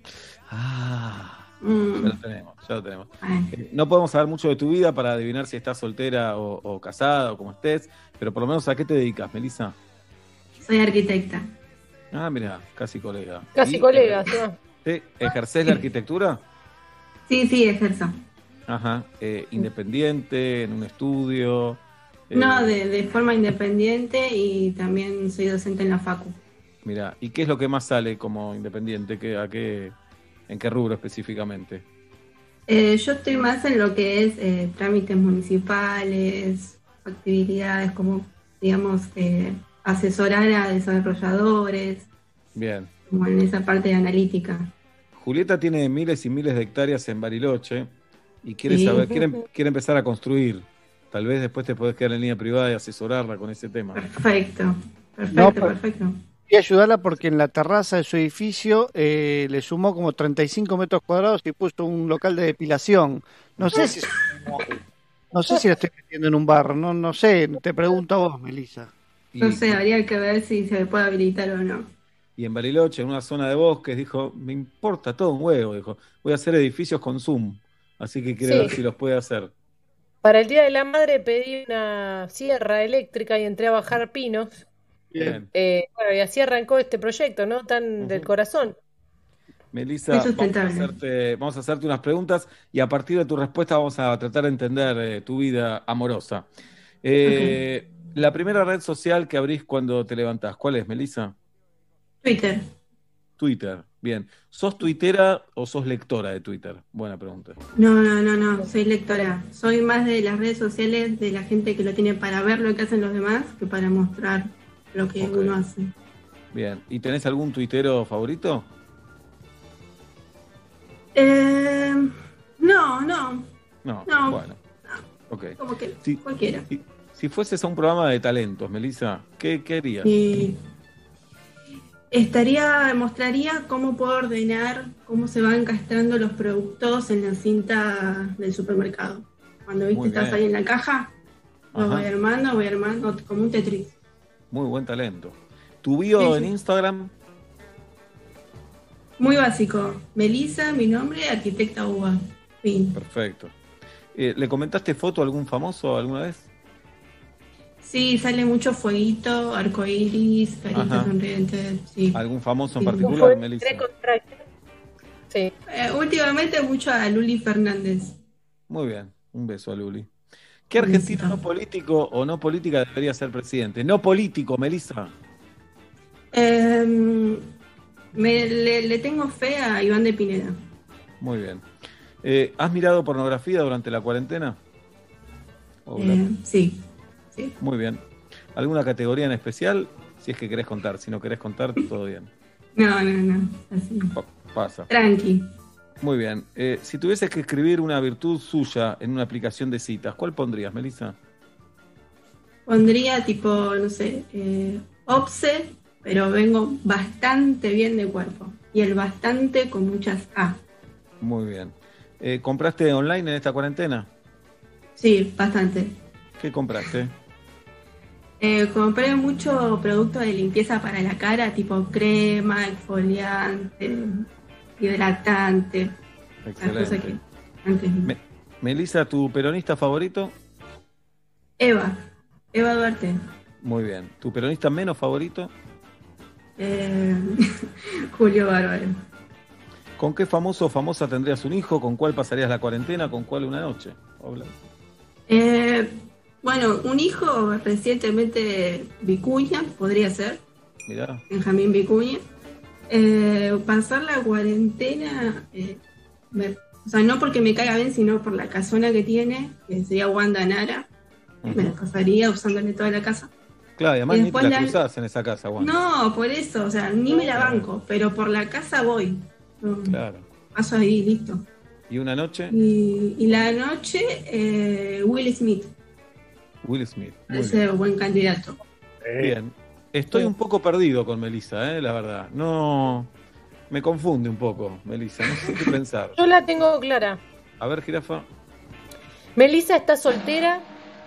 Ah, Mm. ya lo tenemos, ya lo tenemos. Eh, no podemos saber mucho de tu vida para adivinar si estás soltera o, o casada o como estés, pero por lo menos, ¿a qué te dedicas, Melissa? Soy arquitecta. Ah, mira, casi colega. Casi ¿Y, colegas, eh, ¿no? ¿sí? ¿Ejercés la arquitectura? Sí, sí, ejerzo. Ajá. Eh, independiente, en un estudio. Eh, No, de, de forma independiente y también soy docente en la Facu. Mira, ¿y qué es lo que más sale como independiente? ¿Qué, a qué, ¿En qué rubro específicamente? Eh, yo estoy más en lo que es eh, trámites municipales, actividades como, digamos, eh, asesorar a desarrolladores, Bien. como en esa parte de analítica. Julieta tiene miles y miles de hectáreas en Bariloche y quiere Sí. saber, quiere, quiere empezar a construir. Tal vez después te podés quedar en línea privada y asesorarla con ese tema. Perfecto, perfecto, No, pero- perfecto. Y ayudarla porque en la terraza de su edificio eh, le sumó como treinta y cinco metros cuadrados y puso un local de depilación. No sé si no sé si la estoy metiendo en un bar, no, no sé, te pregunto a vos, Melissa. No sé, habría que ver si se puede habilitar o no. Y en Bariloche, en una zona de bosques, dijo, me importa todo un huevo, dijo, voy a hacer edificios con Zoom, así que quiere Sí. ver si los puede hacer. Para el Día de la Madre pedí una sierra eléctrica y entré a bajar pinos. Bien. Eh, bueno, y así arrancó este proyecto, ¿no? Tan del corazón. Melissa, Muy vamos a, sustentable. hacerte, vamos a hacerte unas preguntas y a partir de tu respuesta vamos a tratar de entender eh, tu vida amorosa. Eh, La primera red social que abrís cuando te levantás, ¿cuál es, Melissa? Twitter. Twitter, bien. ¿Sos tuitera o sos lectora de Twitter? Buena pregunta. No, no, no, no, soy lectora. Soy más de las redes sociales, de la gente que lo tiene para ver lo que hacen los demás que para mostrar lo que Ok. uno hace. Bien. ¿Y tenés algún tuitero favorito? Eh, no, no, No, No. bueno. Ok. como que Si, cualquiera. si, si fueses a un programa de talentos, Melissa, ¿qué, qué harías? Y estaría, mostraría cómo puedo ordenar, cómo se van encastrando los productos en la cinta del supermercado. Cuando viste Muy estás bien. ahí en la caja, lo Ajá. voy armando, voy armando como un Tetris. Muy buen talento. ¿Tu bio Sí, en sí. Instagram? Muy básico. Melissa, mi nombre, arquitecta U B A. Fin. Perfecto. Eh, ¿Le comentaste foto a algún famoso alguna vez? Sí, sale mucho fueguito, arcoíris, caritas Ajá. sonrientes. Sí. ¿Algún famoso en Sí. particular, Melissa? Sí. Eh, últimamente mucho a Luli Fernández. Muy bien. Un beso a Luli. ¿Qué argentino no político o no política debería ser presidente? No político, Melissa. Eh, me, le, le tengo fe a Iván de Pineda. Muy bien. Eh, ¿Has mirado pornografía durante la cuarentena? ¿O la- Eh, sí, sí. Muy bien. ¿Alguna categoría en especial? Si es que querés contar. Si no querés contar, todo bien. No, no, no. Así. Pa- pasa. Tranqui. Muy bien. Eh, si tuvieses que escribir una virtud suya en una aplicación de citas, ¿cuál pondrías, Melissa? Pondría tipo, no sé, eh, obse, pero vengo bastante bien de cuerpo. Y el bastante con muchas A. Muy bien. Eh, ¿Compraste online en esta cuarentena? Sí, bastante. ¿Qué compraste? Eh, compré mucho producto de limpieza para la cara, tipo crema, exfoliante, hidratante, las cosas que Excelente. antes no. Me- Melissa, ¿tu peronista favorito? Eva, Eva Duarte. Muy bien. ¿Tu peronista menos favorito? Eh, Julio Bárbaro. ¿Con qué famoso o famosa tendrías un hijo? ¿Con cuál pasarías la cuarentena? ¿Con cuál una noche? Habla. Eh, bueno, un hijo recientemente Vicuña, podría ser, Mirá. Benjamín Vicuña. Eh, pasar la cuarentena, eh, me- o sea, no porque me caiga bien, sino por la casona que tiene, que sería Wanda Nara. Me la pasaría usándole toda la casa. Claro, y además Y ni te después la la- cruzás en esa casa, Juan. No, por eso, o sea, ni me la banco, pero por la casa voy. No, Claro. paso ahí, listo. ¿Y una noche? Y, y la noche, eh, Will Smith, Will Smith. Muy ese bien. buen candidato. Bien. Estoy un poco perdido con Melissa, eh, la verdad. No. Me confunde un poco, Melissa. No sé qué pensar. Yo la tengo clara. A ver, jirafa. Melissa está soltera.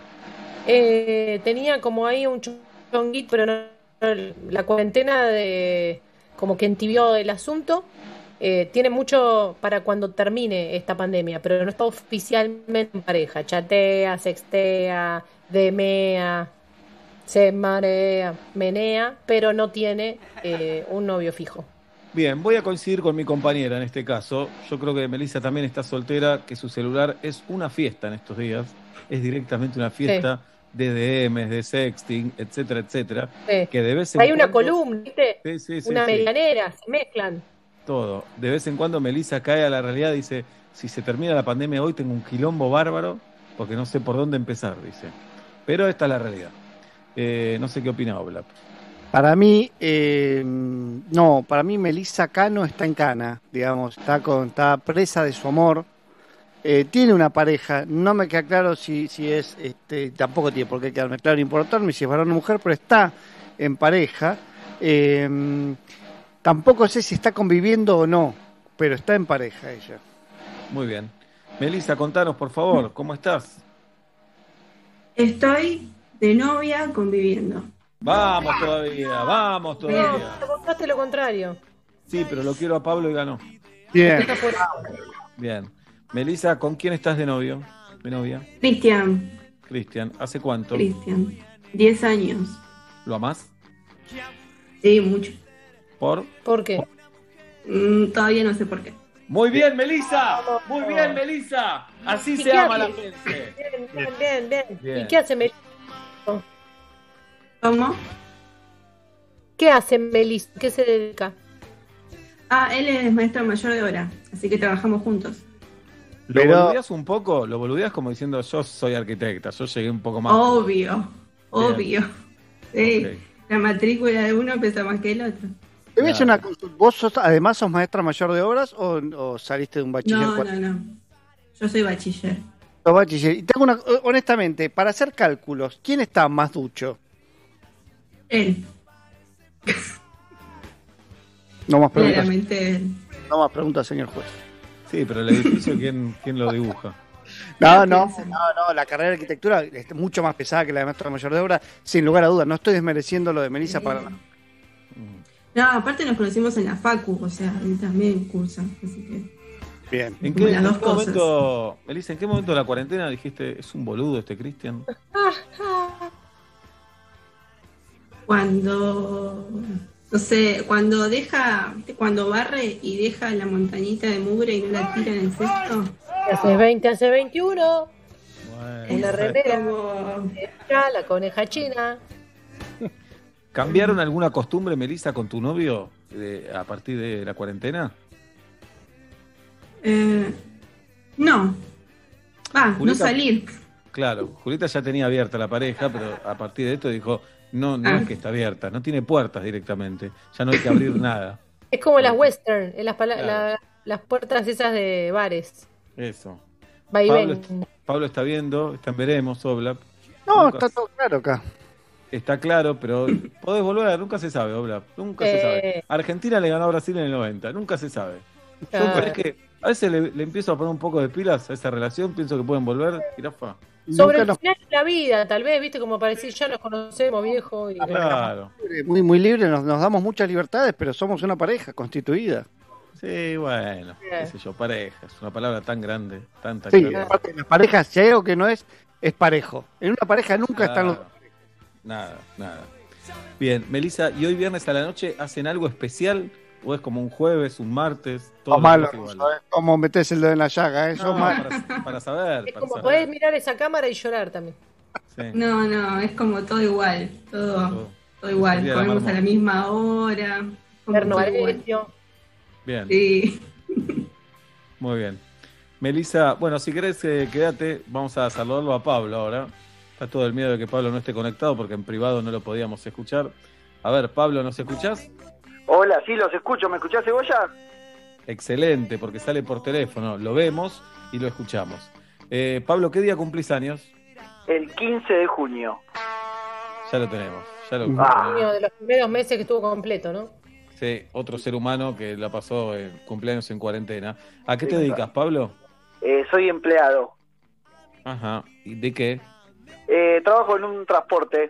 Eh, tenía como ahí un chonguito, pero no, no- la cuarentena de como que entibió el asunto. Eh, tiene mucho para cuando termine esta pandemia, pero no está oficialmente en pareja. Chatea, sextea, demea, se marea, menea, pero no tiene eh, un novio fijo. Bien, voy a coincidir con mi compañera en este caso. Yo creo que Melissa también está soltera, que su celular es una fiesta en estos días. Es directamente una fiesta de D Ms, de sexting, etcétera, etcétera, Sí. que de vez en Hay una cuando- columna, ¿viste? Sí, sí, sí, una sí. medianera, se mezclan. Todo. De vez en cuando Melissa cae a la realidad y dice, si se termina la pandemia hoy tengo un quilombo bárbaro porque no sé por dónde empezar, dice. Pero esta es la realidad. Eh, no sé qué opina Oblap. Para mí, eh, no, para mí Melissa Cano está en cana, digamos, está, con, está presa de su amor. Eh, tiene una pareja, no me queda claro si, si es, este, tampoco tiene por qué quedarme claro, importarme si es varón o mujer, pero está en pareja. Eh, tampoco sé si está conviviendo o no, pero está en pareja ella. Muy bien. Melissa, contanos, por favor, ¿cómo estás? Estoy de novia conviviendo. Vamos todavía, vamos No, todavía. te contaste lo contrario. Sí, pero lo quiero a Pablo y ganó. Bien. Está por- Bien. Melissa, ¿con quién estás de novio? De novia. Cristian, Cristian, ¿hace cuánto? Cristian, diez años. ¿Lo amás? Sí, mucho. ¿Por? ¿Por qué? Mm, todavía no sé por qué. Muy bien, Melissa. Muy bien, Melissa. Así ¿Y se qué ama hace? la gente. Bien, bien, bien, bien. Bien. ¿Y qué hace Melissa? ¿Cómo? ¿Qué hace Melissa? ¿Qué se dedica? Ah, él es maestro mayor de obra, así que trabajamos juntos. ¿Lo Pero- boludeás un poco? ¿Lo boludeás como diciendo yo soy arquitecta, yo llegué un poco más? Obvio, obvio. Sí, Ok. la matrícula de uno pesa más que el otro. Te voy a hacer una consulta. ¿Vos sos, además sos maestra mayor de obras o, o saliste de un bachiller? No, cual- no, no. Yo soy bachiller. Sos bachiller. Y te hago una, honestamente, para hacer cálculos, ¿quién está más ducho? Él, No más preguntas, claramente él. no más preguntas, señor juez. Sí, pero el edificio, ¿quién, quién lo dibuja? No, no, no, no, la carrera de arquitectura es mucho más pesada que la de maestra mayor de obra, sin lugar a dudas. No estoy desmereciendo lo de Melissa para nada. No, aparte nos conocimos en la Facu, o sea, él también cursa, así que... Bien. ¿En Como qué, las en dos qué cosas. momento, Melissa, en qué momento de la cuarentena dijiste, es un boludo este Cristian? Cuando, no sé, cuando deja, cuando barre y deja la montañita de mugre y no la tira en el cesto, Hace veinte, hace veintiuno. Bueno, Una remera. como... Ya, la coneja china. ¿Cambiaron alguna costumbre, Melissa, con tu novio eh, a partir de la cuarentena? Eh, no. Ah, no Julieta- salir. Claro, Julieta ya tenía abierta la pareja, pero a partir de esto dijo, no, no Ah. es que está abierta, no tiene puertas directamente, ya no hay que abrir nada. Es como las western, en las, pala- Claro. la- las puertas esas de bares. Eso. Va y Pablo, ven. Pablo está viendo, está en veremos, Oblap. No, Nunca- está todo claro acá. Está claro, pero podés volver, nunca se sabe, Oblap, nunca se Eh. sabe. Argentina le ganó a Brasil en el noventa, nunca se sabe. Yo Claro. parece que a veces le, le empiezo a poner un poco de pilas a esa relación, pienso que pueden volver, jirafa. Sobre Nunca el nos- final de la vida, tal vez, viste, como para decir, ya nos conocemos, viejo. Y... Claro. Muy, muy libre, nos, nos damos muchas libertades, pero somos una pareja constituida. Sí, bueno, qué sé yo, pareja, es una palabra tan grande, tanta Sí, grande. aparte, las parejas, si hay algo que no es, es parejo. En una pareja nunca están los... Claro. Nada, nada. Bien, Melissa, ¿y hoy viernes a la noche hacen algo especial? ¿O es como un jueves, un martes? Todo Sos malo, los días no igual? sabés cómo metés el dedo en la llaga, ¿eh? No, Sos malo. para, para saber, Es para como saber. podés mirar esa cámara y llorar también. Sí. No, no, es como todo igual, todo, Todo. todo igual. El día de la Comemos a marmota. la misma hora. como Terno todo igual. Valerio. Bien, Sí. muy bien. Melissa, bueno, si querés, eh, quédate, vamos a saludarlo a Pablo ahora. Está todo el miedo de que Pablo no esté conectado porque en privado no lo podíamos escuchar. A ver, Pablo, ¿nos escuchás? Hola, sí, los escucho. ¿Me escuchás, Cebolla? Excelente, porque sale por teléfono, lo vemos y lo escuchamos. Eh, Pablo, ¿qué día cumplís años? El quince de junio. Ya lo tenemos, ya lo Ah. tenemos. Uno de los primeros meses que estuvo completo, ¿no? Sí, otro ser humano que la pasó en cumpleaños en cuarentena. ¿A qué Sí, te dedicas, Pablo? Eh, soy empleado. Ajá, ¿y de qué? Eh, trabajo en un transporte.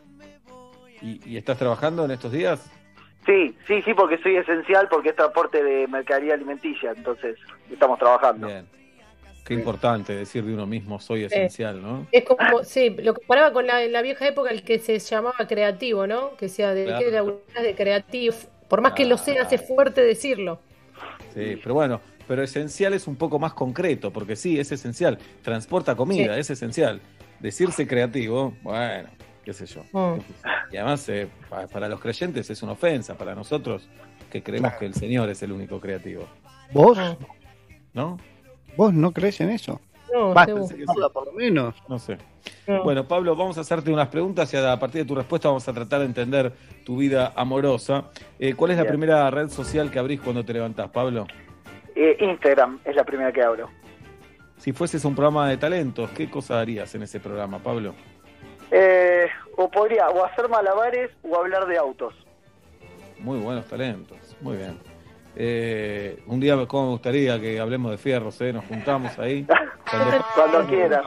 ¿Y, y estás trabajando en estos días? Sí, sí, sí, porque soy esencial, porque es transporte de mercadería alimenticia, entonces estamos trabajando. Bien. Qué importante decir de uno mismo, soy esencial, ¿no? Es como, sí, lo comparaba con la, la vieja época, el que se llamaba creativo, ¿no? Que sea de, Claro. que era de creativo. Por más que lo sea, hace fuerte decirlo. Sí, pero bueno, pero esencial es un poco más concreto, porque sí, es esencial. Transporta comida, Sí. es esencial. decirse creativo, bueno, qué sé yo. Mm. Y además, eh, pa- para los creyentes es una ofensa, para nosotros que creemos Claro. que el Señor es el único creativo, ¿Vos? ¿no? ¿Vos no crees en eso? No, Va, seguro. pensé que sí, por lo menos. No sé. No. Bueno, Pablo, vamos a hacerte unas preguntas y a partir de tu respuesta vamos a tratar de entender tu vida amorosa. Eh, ¿Cuál es la Bien. primera red social que abrís cuando te levantás, Pablo? Eh, Instagram es la primera que abro. Si fueses un programa de talentos, ¿qué cosa harías en ese programa, Pablo? Eh, o podría o hacer malabares o hablar de autos. Muy buenos talentos, muy bien. Eh, un día, ¿cómo me gustaría que hablemos de fierros, eh? Nos juntamos ahí. Cuando, Cuando quieras.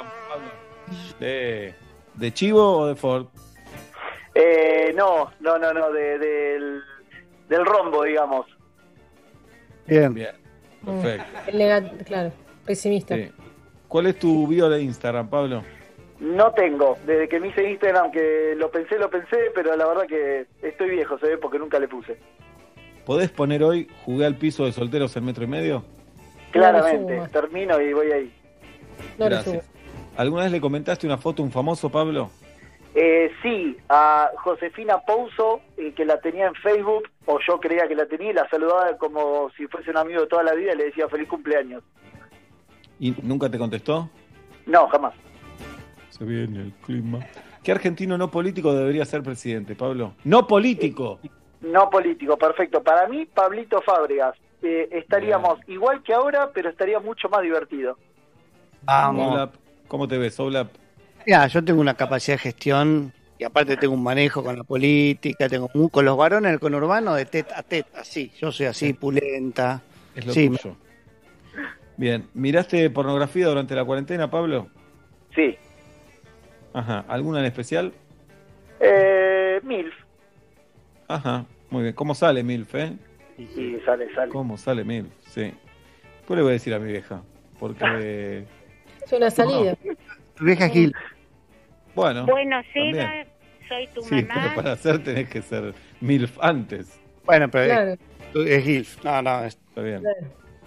de, ¿De Chivo o de Ford? Eh, no, no, no, no, de, del, del rombo, digamos. Bien. Bien, perfecto. El nega- claro, pesimista. Sí. ¿Cuál es tu bio de Instagram, Pablo? No tengo, desde que me hice Instagram, que lo pensé, lo pensé, pero la verdad que estoy viejo, se ve, porque nunca le puse. ¿Podés poner hoy, jugué al piso de solteros en metro y medio? Claramente, subo. termino y voy ahí. No lo Gracias. subo. ¿Alguna vez le comentaste una foto a un famoso, Pablo? Eh, sí, a Josefina Pouso, eh, que la tenía en Facebook, o yo creía que la tenía, y la saludaba como si fuese un amigo de toda la vida y le decía feliz cumpleaños. ¿Y nunca te contestó? No, jamás. Se viene el clima. ¿Qué argentino no político debería ser presidente, Pablo? ¡No político! No político, perfecto. Para mí, Pablito Fábregas. Eh, estaríamos igual que ahora, pero estaría mucho más divertido. Vamos. Oblap, ¿cómo te ves, Oblap? Ya, yo tengo una capacidad de gestión y aparte tengo un manejo con la política, tengo mu- con los varones el conurbano de teta a teta, así. Yo soy así, pulenta. Es lo Sí, tuyo. Bien, ¿miraste pornografía durante la cuarentena, Pablo? Sí. Ajá, ¿alguna en especial? Eh, MILF. Ajá, muy bien. ¿Cómo sale MILF, eh? Y sale, sale. ¿Cómo sale MILF? Sí. Pues le voy a decir a mi vieja, porque... Es una salida. Tu vieja Gil. Bueno, Bueno, también. Seba, soy tu Sí, mamá. pero para hacer tenés que ser MILF antes. Bueno, pero Claro. es, es Gil. No, no, es, Está bien. Claro.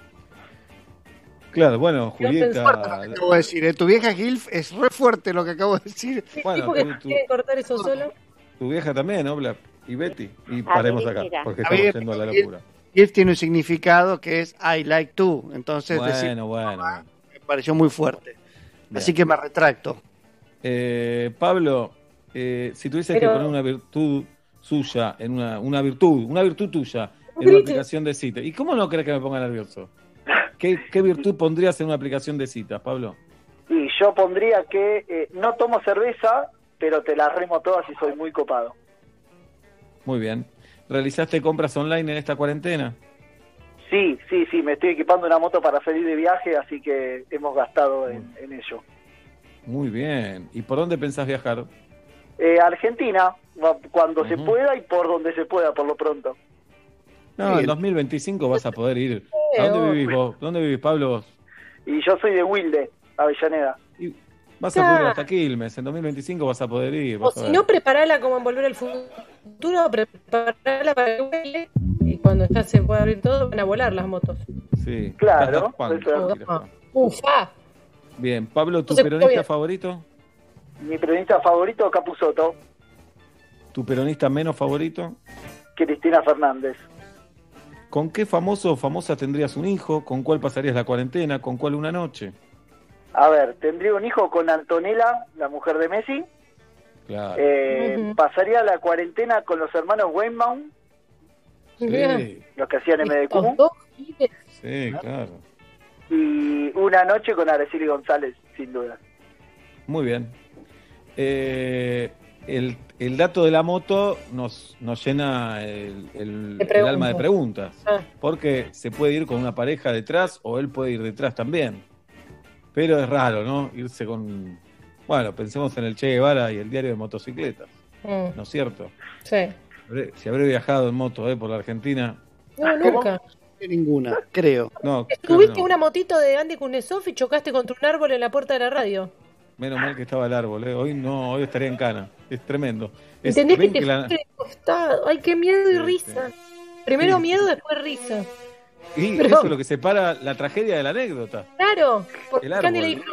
Claro, bueno, Yo Julieta... acabo de decir, eh, tu vieja Gilf es re fuerte lo que acabo de decir. Sí, Bueno, porque tú- tú- quieren cortar eso solo. Tu vieja también, ¿no? Bla- Y Betty. Y A paremos ver, acá, mira. porque A estamos ver, yendo a la Gil- locura. Gilf tiene un significado que es I like to. Entonces, decir, Bueno, bueno, bueno. me pareció muy fuerte. Bien. Así que me retracto. Eh, Pablo, eh, si tuvieses Pero- que poner una virtud suya, en una, una virtud, una virtud tuya, en una Grite. aplicación de cita. ¿Y cómo no crees que me ponga nervioso? ¿Qué, qué virtud pondrías en una aplicación de citas, Pablo? Y yo pondría que eh, no tomo cerveza, pero te las remo todas y soy muy copado. Muy bien. ¿Realizaste compras online en esta cuarentena? Sí, sí, sí, me estoy equipando una moto para salir de viaje, así que hemos gastado en, en ello. Muy bien. ¿Y por dónde pensás viajar? Eh, Argentina, va- cuando se Ujú. pueda y por donde se pueda, por lo pronto. No, Bien. en dos mil veinticinco vas a poder ir. Eh, ¿A dónde vos. vivís vos? ¿Dónde vivís, Pablo? Y yo soy de Wilde, Avellaneda. Vas a poder ir hasta Quilmes. En dos mil veinticinco vas a poder ir. O vas a si ver. no, preparala como en Volver al Futuro, preparala para que vuele. Y cuando ya se pueda abrir todo, van a volar las motos. Sí. Claro, Daft Punk, eso. Daft Punk. Ufa. Bien, Pablo, ¿tu No se peronista puede. favorito? Mi periodista favorito, Capusotto, ¿Tu peronista menos favorito? Cristina Fernández. ¿Con qué famoso o famosa tendrías un hijo? ¿Con cuál pasarías la cuarentena? ¿Con cuál una noche? A ver, tendría un hijo con Antonella, la mujer de Messi. Claro. Eh, Ujú. Pasaría la cuarentena con los hermanos Weinbaum, Bien. Sí, los que hacían M D Estos Q. dos pibes. sí, claro. Y una noche con Araceli González, sin duda. Muy bien. Eh, el, el dato de la moto nos, nos llena el, el- De el preguntas. alma de preguntas. Ah. Porque se puede ir con una pareja detrás o él puede ir detrás también. Pero es raro, ¿no? Irse con... Bueno, pensemos en el Che Guevara y el diario de motocicletas, Mm, ¿no es cierto? sí. Habré- Si habré viajado en moto eh, por la Argentina... No, nunca. De ninguna, creo. No, creo que Tuviste no. una motito de Andy Kunesov y chocaste contra un árbol en la puerta de la radio. Menos mal que estaba el árbol, ¿eh? Hoy no, hoy estaría en cana. Es tremendo. Es- ¿Entendés que ven te que la- fuiste de costado? Ay, qué miedo y Sí, risa. Primero Sí. miedo, después risa. Y Pero- eso es lo que separa la tragedia de la anécdota. Claro, porque El Andy árbol. le dijo,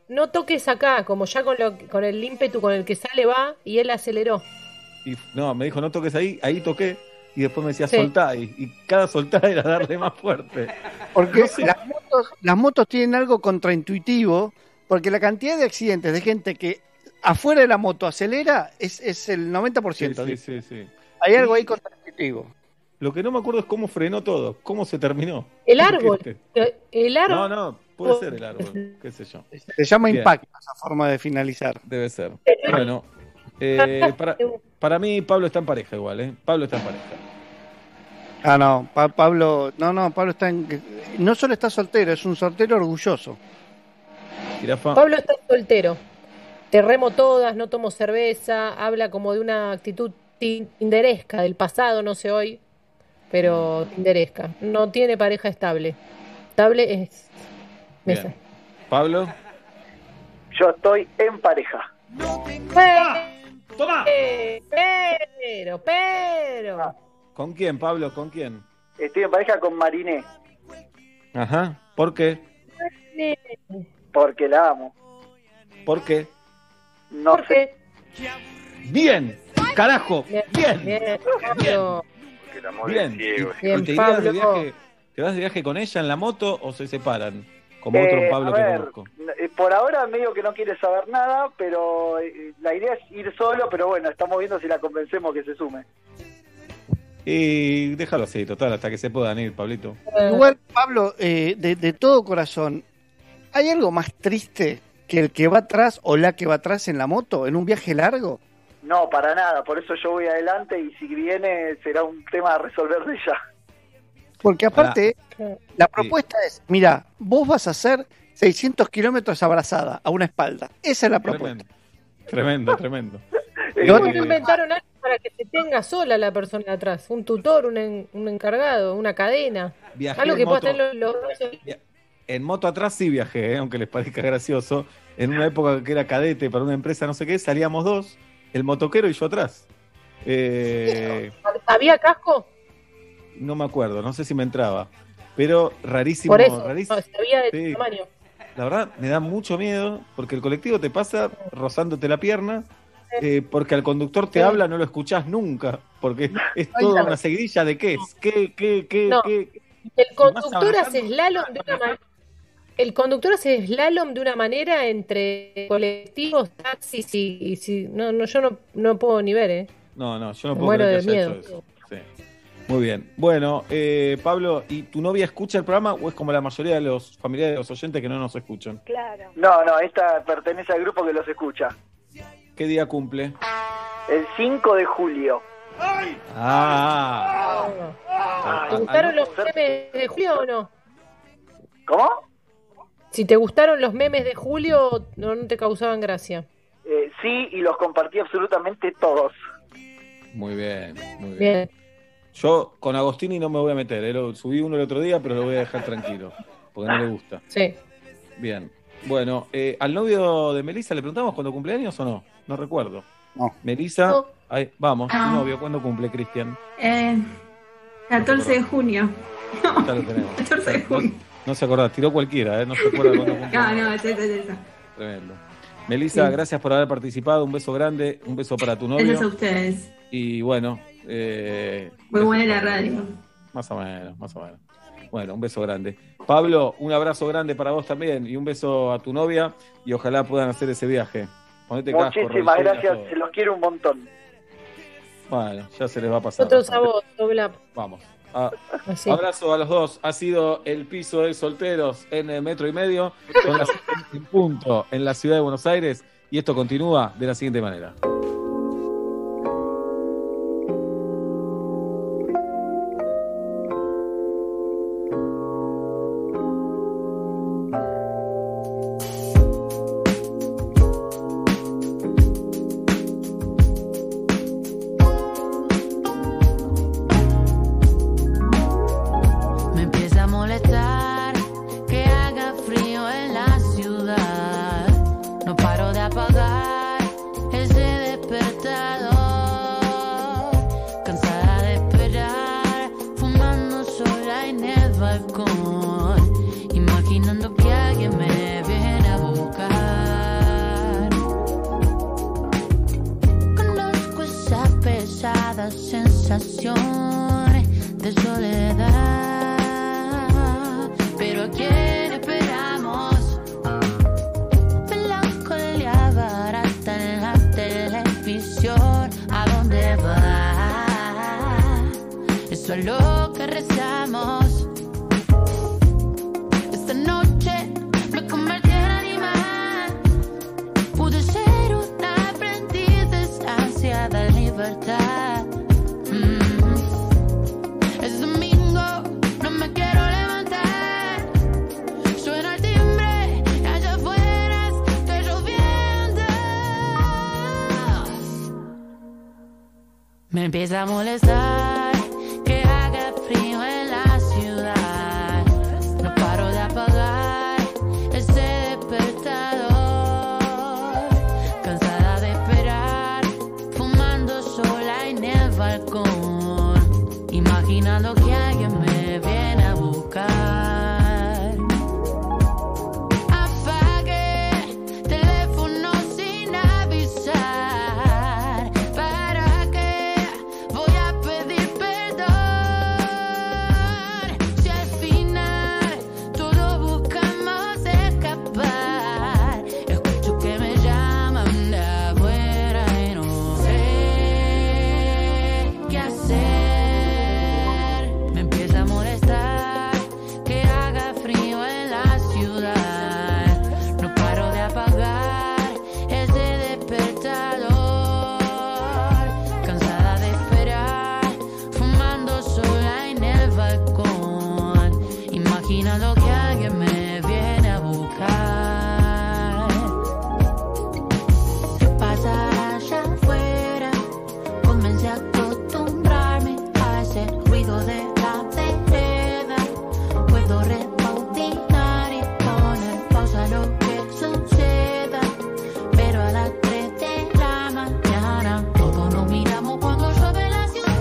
no toques acá, como ya con, lo, con el ímpetu con el que sale va, y él aceleró. Y no, me dijo, no toques ahí, ahí toqué. Y después me decía, Sí. soltá. Y, y cada soltá era darle más fuerte. Porque las motos, las motos tienen algo contraintuitivo, porque la cantidad de accidentes de gente que afuera de la moto acelera es, es el noventa por ciento. Sí, sí, sí, sí. Hay algo ahí contraintuitivo. Lo que no me acuerdo es cómo frenó todo, cómo se terminó. El árbol. Este. El árbol. No, no, puede ser el árbol, qué sé yo. Se llama Bien. impacto esa forma de finalizar. Debe ser. Bueno, eh, para, para mí Pablo está en pareja igual, ¿eh? Pablo está en pareja. Ah, no, Pa- Pablo, no, no, Pablo está en, no solo está soltero, es un soltero orgulloso. Jirafa. Pablo está soltero. Te remo todas, no tomo cerveza, habla como de una actitud tinderesca del pasado, no sé hoy, pero tinderesca. No tiene pareja estable. Estable es mesa. Bien. Pablo. Yo estoy en pareja. ¡Toma! Pero, pero. ¿Con quién, Pablo? ¿Con quién? Estoy en pareja con Mariné, Ajá. ¿Por qué? porque la amo. ¿Por qué? No sé. ¡Bien! ¡Carajo! Bien. ¡Bien! Bien, Pablo. Bien. ciego. ¿Y- Bien, y te, irías de Pablo. viaje, ¿Te vas de viaje con ella en la moto o se separan? Como Eh, otro Pablo a que ver, conozco. eh, Por ahora medio que no quiere saber nada, pero eh, la idea es ir solo, pero bueno, estamos viendo si la convencemos que se sume. Y déjalo así, total, hasta que se puedan ir, Pablito. Igual, Pablo, eh, de, de todo corazón, ¿hay algo más triste que el que va atrás o la que va atrás en la moto en un viaje largo? No, para nada, por eso yo voy adelante y si viene será un tema a resolver de ella. Porque aparte, la propuesta es, mira, vos vas a hacer seiscientos kilómetros abrazada a una espalda. Esa es la propuesta. Tremendo, tremendo. ¿Por qué no inventaron algo para que se tenga sola la persona de atrás? Un tutor, un, en- un encargado, una cadena. Viajé Algo en que pueda moto. tener los, los- En moto atrás sí viajé, ¿eh? Aunque les parezca gracioso. En una época que era cadete para una empresa, no sé qué, salíamos dos, el motoquero y yo atrás. Eh, ¿Había casco? no me acuerdo, no sé si me entraba. Pero rarísimo, Por eso, rarísimo. no, sabía de Sí. tamaño. La verdad, me da mucho miedo porque el colectivo te pasa rozándote la pierna, eh, porque al conductor te Sí. habla, no lo escuchás nunca, porque es Ay, toda no. una seguidilla de qué es, qué, qué, qué, No. qué. qué. El conductor avanzando- hace slalom de una manera. El conductor hace slalom de una manera entre colectivos, taxis y, y si no, no, yo no, no puedo ni ver, ¿eh? No, no, yo no Me puedo muero creer de que haya miedo. hecho eso. Sí. Muy bien. Bueno, eh, Pablo, ¿y tu novia escucha el programa o es como la mayoría de los familiares de los oyentes que no nos escuchan? Claro. No, no, esta pertenece al grupo que los escucha. ¿Qué día cumple? El cinco de julio. Ah. ¿Te gustaron los memes de Julio o no? ¿Cómo? Si te gustaron los memes de Julio, no, no te causaban gracia. Eh, sí, y los compartí absolutamente todos. Muy bien, muy bien. Bien. Yo con Agostini no me voy a meter, ¿eh? Lo subí uno el otro día, pero lo voy a dejar tranquilo, porque no le gusta. Sí. Bien. Bueno, eh, ¿al novio de Melissa le preguntamos cuándo cumpleaños o no? No recuerdo. No. Melissa, No. ahí, vamos, tu Ah. novio, ¿cuándo cumple, Cristian? Eh, catorce de junio. Ya lo tenemos. catorce de junio. No se acordaba, tiró cualquiera, ¿eh? No se acuerda cuándo cumple. No, no, es esa, es esa. Tremendo. Melissa, Sí. gracias por haber participado, un beso grande, un beso para tu novio. Gracias a ustedes. Y bueno, eh, Muy buena la radio. más o menos, más o menos. Bueno, un beso grande. Pablo, un abrazo grande para vos también y un beso a tu novia y ojalá puedan hacer ese viaje. Ponete casco, Muchísimas rodilleras, gracias, todo. se los quiero un montón. Bueno, ya se les va a pasar. Nosotros a vos, dobla. Vamos. Ah, Así. abrazo a los dos. Ha sido el piso de solteros en el metro y medio. Son las en punto en la ciudad de Buenos Aires. Y esto continúa de la siguiente manera. Me empieza a molestar que haga frío en la ciudad. No paro de apagar ese esa sensación de soledad. Pero ¿a quién esperamos? Melancolía barata en la televisión. ¿A dónde va? Eso es lo que rezamos. Esta noche me convertí en animal. Pude ser un aprendiz de esta ansiada libertad. Mm. Es domingo, no me quiero levantar. Suena el timbre y allá afuera está lloviendo. Me empieza a molestar que haga frío en la ciudad. No paro de apagar ese despertador. Cansada de esperar, fumando sola en el balcón, imaginando que alguien me viene a buscar. Apagué teléfono sin avisar. ¿Para qué voy a pedir perdón? Si al final todos buscamos escapar. Escucho que me llaman de afuera y no sé qué hacer. Me empieza a molestar que haga frío en la ciudad. No paro de apagar ese despertador. Cansada de esperar, fumando sola en el balcón, imaginando que alguien me viene a buscar. ¿Qué pasa allá afuera? Comencé a acostumbrarme a ese ruido de la vereda. Puedo rebobinar y poner pausa a lo que suceda. Pero a las tres de la mañana todos nos miramos cuando llueve la ciudad.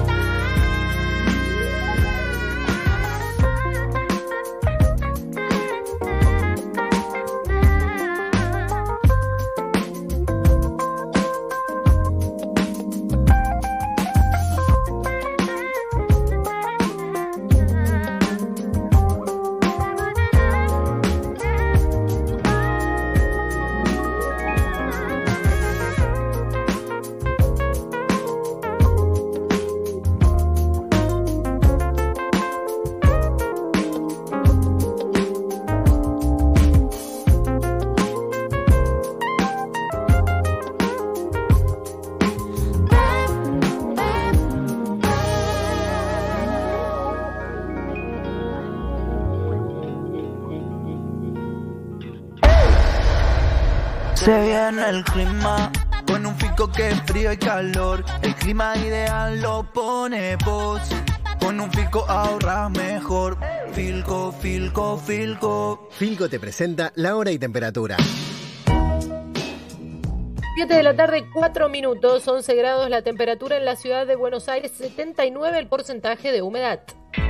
Se viene el clima, con un fico que es frío y calor. El clima ideal lo pone vos. Con un fico ahorras mejor. Filco, Filco, Filco. Filco te presenta la hora y temperatura. siete de la tarde, cuatro minutos, once grados la temperatura en la ciudad de Buenos Aires, setenta y nueve el porcentaje de humedad.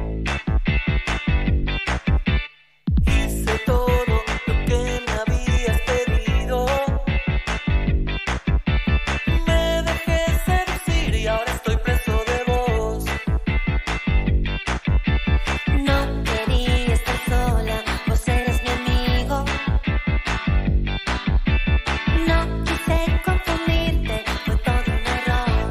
Hice todo lo que me habías pedido. Me dejé seducir y ahora estoy preso de vos. No quería estar sola, vos eres mi amigo. No quise confundirte, fue todo un error.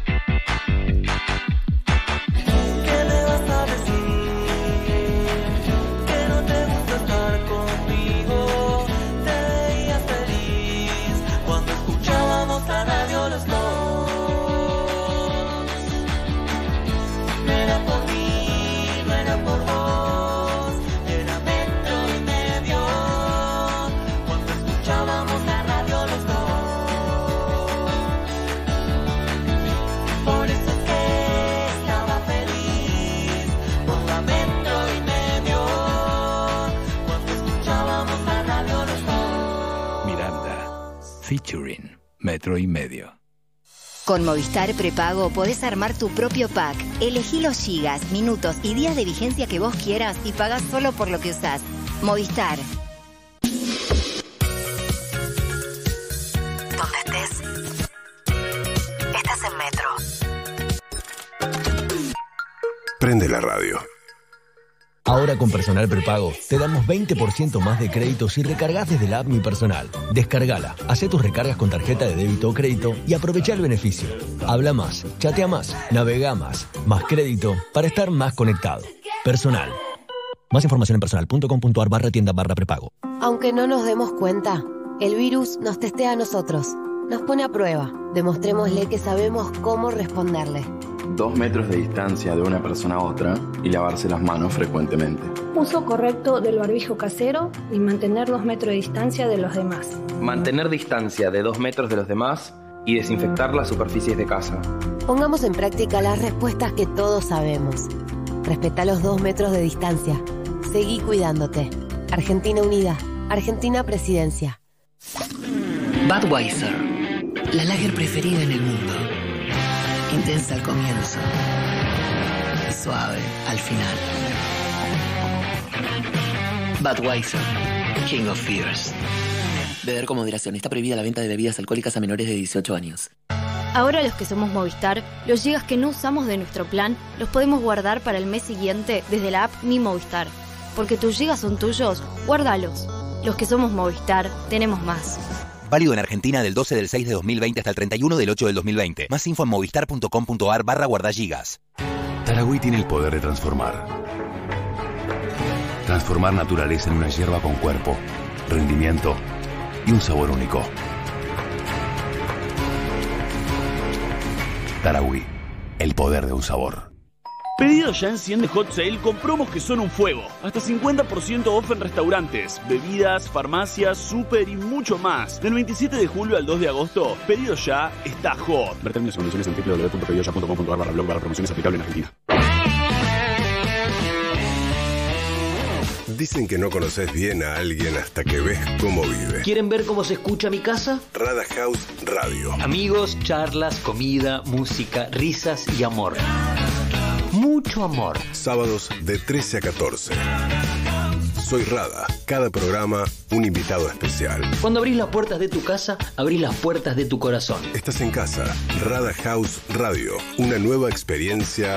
¿Qué me vas a decir? Que no te gusta estar conmigo. Te veías feliz cuando escuchábamos la radio los dos. No era por mí, no era por vos, era metro y medio. Cuando escuchábamos la radio los dos. Por eso es que estaba feliz por la metro y medio. Cuando escuchábamos la radio los dos. Miranda, featuring Metro y Medio. Con Movistar Prepago podés armar tu propio pack. Elegí los gigas, minutos y días de vigencia que vos quieras y pagás solo por lo que usás. Movistar. Donde estés, estás en Metro. prende la radio. Ahora con Personal Prepago te damos veinte por ciento más de crédito si recargas desde la app Mi Personal. Descargala, hacé tus recargas con tarjeta de débito o crédito y aprovecha el beneficio. Habla más, chatea más, navega más, más crédito para estar más conectado. Personal. Más información en personal.com.ar barra tienda barra prepago. Aunque no nos demos cuenta, el virus nos testea a nosotros. Nos pone a prueba. Demostrémosle que sabemos cómo responderle. Dos metros de distancia de una persona a otra y lavarse las manos frecuentemente. Uso correcto del barbijo casero y mantener dos metros de distancia de los demás. Mantener distancia de dos metros de los demás y desinfectar las superficies de casa. Pongamos en práctica las respuestas que todos sabemos. Respeta los dos metros de distancia. Seguí cuidándote. Argentina Unida. Argentina Presidencia. Budweiser. La lager preferida en el mundo. Intensa al comienzo y suave al final. Budweiser, King of Beers. Beber con moderación. Está prohibida la venta de bebidas alcohólicas a menores de dieciocho años. Ahora los que somos Movistar, los gigas que no usamos de nuestro plan los podemos guardar para el mes siguiente desde la app Mi Movistar. Porque tus gigas son tuyos, guárdalos. Los que somos Movistar, tenemos más. Válido en Argentina del doce del seis de dos mil veinte hasta el treinta y uno del ocho del dos mil veinte. Más info en movistar.com.ar barra guardagigas. Taragüí tiene el poder de transformar. Transformar naturaleza en una hierba con cuerpo, rendimiento y un sabor único. Taragüí, el poder de un sabor. Pedido ya enciende Hot Sale con promos que son un fuego. Hasta cincuenta por ciento off en restaurantes, bebidas, farmacias, súper y mucho más. Del veintisiete de julio al dos de agosto, Pedido Ya está hot. Ver términos y condiciones en doble u doble u doble u punto pedido ya punto com punto ar barra blog barra promociones aplicable en Argentina. Dicen que no conoces bien a alguien hasta que ves cómo vive. ¿Quieren ver cómo se escucha mi casa? Rada House Radio. Amigos, charlas, comida, música, risas y amor. Mucho amor. Sábados de trece a catorce. Soy Rada. Cada programa, un invitado especial. Cuando abrís las puertas de tu casa, abrís las puertas de tu corazón. Estás en casa. Rada House Radio. Una nueva experiencia.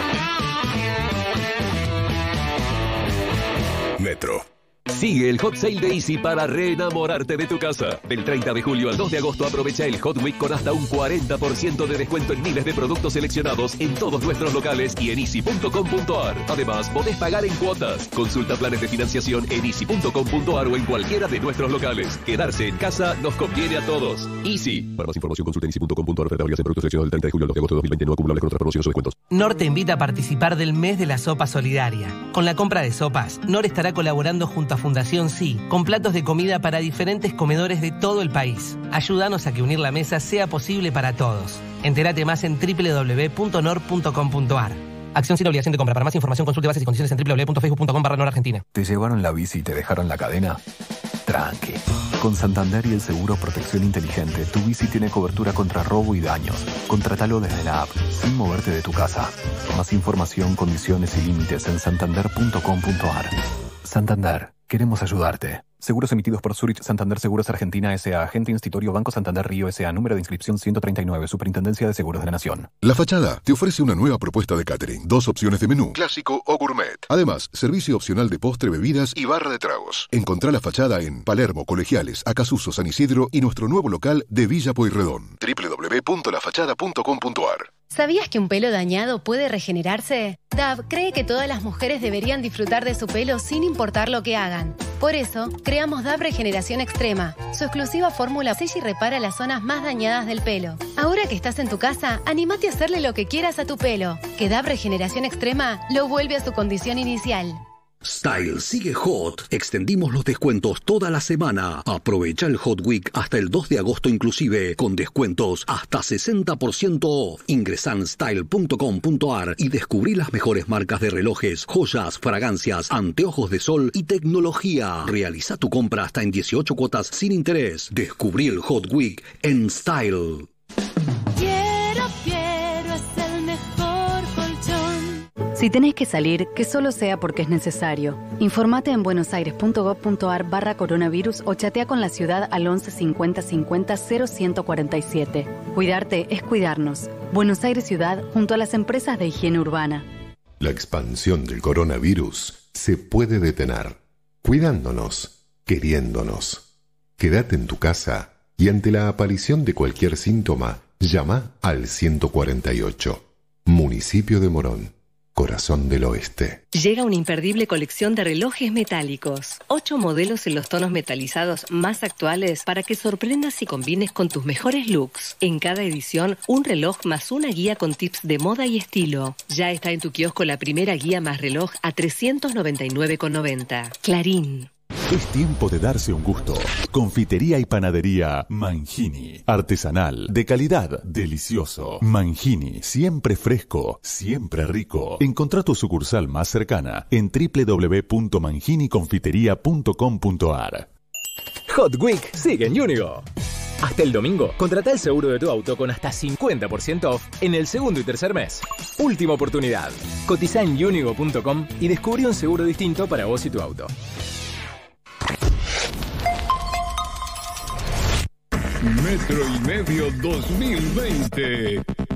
Metro. Sigue el Hot Sale de Easy para reenamorarte de tu casa. Del treinta de julio al dos de agosto aprovecha el Hot Week con hasta un cuarenta por ciento de descuento en miles de productos seleccionados en todos nuestros locales y en easy punto com punto ar. Además, podés pagar en cuotas. Consulta planes de financiación en easy punto com punto ar o en cualquiera de nuestros locales. Quedarse en casa nos conviene a todos. Easy. Para más información consulta en easy punto com punto ar. Oferta válida en productos seleccionados del treinta de julio al dos de agosto de dos mil veinte. No acumulables con otras promociones o descuentos. Nor te invita a participar del mes de la sopa solidaria. Con la compra de sopas, Nor estará colaborando junto a Fundación Sí, con platos de comida para diferentes comedores de todo el país. Ayúdanos a que unir la mesa sea posible para todos. Entérate más en doble u doble u doble u punto nor punto com punto ar. Acción sin obligación de compra. Para más información consulte bases y condiciones en doble u doble u doble u punto facebook punto com barra nor argentina. ¿Te llevaron la bici y te dejaron la cadena? Tranqui. Con Santander y el seguro Protección Inteligente, tu bici tiene cobertura contra robo y daños. Contratalo desde la app, sin moverte de tu casa. Más información, condiciones y límites en santander punto com punto ar. Santander. Queremos ayudarte. Seguros emitidos por Zurich Santander Seguros Argentina S A. Agente Institutorio Banco Santander Río S A. Número de inscripción ciento treinta y nueve. Superintendencia de Seguros de la Nación. La Fachada te ofrece una nueva propuesta de catering. Dos opciones de menú, clásico o gourmet. Además, servicio opcional de postre, bebidas y barra de tragos. Encontrá La Fachada en Palermo, Colegiales, Acasuso, San Isidro y nuestro nuevo local de Villa Pueyrredón. doble u doble u doble u punto la fachada punto com punto ar. ¿Sabías que un pelo dañado puede regenerarse? Dove cree que todas las mujeres deberían disfrutar de su pelo sin importar lo que hagan. Por eso, creamos Dove Regeneración Extrema. Su exclusiva fórmula sella y repara las zonas más dañadas del pelo. Ahora que estás en tu casa, anímate a hacerle lo que quieras a tu pelo. Que Dove Regeneración Extrema lo vuelve a su condición inicial. Style sigue hot. Extendimos los descuentos toda la semana. Aprovecha el Hot Week hasta el dos de agosto inclusive, con descuentos hasta sesenta por ciento off. Ingresá en style punto com punto ar y descubrí las mejores marcas de relojes, joyas, fragancias, anteojos de sol y tecnología. Realiza tu compra hasta en dieciocho cuotas sin interés. Descubrí el Hot Week en Style. Quiero, quiero, es el mejor colchón. Si tenés que salir, que solo sea porque es necesario. Informate en buenosaires punto gov punto ar barra coronavirus o chatea con la ciudad al once cincuenta cincuenta cero ciento cuarenta y siete. Cuidarte es cuidarnos. Buenos Aires Ciudad junto a las empresas de higiene urbana. La expansión del coronavirus se puede detener, cuidándonos, queriéndonos. Quédate en tu casa y ante la aparición de cualquier síntoma, llama al ciento cuarenta y ocho. Municipio de Morón, corazón del oeste. Llega una imperdible colección de relojes metálicos. Ocho modelos en los tonos metalizados más actuales para que sorprendas y combines con tus mejores looks. En cada edición, un reloj más una guía con tips de moda y estilo. Ya está en tu kiosco la primera guía más reloj a trescientos noventa y nueve con noventa. Clarín. Es tiempo de darse un gusto. Confitería y panadería Mangini. Artesanal, de calidad, delicioso. Mangini, siempre fresco, siempre rico. Encontrá tu sucursal más cercana en doble u doble u doble u punto mangini confitería punto com punto a r. Hot Week sigue en Unigo. Hasta el domingo, contratá el seguro de tu auto con hasta cincuenta por ciento off en el segundo y tercer mes. Última oportunidad. Cotizá en unigo punto com y descubrí un seguro distinto para vos y tu auto. Metro y Medio dos mil veinte.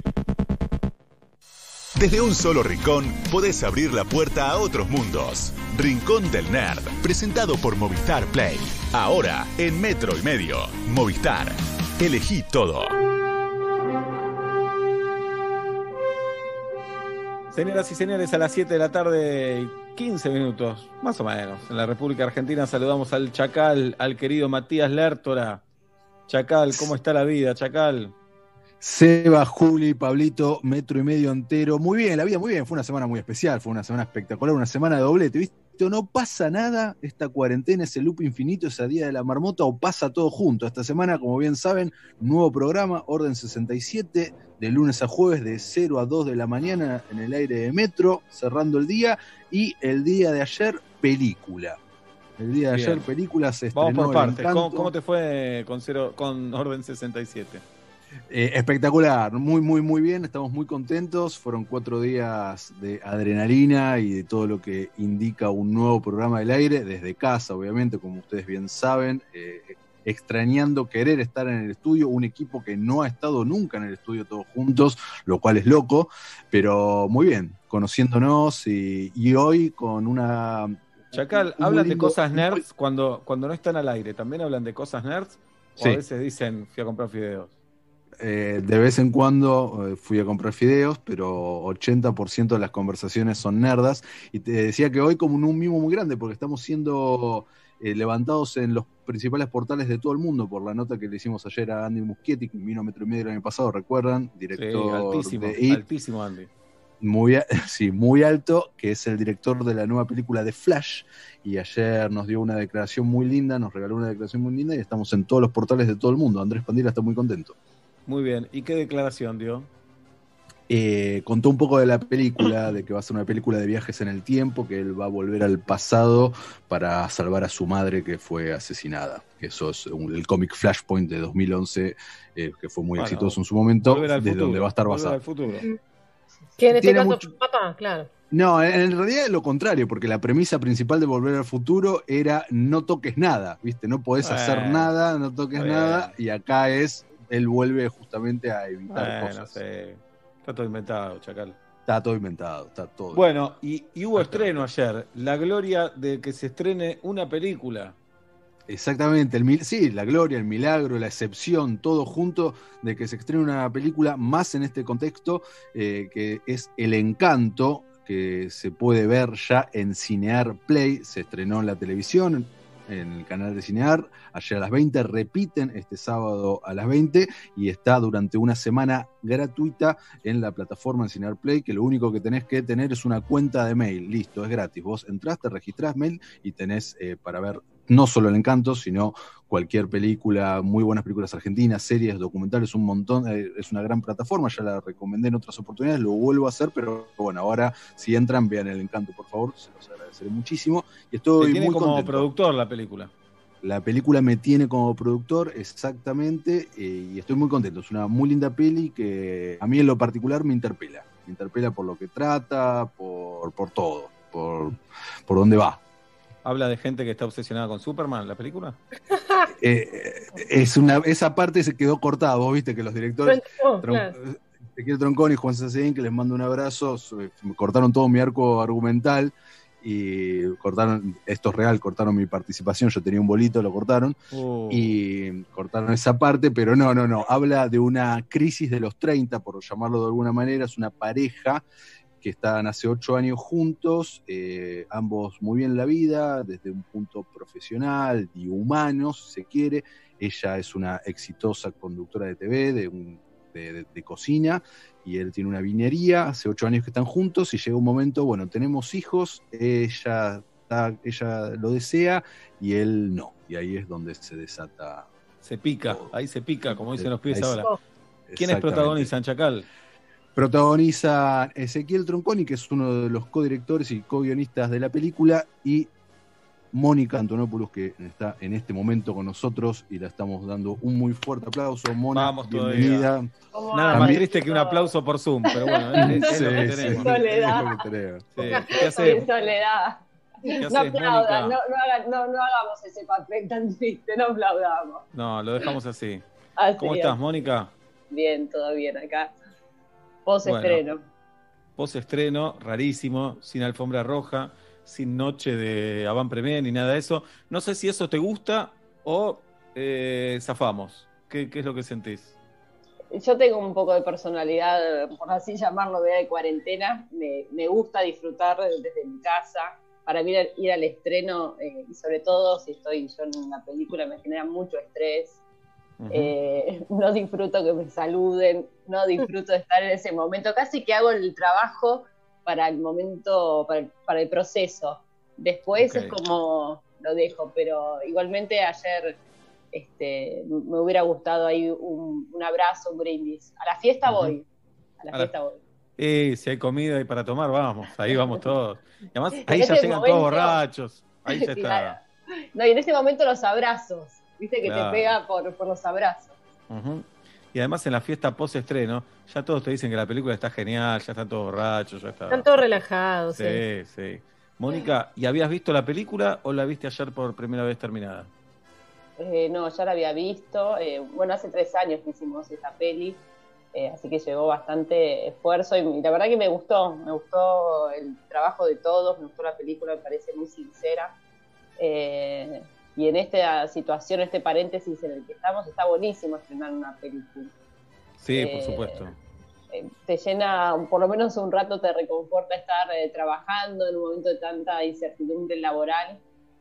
Desde un solo rincón podés abrir la puerta a otros mundos. Rincón del Nerd, presentado por Movistar Play. Ahora en Metro y Medio. Movistar. Elegí todo. Señoras y señores, a las siete de la tarde y quince minutos, más o menos, en la República Argentina saludamos al Chacal, al querido Matías Lertora. Chacal, ¿cómo está la vida, Chacal? Seba, Juli, Pablito, Metro y Medio entero. Muy bien, la vida muy bien. Fue una semana muy especial, fue una semana espectacular, una semana de doblete. ¿Viste? No pasa nada, esta cuarentena, ese loop infinito, esa día de la marmota, o pasa todo junto. Esta semana, como bien saben, nuevo programa, Orden sesenta y siete, de lunes a jueves, de cero a dos de la mañana, en el aire de Metro, cerrando el día. Y el día de ayer, película. El día de Bien. ayer, película se estrenó. Vamos por partes. ¿Cómo, ¿Cómo te fue con, cero, con Orden sesenta y siete? Eh, espectacular, muy, muy, muy bien. Estamos muy contentos. Fueron cuatro días de adrenalina y de todo lo que indica un nuevo programa del aire, desde casa, obviamente, como ustedes bien saben. Eh, extrañando querer estar en el estudio, un equipo que no ha estado nunca en el estudio todos juntos, lo cual es loco, pero muy bien, conociéndonos y, y hoy con una... Chacal, ¿hablan de cosas nerds cuando, cuando no están al aire? ¿También hablan de cosas nerds? ¿O sí. a veces dicen, fui a comprar fideos? Eh, de vez en cuando eh, fui a comprar fideos, pero ochenta por ciento de las conversaciones son nerdas. Y te decía que hoy como un mimo muy grande, porque estamos siendo eh, levantados en los principales portales de todo el mundo por la nota que le hicimos ayer a Andy Muschietti, que vino a Metro y Medio el año pasado, ¿recuerdan? Director sí, altísimo, de I T. altísimo Andy. Muy, sí, muy alto, que es el director de la nueva película de Flash, y ayer nos dio una declaración muy linda, nos regaló una declaración muy linda y estamos en todos los portales de todo el mundo. Andrés Pandila está muy contento. Muy bien, ¿y qué declaración dio? Eh, contó un poco de la película, de que va a ser una película de viajes en el tiempo, que él va a volver al pasado para salvar a su madre que fue asesinada. Que eso es un, el cómic Flashpoint de dos mil once, eh, que fue muy bueno, exitoso en su momento, desde futuro, donde va a estar basado. Al futuro. ¿Quién en este caso mucho... papá? Claro. No, en realidad es lo contrario, porque la premisa principal de Volver al Futuro era no toques nada, ¿viste? No podés bueno, hacer nada, no toques bueno. nada, y acá es, él vuelve justamente a evitar bueno, cosas. Sí. Está todo inventado, Chacal. Está todo inventado, está todo. Bueno, y, y hubo estreno ayer, la gloria de que se estrene una película. Exactamente, el, sí, la gloria, el milagro, la excepción, todo junto de que se estrene una película más en este contexto, eh, que es El Encanto, que se puede ver ya en Cinear Play, se estrenó en la televisión, en el canal de Cinear, ayer a las veinte, repiten este sábado a las veinte, y está durante una semana gratuita en la plataforma en Cinear Play, que lo único que tenés que tener es una cuenta de mail, listo, es gratis, vos entrás, te registrás mail y tenés eh, para ver no solo El Encanto, sino cualquier película, muy buenas películas argentinas, series, documentales, un montón, eh, es una gran plataforma, ya la recomendé en otras oportunidades, lo vuelvo a hacer, pero bueno, ahora si entran, vean El Encanto, por favor, se los agradeceré muchísimo. Y estoy Te tiene muy como contento. productor la película. La película me tiene como productor, exactamente, eh, y estoy muy contento, es una muy linda peli que a mí en lo particular me interpela, me interpela por lo que trata, por, por todo, por, por dónde va. ¿Habla de gente que está obsesionada con Superman, la película? Eh, es una, esa parte se quedó cortada, vos viste que los directores... Oh, claro. Ezequiel Tronconi y Juan Sacedín, que les mando un abrazo. Me cortaron todo mi arco argumental y cortaron, esto es real, cortaron mi participación, yo tenía un bolito, lo cortaron, oh. y cortaron esa parte, pero no, no, no, habla de una crisis de los treinta, por llamarlo de alguna manera, es una pareja que están hace ocho años juntos, eh, ambos muy bien en la vida, desde un punto profesional y humano, si se quiere. Ella es una exitosa conductora de T V, de un De, de, de cocina, y él tiene una vinería, hace ocho años que están juntos, y llega un momento, bueno, tenemos hijos, ella, está, ella lo desea, y él no, y ahí es donde se desata. Se pica, todo. Ahí se pica, como dicen los pibes ahora. ¿Quiénes protagonizan, Chacal? Protagoniza Ezequiel Tronconi, que es uno de los codirectores y co-guionistas de la película, y Mónica Antonopoulos, que está en este momento con nosotros y la estamos dando un muy fuerte aplauso. Mónica, vamos, bienvenida. Nada más triste que un aplauso por Zoom, pero bueno, es, es, sí, lo que tenemos. Soledad. Es lo que tenemos. Sí. ¿Qué hacemos? Soledad. ¿Qué no haces, aplaudan, no, Mónica? no, hagan, no, no hagamos ese papel tan triste, no aplaudamos. No, lo dejamos así. así ¿Cómo es. estás, Mónica? Bien, todo bien acá. Post estreno. Bueno, post estreno, rarísimo, sin alfombra roja, sin noche de avant premier ni nada de eso. No sé si eso te gusta o eh, zafamos. ¿Qué, ¿Qué es lo que sentís? Yo tengo un poco de personalidad, por así llamarlo, de cuarentena. Me, me gusta disfrutar desde mi casa. Para mí ir al estreno, eh, y sobre todo si estoy yo en una película, me genera mucho estrés. Uh-huh. Eh, no disfruto que me saluden, no disfruto de estar en ese momento. Casi que hago el trabajo para el momento, para el, para el proceso. Después okay. es como lo dejo, pero igualmente ayer este, me hubiera gustado ahí un, un abrazo, un brindis. A la fiesta uh-huh. voy, a la a fiesta la... voy. Eh, si hay comida y para tomar, vamos, ahí vamos todos. Y además, ahí ya llegan momento, todos borrachos, ahí ya está. Claro. No, y en ese momento los abrazos, viste que claro. te pega por, por los abrazos. Uh-huh. Y además en la fiesta post-estreno, ya todos te dicen que la película está genial, ya están todos borrachos, ya está... Están todos relajados. Sí, sí, sí. Mónica, ¿y habías visto la película o la viste ayer por primera vez terminada? Eh, no, ya la había visto. Eh, bueno, hace tres años que hicimos esa peli, eh, así que llevó bastante esfuerzo y, y la verdad que me gustó. Me gustó el trabajo de todos, me gustó la película, me parece muy sincera. Eh, y en esta situación, este paréntesis en el que estamos, está buenísimo estrenar una película. Sí, eh, por supuesto. Eh, te llena, por lo menos un rato te reconforta estar eh, trabajando en un momento de tanta incertidumbre laboral,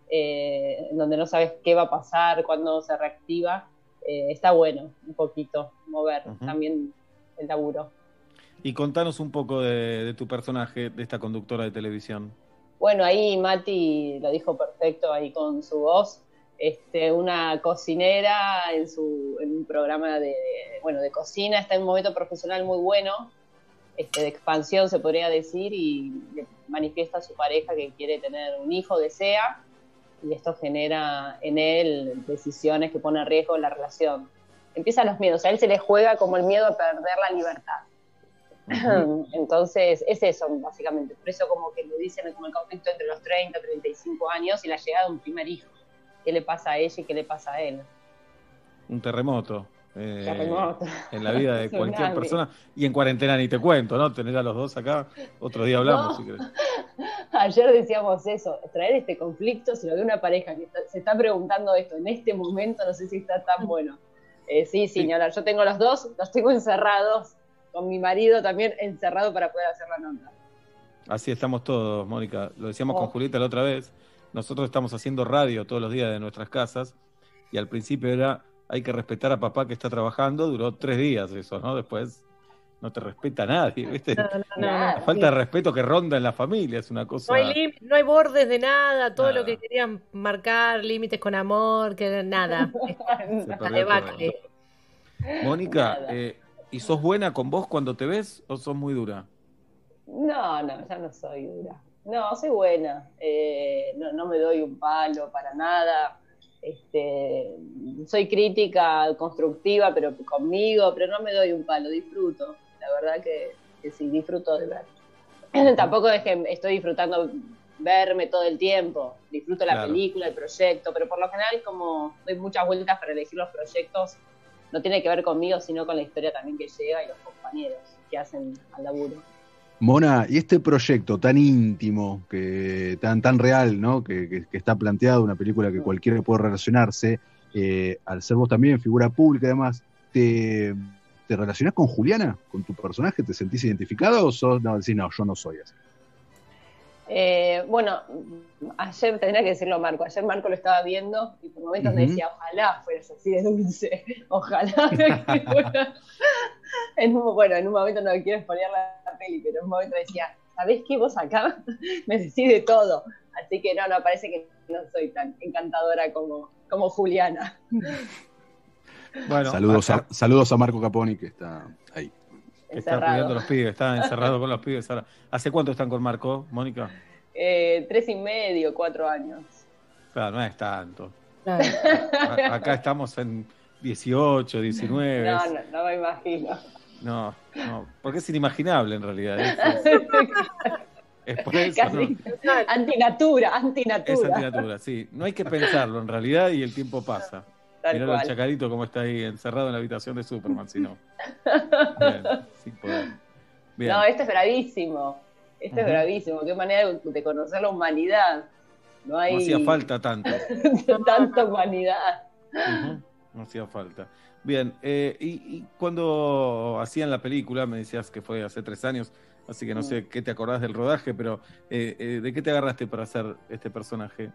eh, en donde no sabes qué va a pasar, cuándo se reactiva. Eh, está bueno un poquito mover uh-huh. también el laburo. Y contanos un poco de, de tu personaje, de esta conductora de televisión. Bueno, ahí Mati lo dijo perfecto ahí con su voz. Este, una cocinera en su en un programa de bueno de cocina, está en un momento profesional muy bueno, este, de expansión se podría decir, y le manifiesta a su pareja que quiere tener un hijo, desea, y esto genera en él decisiones que ponen en riesgo la relación. Empiezan los miedos, a él se le juega como el miedo a perder la libertad. Uh-huh. Entonces es eso básicamente, por eso como que lo dicen como el conflicto entre los treinta, treinta y cinco años y la llegada de un primer hijo. ¿Qué le pasa a ella y qué le pasa a él? Un terremoto, eh, terremoto. En la vida de cualquier persona. Y en cuarentena ni te cuento, ¿no? Tener a los dos acá, otro día hablamos, no. si querés. Ayer decíamos eso, traer este conflicto, si lo ve una pareja que está, se está preguntando esto en este momento, no sé si está tan bueno. Eh, sí, sí, sí. Ni hablar. Yo tengo los dos, los tengo encerrados, con mi marido también encerrado para poder hacer la nota. Así estamos todos, Mónica. Lo decíamos oh. con Julieta la otra vez. Nosotros estamos haciendo radio todos los días de nuestras casas y al principio era, hay que respetar a papá que está trabajando, duró tres días eso, ¿no? Después no te respeta nadie, ¿viste? No, no, no, la no, falta sí. de respeto que ronda en la familia es una cosa... No hay, lim- no hay bordes de nada, todo nada. Lo que querían marcar, límites con amor, que nada. Debacle. Mónica, eh, ¿y sos buena con vos cuando te ves o sos muy dura? No, no, ya no soy dura. No, soy buena, eh, no, no me doy un palo para nada, este, soy crítica, constructiva, pero conmigo, pero no me doy un palo, disfruto, la verdad que, que sí, disfruto de ver. Tampoco es que estoy disfrutando verme todo el tiempo, disfruto la claro. película, el proyecto, pero por lo general como doy muchas vueltas para elegir los proyectos, no tiene que ver conmigo, sino con la historia también que llega y los compañeros que hacen al laburo. Mona, y este proyecto tan íntimo, que tan, tan real, ¿no? Que, que, que está planteado, una película que cualquiera puede relacionarse, eh, al ser vos también figura pública, además, ¿te, te relacionás con Juliana, con tu personaje? ¿Te sentís identificado o sos, no, decís, no, yo no soy así? Eh, bueno, ayer tendría que decirlo Marco, ayer Marco lo estaba viendo y por momentos uh-huh. me decía, ojalá fueras así de dulce, ojalá que fuera. En un, bueno, en un momento no quiero spoilear la peli, pero en un momento decía, ¿sabés qué? Vos acá me decís de todo, así que no, no, parece que no soy tan encantadora como, como Juliana. Bueno, saludos a, saludos a Marco Caponi, que está ahí. Está cuidando a los pibes, está encerrado con los pibes ahora. ¿Hace cuánto están con Marco, Mónica? Eh, tres y medio, cuatro años. Claro, no es tanto. Claro. A, acá estamos en dieciocho, diecinueve. No, no, no me imagino. No, no, porque es inimaginable en realidad. Es, es por eso. Casi, ¿no? Antinatura, antinatura. Es antinatura, sí. No hay que pensarlo en realidad y el tiempo pasa. Mirá al Chacarito cómo está ahí encerrado en la habitación de Superman, si no. Bien, sin poder. Bien. No, esto es bravísimo. Esto uh-huh. es bravísimo. Qué manera de conocer la humanidad. No, hay... no hacía falta tanto. Tanta humanidad. Uh-huh. No hacía falta. Bien, eh, y, y cuando hacían la película, me decías que fue hace tres años, así que no uh-huh. sé qué te acordás del rodaje, pero eh, eh, ¿de qué te agarraste para hacer este personaje?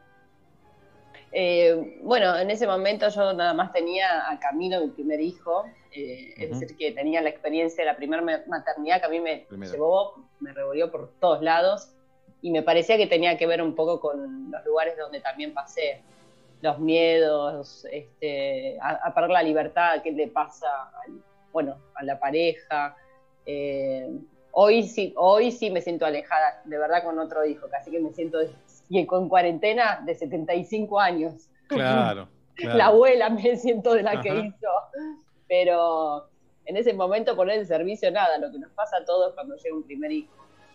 Eh, bueno, en ese momento yo nada más tenía a Camilo, mi primer hijo, eh, uh-huh. es decir, que tenía la experiencia de la primera maternidad que a mí me Primera. llevó, me revolvió por todos lados y me parecía que tenía que ver un poco con los lugares donde también pasé, los miedos, este, a, a perder la libertad, qué le pasa al, bueno, a la pareja. Eh, hoy, sí, hoy sí me siento alejada, de verdad, con otro hijo, casi que me siento... Y con cuarentena de setenta y cinco años. Claro, claro. La abuela me siento de la Ajá. que hizo. Pero en ese momento poner en servicio nada, lo que nos pasa a todos cuando llega un primer hijo.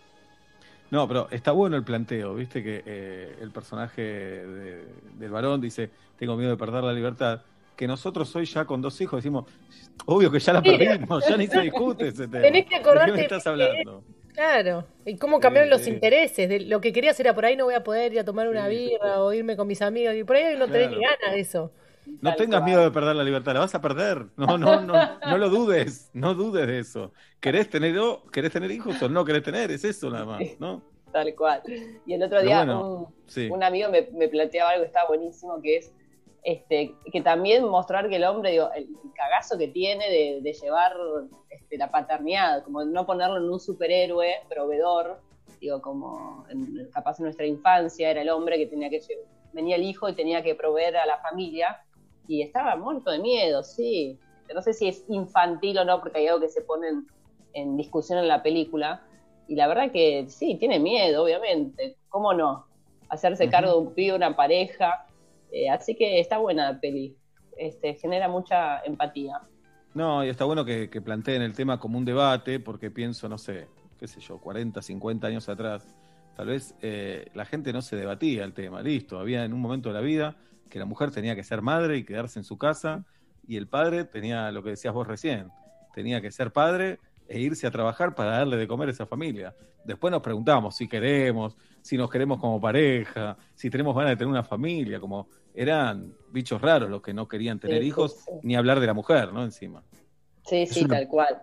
No, pero está bueno el planteo, viste que eh, el personaje de, del varón dice, tengo miedo de perder la libertad. Que nosotros hoy ya con dos hijos decimos, obvio que ya la perdimos, ya ni se discute ese tema. Tenés que acordarte ¿de qué me estás hablando? Claro, y cómo cambiaron sí, los sí. intereses, de lo que querías era por ahí no voy a poder ir a tomar una sí, birra sí. o irme con mis amigos, y por ahí no tenés claro. ni ganas de eso. No Tal tengas cual. miedo de perder la libertad, la vas a perder. No, no, no, no lo dudes, no dudes de eso. ¿Querés tener, querés tener hijos o no querés tener? Es eso nada más, ¿no? Tal cual. Y el otro día bueno, un, sí. un amigo me, me planteaba algo que estaba buenísimo, que es este, que también mostrar que el hombre, digo, el cagazo que tiene de, de llevar este, la paternidad, como no ponerlo en un superhéroe, proveedor, digo, como en, capaz en nuestra infancia era el hombre que tenía que llevar, venía el hijo y tenía que proveer a la familia, y estaba muerto de miedo, sí. No sé si es infantil o no, porque hay algo que se pone en, en discusión en la película, y la verdad que sí, tiene miedo, obviamente, ¿cómo no? Hacerse uh-huh. cargo de un pibe, una pareja. Eh, así que está buena la peli, este, genera mucha empatía. No, y está bueno que, que planteen el tema como un debate, porque pienso, no sé, qué sé yo, cuarenta, cincuenta años atrás, tal vez eh, la gente no se debatía el tema, listo, había en un momento de la vida que la mujer tenía que ser madre y quedarse en su casa, y el padre tenía lo que decías vos recién, tenía que ser padre e irse a trabajar para darle de comer a esa familia. Después nos preguntamos si queremos, si nos queremos como pareja, si tenemos ganas de tener una familia, como eran bichos raros los que no querían tener sí, hijos, sí, sí. ni hablar de la mujer, ¿no? Encima. Sí, sí, una... tal cual.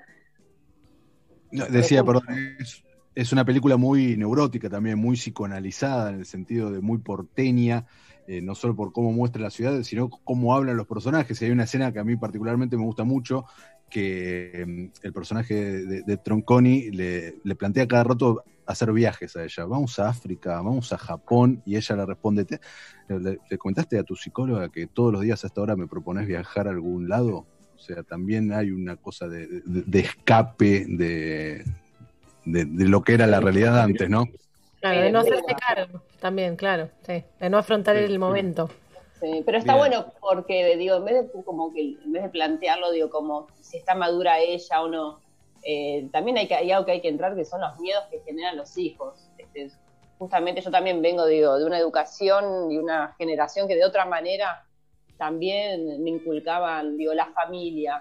No, decía, perdón, es, es una película muy neurótica también, muy psicoanalizada en el sentido de muy porteña, eh, no solo por cómo muestra la ciudad, sino cómo hablan los personajes. Y hay una escena que a mí particularmente me gusta mucho, que eh, el personaje de, de Tronconi le, le plantea cada rato hacer viajes a ella. Vamos a África, vamos a Japón, y ella le responde, ¿te, le, ¿le comentaste a tu psicóloga que todos los días hasta ahora me propones viajar a algún lado? O sea, también hay una cosa de, de, de escape de, de, de lo que era la realidad antes, ¿no? Claro, de no hacerse cargo también, claro, sí, de no afrontar sí, el momento. Sí, pero está Bien. bueno porque, digo, en vez de como que en vez de plantearlo, digo, como si está madura ella o no, eh, también hay, que, hay algo que hay que entrar, que son los miedos que generan los hijos. Este, justamente yo también vengo, digo, de una educación y una generación que de otra manera también me inculcaban, digo, la familia,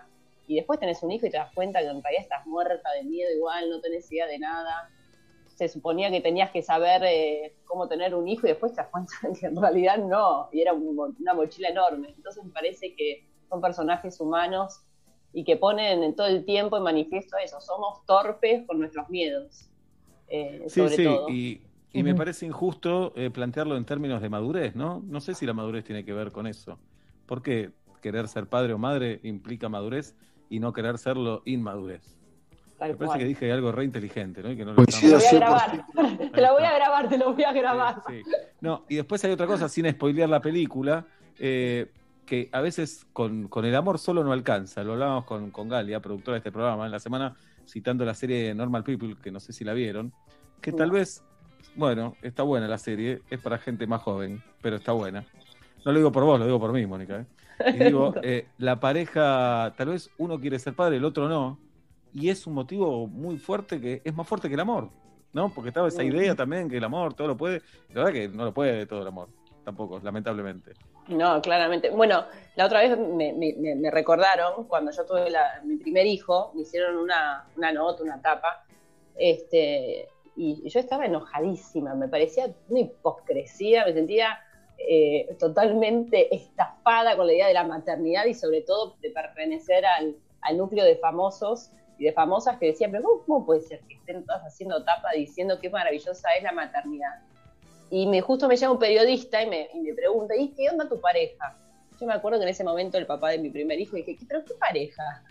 y después tenés un hijo y te das cuenta que en realidad estás muerta de miedo igual, no tenés idea de nada. Se suponía que tenías que saber eh, cómo tener un hijo y después te das cuenta que en realidad no, y era un, una mochila enorme. Entonces me parece que son personajes humanos y que ponen en todo el tiempo en manifiesto eso, somos torpes con nuestros miedos, eh, Sí, sobre sí, todo. y, y me parece injusto eh, plantearlo en términos de madurez, ¿no? No sé si la madurez tiene que ver con eso. Porque querer ser padre o madre implica madurez y no querer serlo inmadurez. Tal Me parece cual. que dije algo re inteligente, ¿no? Y que no lo Coincido Te lo voy a estamos- grabar, te lo voy a grabar, te lo voy a grabar. Sí. No, y después hay otra cosa, sin spoilear la película, eh, que a veces con, con el amor solo no alcanza. Lo hablábamos con, con Galia, productora de este programa, en la semana, citando la serie Normal People, que no sé si la vieron, que tal vez, bueno, está buena la serie, es para gente más joven, pero está buena. No lo digo por vos, lo digo por mí, Mónica. ¿eh? Y digo, eh, la pareja, tal vez uno quiere ser padre, el otro no, y es un motivo muy fuerte, que es más fuerte que el amor, ¿no? Porque estaba esa idea también que el amor todo lo puede, la verdad que no lo puede todo el amor, tampoco, lamentablemente. No, claramente. Bueno, la otra vez me, me, me recordaron, cuando yo tuve la, mi primer hijo, me hicieron una, una nota, una tapa, este, y yo estaba enojadísima, me parecía una hipocresía, me sentía eh, totalmente estafada con la idea de la maternidad y sobre todo de pertenecer al, al núcleo de famosos y de famosas que decían, pero ¿cómo, cómo puede ser que estén todas haciendo tapa diciendo qué maravillosa es la maternidad? Y me, justo me llama un periodista y me, y me pregunta, ¿y qué onda tu pareja? Yo me acuerdo que en ese momento el papá de mi primer hijo dije, ¿pero qué pareja?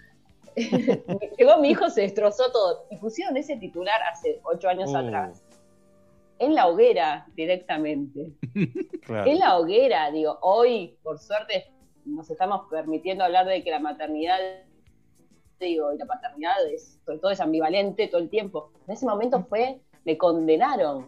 Llegó mi hijo, se destrozó todo. Y pusieron ese titular hace ocho años Oh. atrás. En la hoguera, directamente. Claro. En la hoguera, digo, hoy, por suerte, nos estamos permitiendo hablar de que la maternidad, digo, y la paternidad es, sobre todo es ambivalente todo el tiempo. En ese momento fue, me condenaron.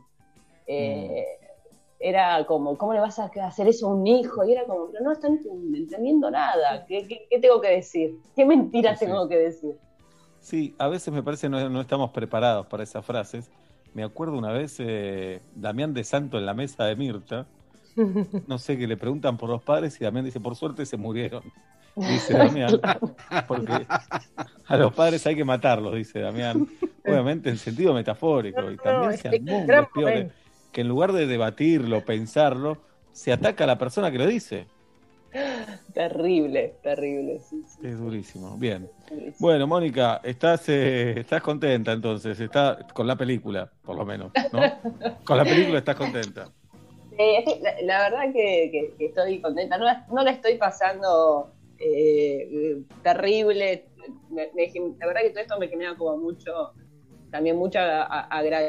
Eh, era como, ¿cómo le vas a hacer eso a un hijo? Y era como, pero no están entendiendo nada. ¿Qué, qué, qué tengo que decir? ¿Qué mentiras Sí, sí. tengo que decir? Sí, a veces me parece no, no estamos preparados para esas frases. Me acuerdo una vez, eh, Damián de Santo en la mesa de Mirta, no sé, que le preguntan por los padres y Damián dice, por suerte se murieron. Dice Damián, porque a los padres hay que matarlos, dice Damián. Obviamente en sentido metafórico. Y también No, se es armó un gran despiole, momento. que en lugar de debatirlo, pensarlo, se ataca a la persona que lo dice. Terrible, terrible. Sí, sí. Es durísimo. Bien. Durísimo. Bueno, Mónica, estás, eh, estás contenta entonces, está con la película, por lo menos, ¿no? Con la película estás contenta. Eh, es que la, la verdad que, que- que estoy contenta. No, la- no la estoy pasando eh, terrible. Me- me- la verdad que todo esto me genera como mucho, también mucho a- a-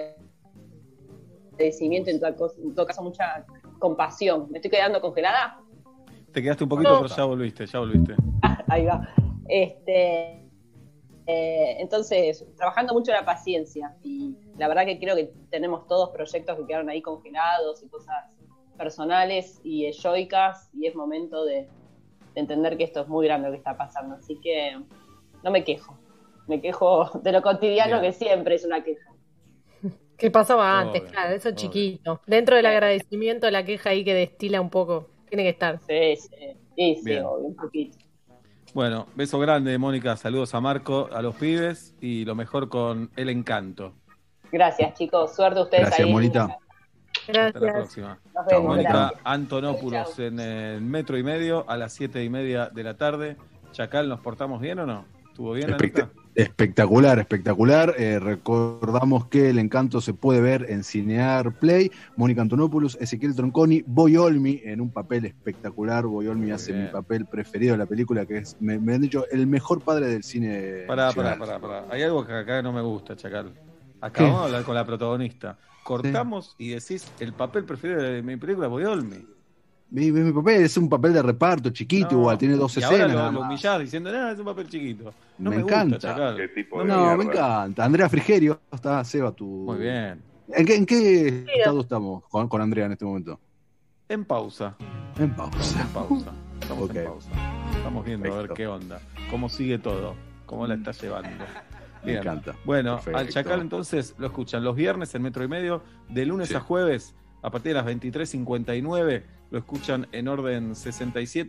agradecimiento, en todo, cos- en todo caso mucha compasión. ¿Me estoy quedando congelada? Te quedaste un poquito, No. pero ya volviste, ya volviste. Ahí va. Este, eh, entonces, trabajando mucho la paciencia. Y la verdad que creo que tenemos todos proyectos que quedaron ahí congelados y cosas personales y eyoicas. Y es momento de, de entender que esto es muy grande lo que está pasando. Así que no me quejo. Me quejo de lo cotidiano, Bien. que siempre es una queja. Que pasaba antes, Obvio, claro, eso es obvio. chiquito. Dentro del agradecimiento, la queja ahí que destila un poco, tiene que estar. Sí, sí, sí, sí, Bien. obvio, un poquito. Bueno, beso grande, Mónica, saludos a Marco, a los pibes y lo mejor con El Encanto. Gracias, chicos. Suerte a ustedes Gracias, ahí. Monita. Hasta la Gracias. próxima. Nos Chao, vemos. Mónica gracias. Antonopoulos Chau. en el metro y medio a las siete y media de la tarde. Chacal, ¿nos portamos bien o no? ¿Estuvo bien la Espect- nota? espectacular, espectacular. Eh, recordamos que El Encanto se puede ver en Cinear Play. Mónica Antonopoulos, Ezequiel Tronconi, Boy Olmi en un papel espectacular. Boy Olmi Muy hace bien. mi papel preferido de la película, que es, me, me han dicho, el mejor padre del cine. Pará, pará, nacional. pará, pará. Hay algo que acá no me gusta, Chacal. Acabamos de hablar con la protagonista. Cortamos y decís el papel preferido de mi película, Boy Olmi. Mi, mi- mi papel es un papel de reparto chiquito, No, igual, tiene dos y escenas. ahora nada lo, lo más. humillás diciendo, no, es un papel chiquito. No Me me, gusta, encanta. Chacal. ¿Qué tipo No de me No, me mierda? encanta. Andrea Frigerio, está Seba, tu. Muy bien. ¿En qué, en qué estado estamos con, con Andrea en este momento? En pausa. En pausa. En pausa. Estamos Ok. en pausa. Estamos viendo a ver Perfecto. qué onda. Cómo sigue todo. Cómo la está llevando. Me Bien. encanta. Bueno, Perfecto. al Chacal entonces lo escuchan los viernes en Metro y Medio, de lunes Sí. a jueves, a partir de las veintitrés cincuenta y nueve, lo escuchan en Orden sesenta y siete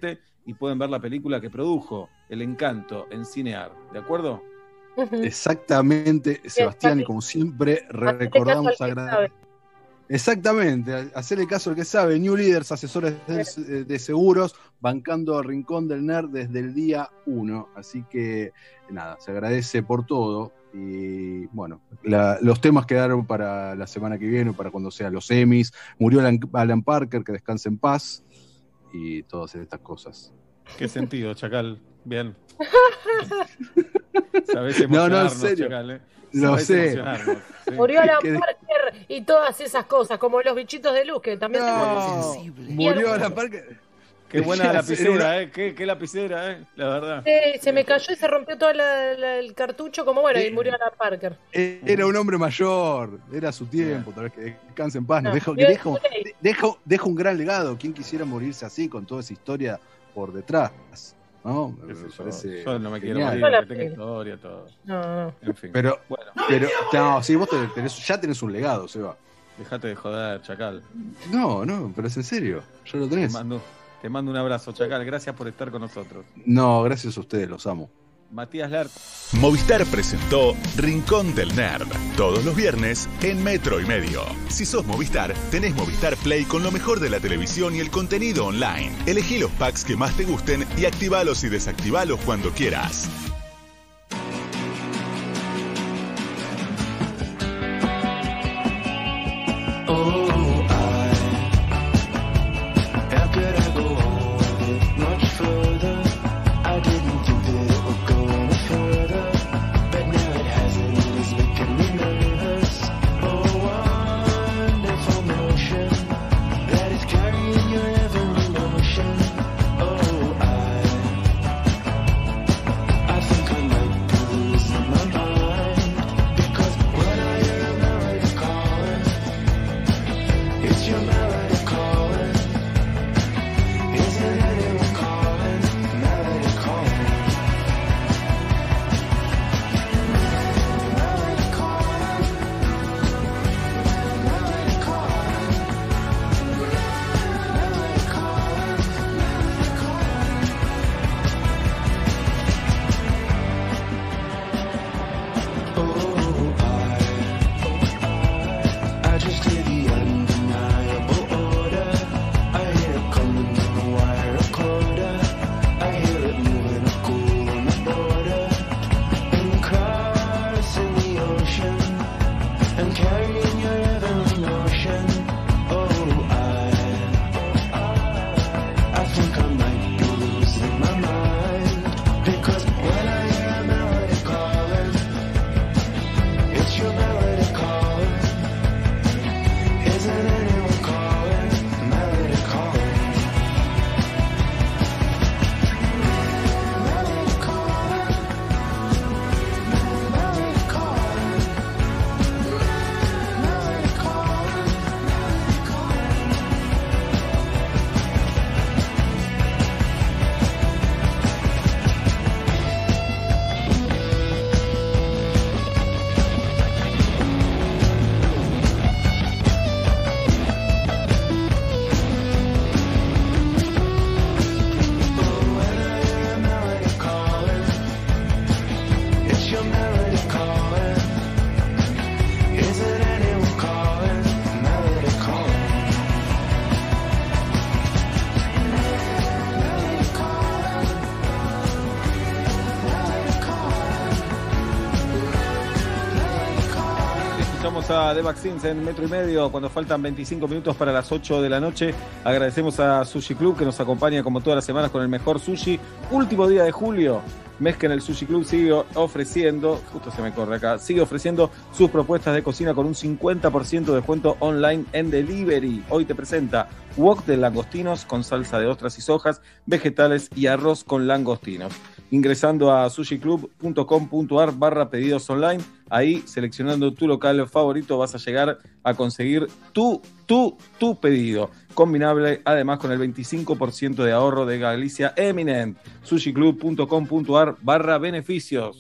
y pueden ver la película que produjo, El Encanto, en Cinear. ¿De acuerdo? Exactamente, Sebastián, y como siempre recordamos agradecer. Exactamente, hacerle caso al que sabe. New Leaders, asesores de, de seguros, bancando al Rincón del Nerd desde el día uno. Así que, nada, se agradece por todo. Y bueno, la, los temas quedaron para la semana que viene, para cuando sean los Emmys. Murió Alan, Alan Parker, que descanse en paz. Y todas estas cosas. ¿Qué sentido, Chacal? Bien. Sabés no, no, en serio. Chacal, ¿eh? Lo sé. ¿Sí? Murió Alan Parker y todas esas cosas, como los bichitos de luz, que también no, tengo murió Alan Parker. Qué buena lapicera, eh. Qué, qué lapicera, eh. La verdad. Sí, se me cayó y se rompió todo la, la, el cartucho, como bueno, eh, y murió Alan Parker. Era un hombre mayor, era su tiempo, tal vez que descanse en paz. No, dejo, que dejo, dejo, dejo un gran legado. ¿Quién quisiera morirse así, con toda esa historia por detrás? ¿No? Me yo, parece yo no me quiero genial. morir, que tenga historia, todo. No, no. En fin. Pero, bueno. pero no, sí, vos tenés, ya tenés un legado, Seba. Dejate de joder, Chacal. No, no, pero es en serio, ya lo tenés. Te mando, te mando un abrazo, Chacal. Gracias por estar con nosotros. No, gracias a ustedes, los amo. Matías Lert. Movistar presentó Rincón del Nerd, todos los viernes en Metro y Medio. Si sos Movistar, tenés Movistar Play con lo mejor de la televisión y el contenido online. Elegí los packs que más te gusten y activalos y desactivalos cuando quieras. A The Vaccines en Metro y Medio cuando faltan veinticinco minutos para las ocho de la noche. Agradecemos a Sushi Club que nos acompaña como todas las semanas con el mejor sushi. Último día de julio. Mezcla en el Sushi Club sigue ofreciendo, justo se me corre acá, sigue ofreciendo sus propuestas de cocina con un cincuenta por ciento de descuento online en delivery. Hoy te presenta wok de langostinos con salsa de ostras y sojas, vegetales y arroz con langostinos. Ingresando a sushiclub.com.ar barra pedidos online, ahí seleccionando tu local favorito vas a llegar a conseguir tu, tu, tu pedido. Combinable además con el veinticinco por ciento de ahorro de Galicia Eminent. sushiclub.com.ar barra beneficios.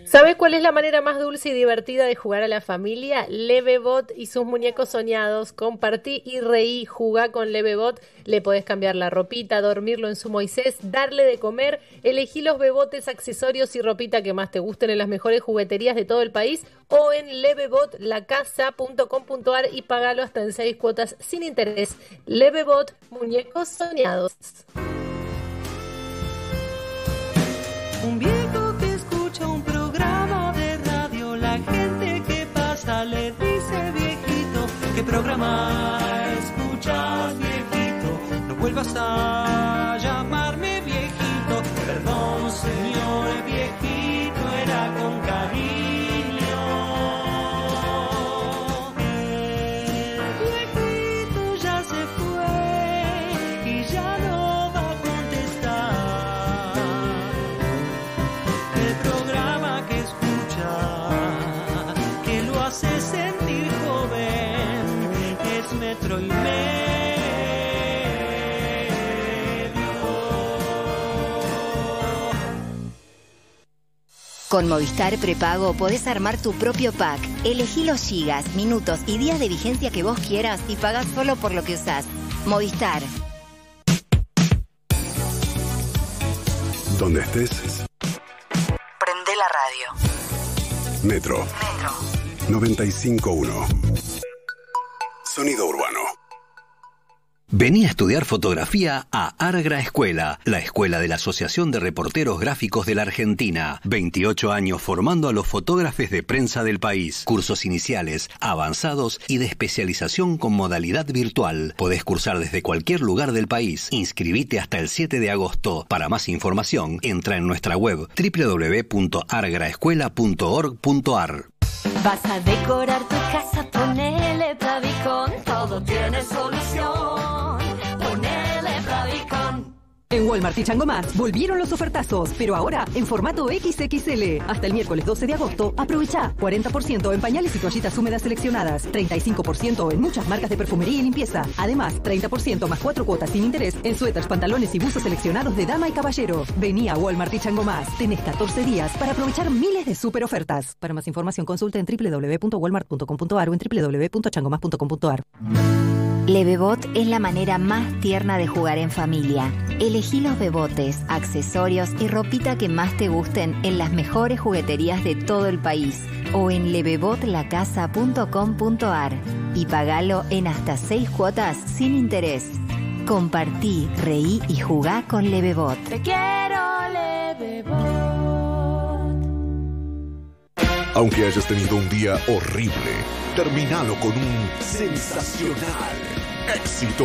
¿Sabe cuál es la manera más dulce y divertida de jugar a la familia? Levebot y sus muñecos soñados. Compartí y reí, jugá con Levebot. Le podés cambiar la ropita, dormirlo en su Moisés, darle de comer. Elegí los bebotes, accesorios y ropita que más te gusten en las mejores jugueterías de todo el país o en levebot la casa punto com punto ar y pagalo hasta en seis cuotas sin interés. Levebot, muñecos soñados. Un viejo que escucha un programa de radio, la gente que pasa le dice viejito, ¿qué programa escuchas, viejito? No vuelvas a llamarme viejito, perdón señor viejito, era con cariño. Viejito ya se fue y ya no va a contestar. El programa que escucha, que lo hace sentir joven, es Metro y Medio. Con Movistar Prepago podés armar tu propio pack. Elegí los gigas, minutos y días de vigencia que vos quieras y pagás solo por lo que usás. Movistar. Donde estés, Prende la radio. Metro. Metro. noventa y cinco punto uno. Sonido urbano. Vení a estudiar fotografía a Argra Escuela, la escuela de la Asociación de Reporteros Gráficos de la Argentina. veintiocho años formando a los fotógrafos de prensa del país. Cursos iniciales, avanzados y de especialización con modalidad virtual. Podés cursar desde cualquier lugar del país. Inscribite hasta el siete de agosto. Para más información, entra en nuestra web doble u doble u doble u punto argra escuela punto org punto ar. Vas a decorar tu casa, ponele Plavicon, todo tiene solución. Ponele Plavicon. En Walmart y Chango Más volvieron los ofertazos, pero ahora en formato equis equis ele. Hasta el miércoles doce de agosto, aprovecha cuarenta por ciento en pañales y toallitas húmedas seleccionadas, treinta y cinco por ciento en muchas marcas de perfumería y limpieza. Además, treinta por ciento más cuatro cuotas sin interés en suéteres, pantalones y buzos seleccionados de dama y caballero. Vení a Walmart y Chango Más. Tenés catorce días para aprovechar miles de super ofertas. Para más información consulta en doble u doble u doble u punto walmart punto com punto ar o en doble u doble u doble u punto chango más punto com punto ar. Levebot es la manera más tierna de jugar en familia. Elegí los bebotes, accesorios y ropita que más te gusten en las mejores jugueterías de todo el país o en levebot la casa punto com punto ar y pagalo en hasta seis cuotas sin interés. Compartí, reí y jugá con Levebot. Te quiero, Levebot. Aunque hayas tenido un día horrible, terminalo con un sensacional éxito.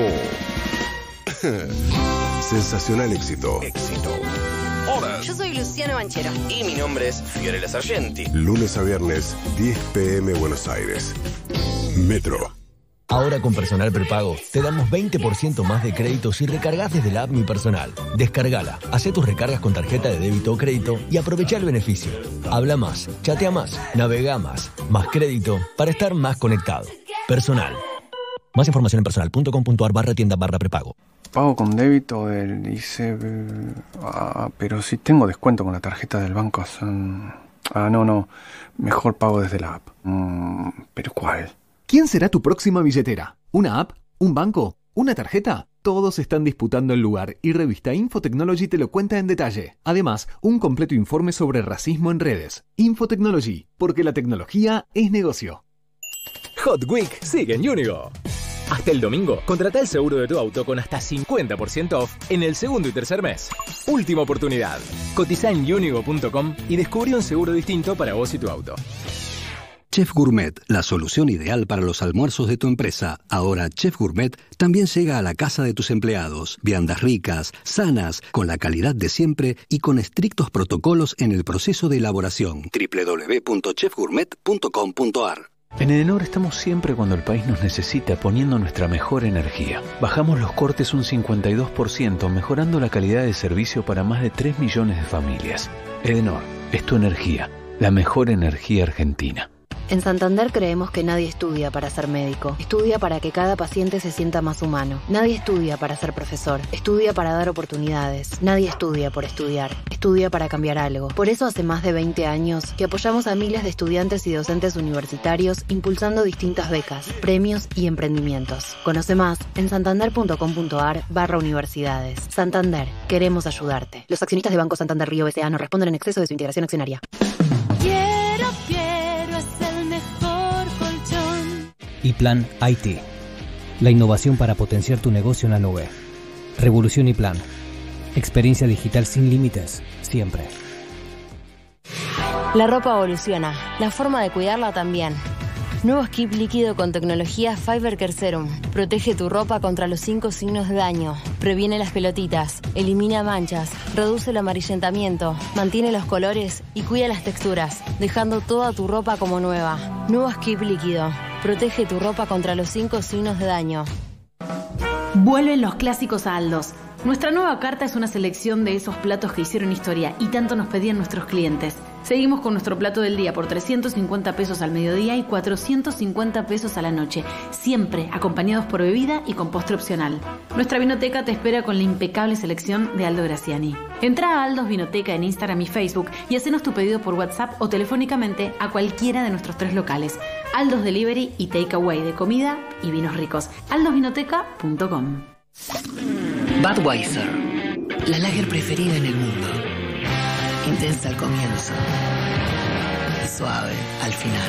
Sensacional éxito. Éxito. Hola. Yo soy Luciano Banchero. Y mi nombre es Fiorella Sargenti. Lunes a viernes, diez pe eme Buenos Aires. Metro. Ahora con Personal Prepago te damos veinte por ciento más de crédito si recargas desde la app Mi Personal. Descargala, hacé tus recargas con tarjeta de débito o crédito y aprovecha el beneficio. Habla más, chatea más, navega más, más crédito para estar más conectado. Personal. Más información en personal punto com punto ar barra tienda barra prepago. Pago con débito del I C E. Ah, pero si tengo descuento con la tarjeta del banco son... Ah, no, no. Mejor pago desde la app. Mm, ¿Pero cuál? ¿Quién será tu próxima billetera? ¿Una app? ¿Un banco? ¿Una tarjeta? Todos están disputando el lugar y revista Infotechnology te lo cuenta en detalle. Además, un completo informe sobre racismo en redes. Infotechnology, porque la tecnología es negocio. Hot Week sigue en Unigo. Hasta el domingo, contratá el seguro de tu auto con hasta cincuenta por ciento off en el segundo y tercer mes. Última oportunidad. Cotizá en unigo punto com y descubrí un seguro distinto para vos y tu auto. Chef Gourmet, la solución ideal para los almuerzos de tu empresa. Ahora Chef Gourmet también llega a la casa de tus empleados. Viandas ricas, sanas, con la calidad de siempre y con estrictos protocolos en el proceso de elaboración. doble u doble u doble u punto chef gourmet punto com punto ar. En Edenor estamos siempre cuando el país nos necesita, poniendo nuestra mejor energía. Bajamos los cortes un cincuenta y dos por ciento, mejorando la calidad de servicio para más de tres millones de familias. Edenor, es tu energía, la mejor energía argentina. En Santander creemos que nadie estudia para ser médico. Estudia para que cada paciente se sienta más humano. Nadie estudia para ser profesor. Estudia para dar oportunidades. Nadie estudia por estudiar. Estudia para cambiar algo. Por eso hace más de veinte años que apoyamos a miles de estudiantes y docentes universitarios impulsando distintas becas, premios y emprendimientos. Conoce más en santander.com.ar barra universidades. Santander, queremos ayudarte. Los accionistas de Banco Santander Río B C A no responden en exceso de su integración accionaria. Quiero, quiero, es el mejor colchón. iPlan I T. La innovación para potenciar tu negocio en la nube. Revolución iPlan. Experiencia digital sin límites, siempre. La ropa evoluciona, la forma de cuidarla también. Nuevo Skip líquido con tecnología Fiber Care Serum. Protege tu ropa contra los cinco signos de daño. Previene las pelotitas, elimina manchas, reduce el amarillentamiento, mantiene los colores y cuida las texturas, dejando toda tu ropa como nueva. Nuevo Skip líquido. Protege tu ropa contra los cinco signos de daño. Vuelven los clásicos a Aldos. Nuestra nueva carta es una selección de esos platos que hicieron historia y tanto nos pedían nuestros clientes. Seguimos con nuestro plato del día por trescientos cincuenta pesos al mediodía y cuatrocientos cincuenta pesos a la noche, siempre acompañados por bebida y con postre opcional. Nuestra vinoteca te espera con la impecable selección de Aldo Graciani. Entra a Aldos Vinoteca en Instagram y Facebook y hacenos tu pedido por WhatsApp o telefónicamente a cualquiera de nuestros tres locales. Aldos Delivery y Takeaway de comida y vinos ricos. aldos vinoteca punto com. Budweiser, la lager preferida en el mundo. Intensa al comienzo, suave al final.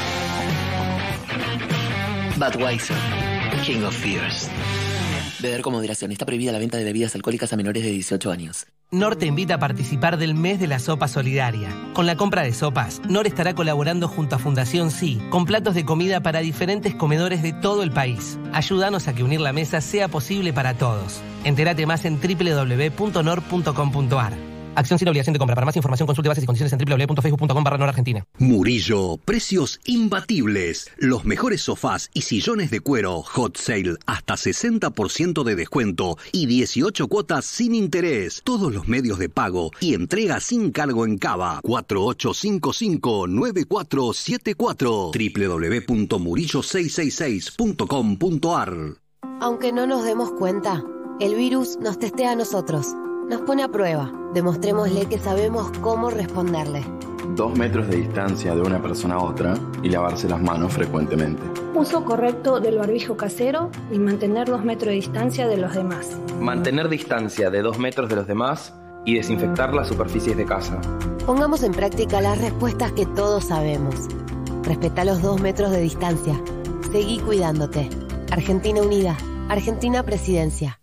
Budweiser, King of Fears. Beber con moderación. Está prohibida la venta de bebidas alcohólicas a menores de dieciocho años. N O R te invita a participar del mes de la sopa solidaria. Con la compra de sopas, N O R estará colaborando junto a Fundación Sí, con platos de comida para diferentes comedores de todo el país. Ayúdanos a que unir la mesa sea posible para todos. Entérate más en doble u doble u doble u punto nor punto com punto ar. Acción sin obligación de compra. Para más información consulte bases y condiciones en doble u doble u doble u punto facebook punto com barra nor argentina. Murillo, precios imbatibles. Los mejores sofás y sillones de cuero, hot sale, hasta sesenta por ciento de descuento y dieciocho cuotas sin interés. Todos los medios de pago y entrega sin cargo en Cava. cuatro ocho cinco cinco nueve cuatro siete cuatro. doble u doble u doble u punto murillo seiscientos sesenta y seis punto com punto ar. Aunque no nos demos cuenta, el virus nos testea a nosotros. Nos pone a prueba. Demostrémosle que sabemos cómo responderle. Dos metros de distancia de una persona a otra y lavarse las manos frecuentemente. Uso correcto del barbijo casero y mantener dos metros de distancia de los demás. Mantener distancia de dos metros de los demás y desinfectar las superficies de casa. Pongamos en práctica las respuestas que todos sabemos. Respeta los dos metros de distancia. Seguí cuidándote. Argentina Unida. Argentina Presidencia.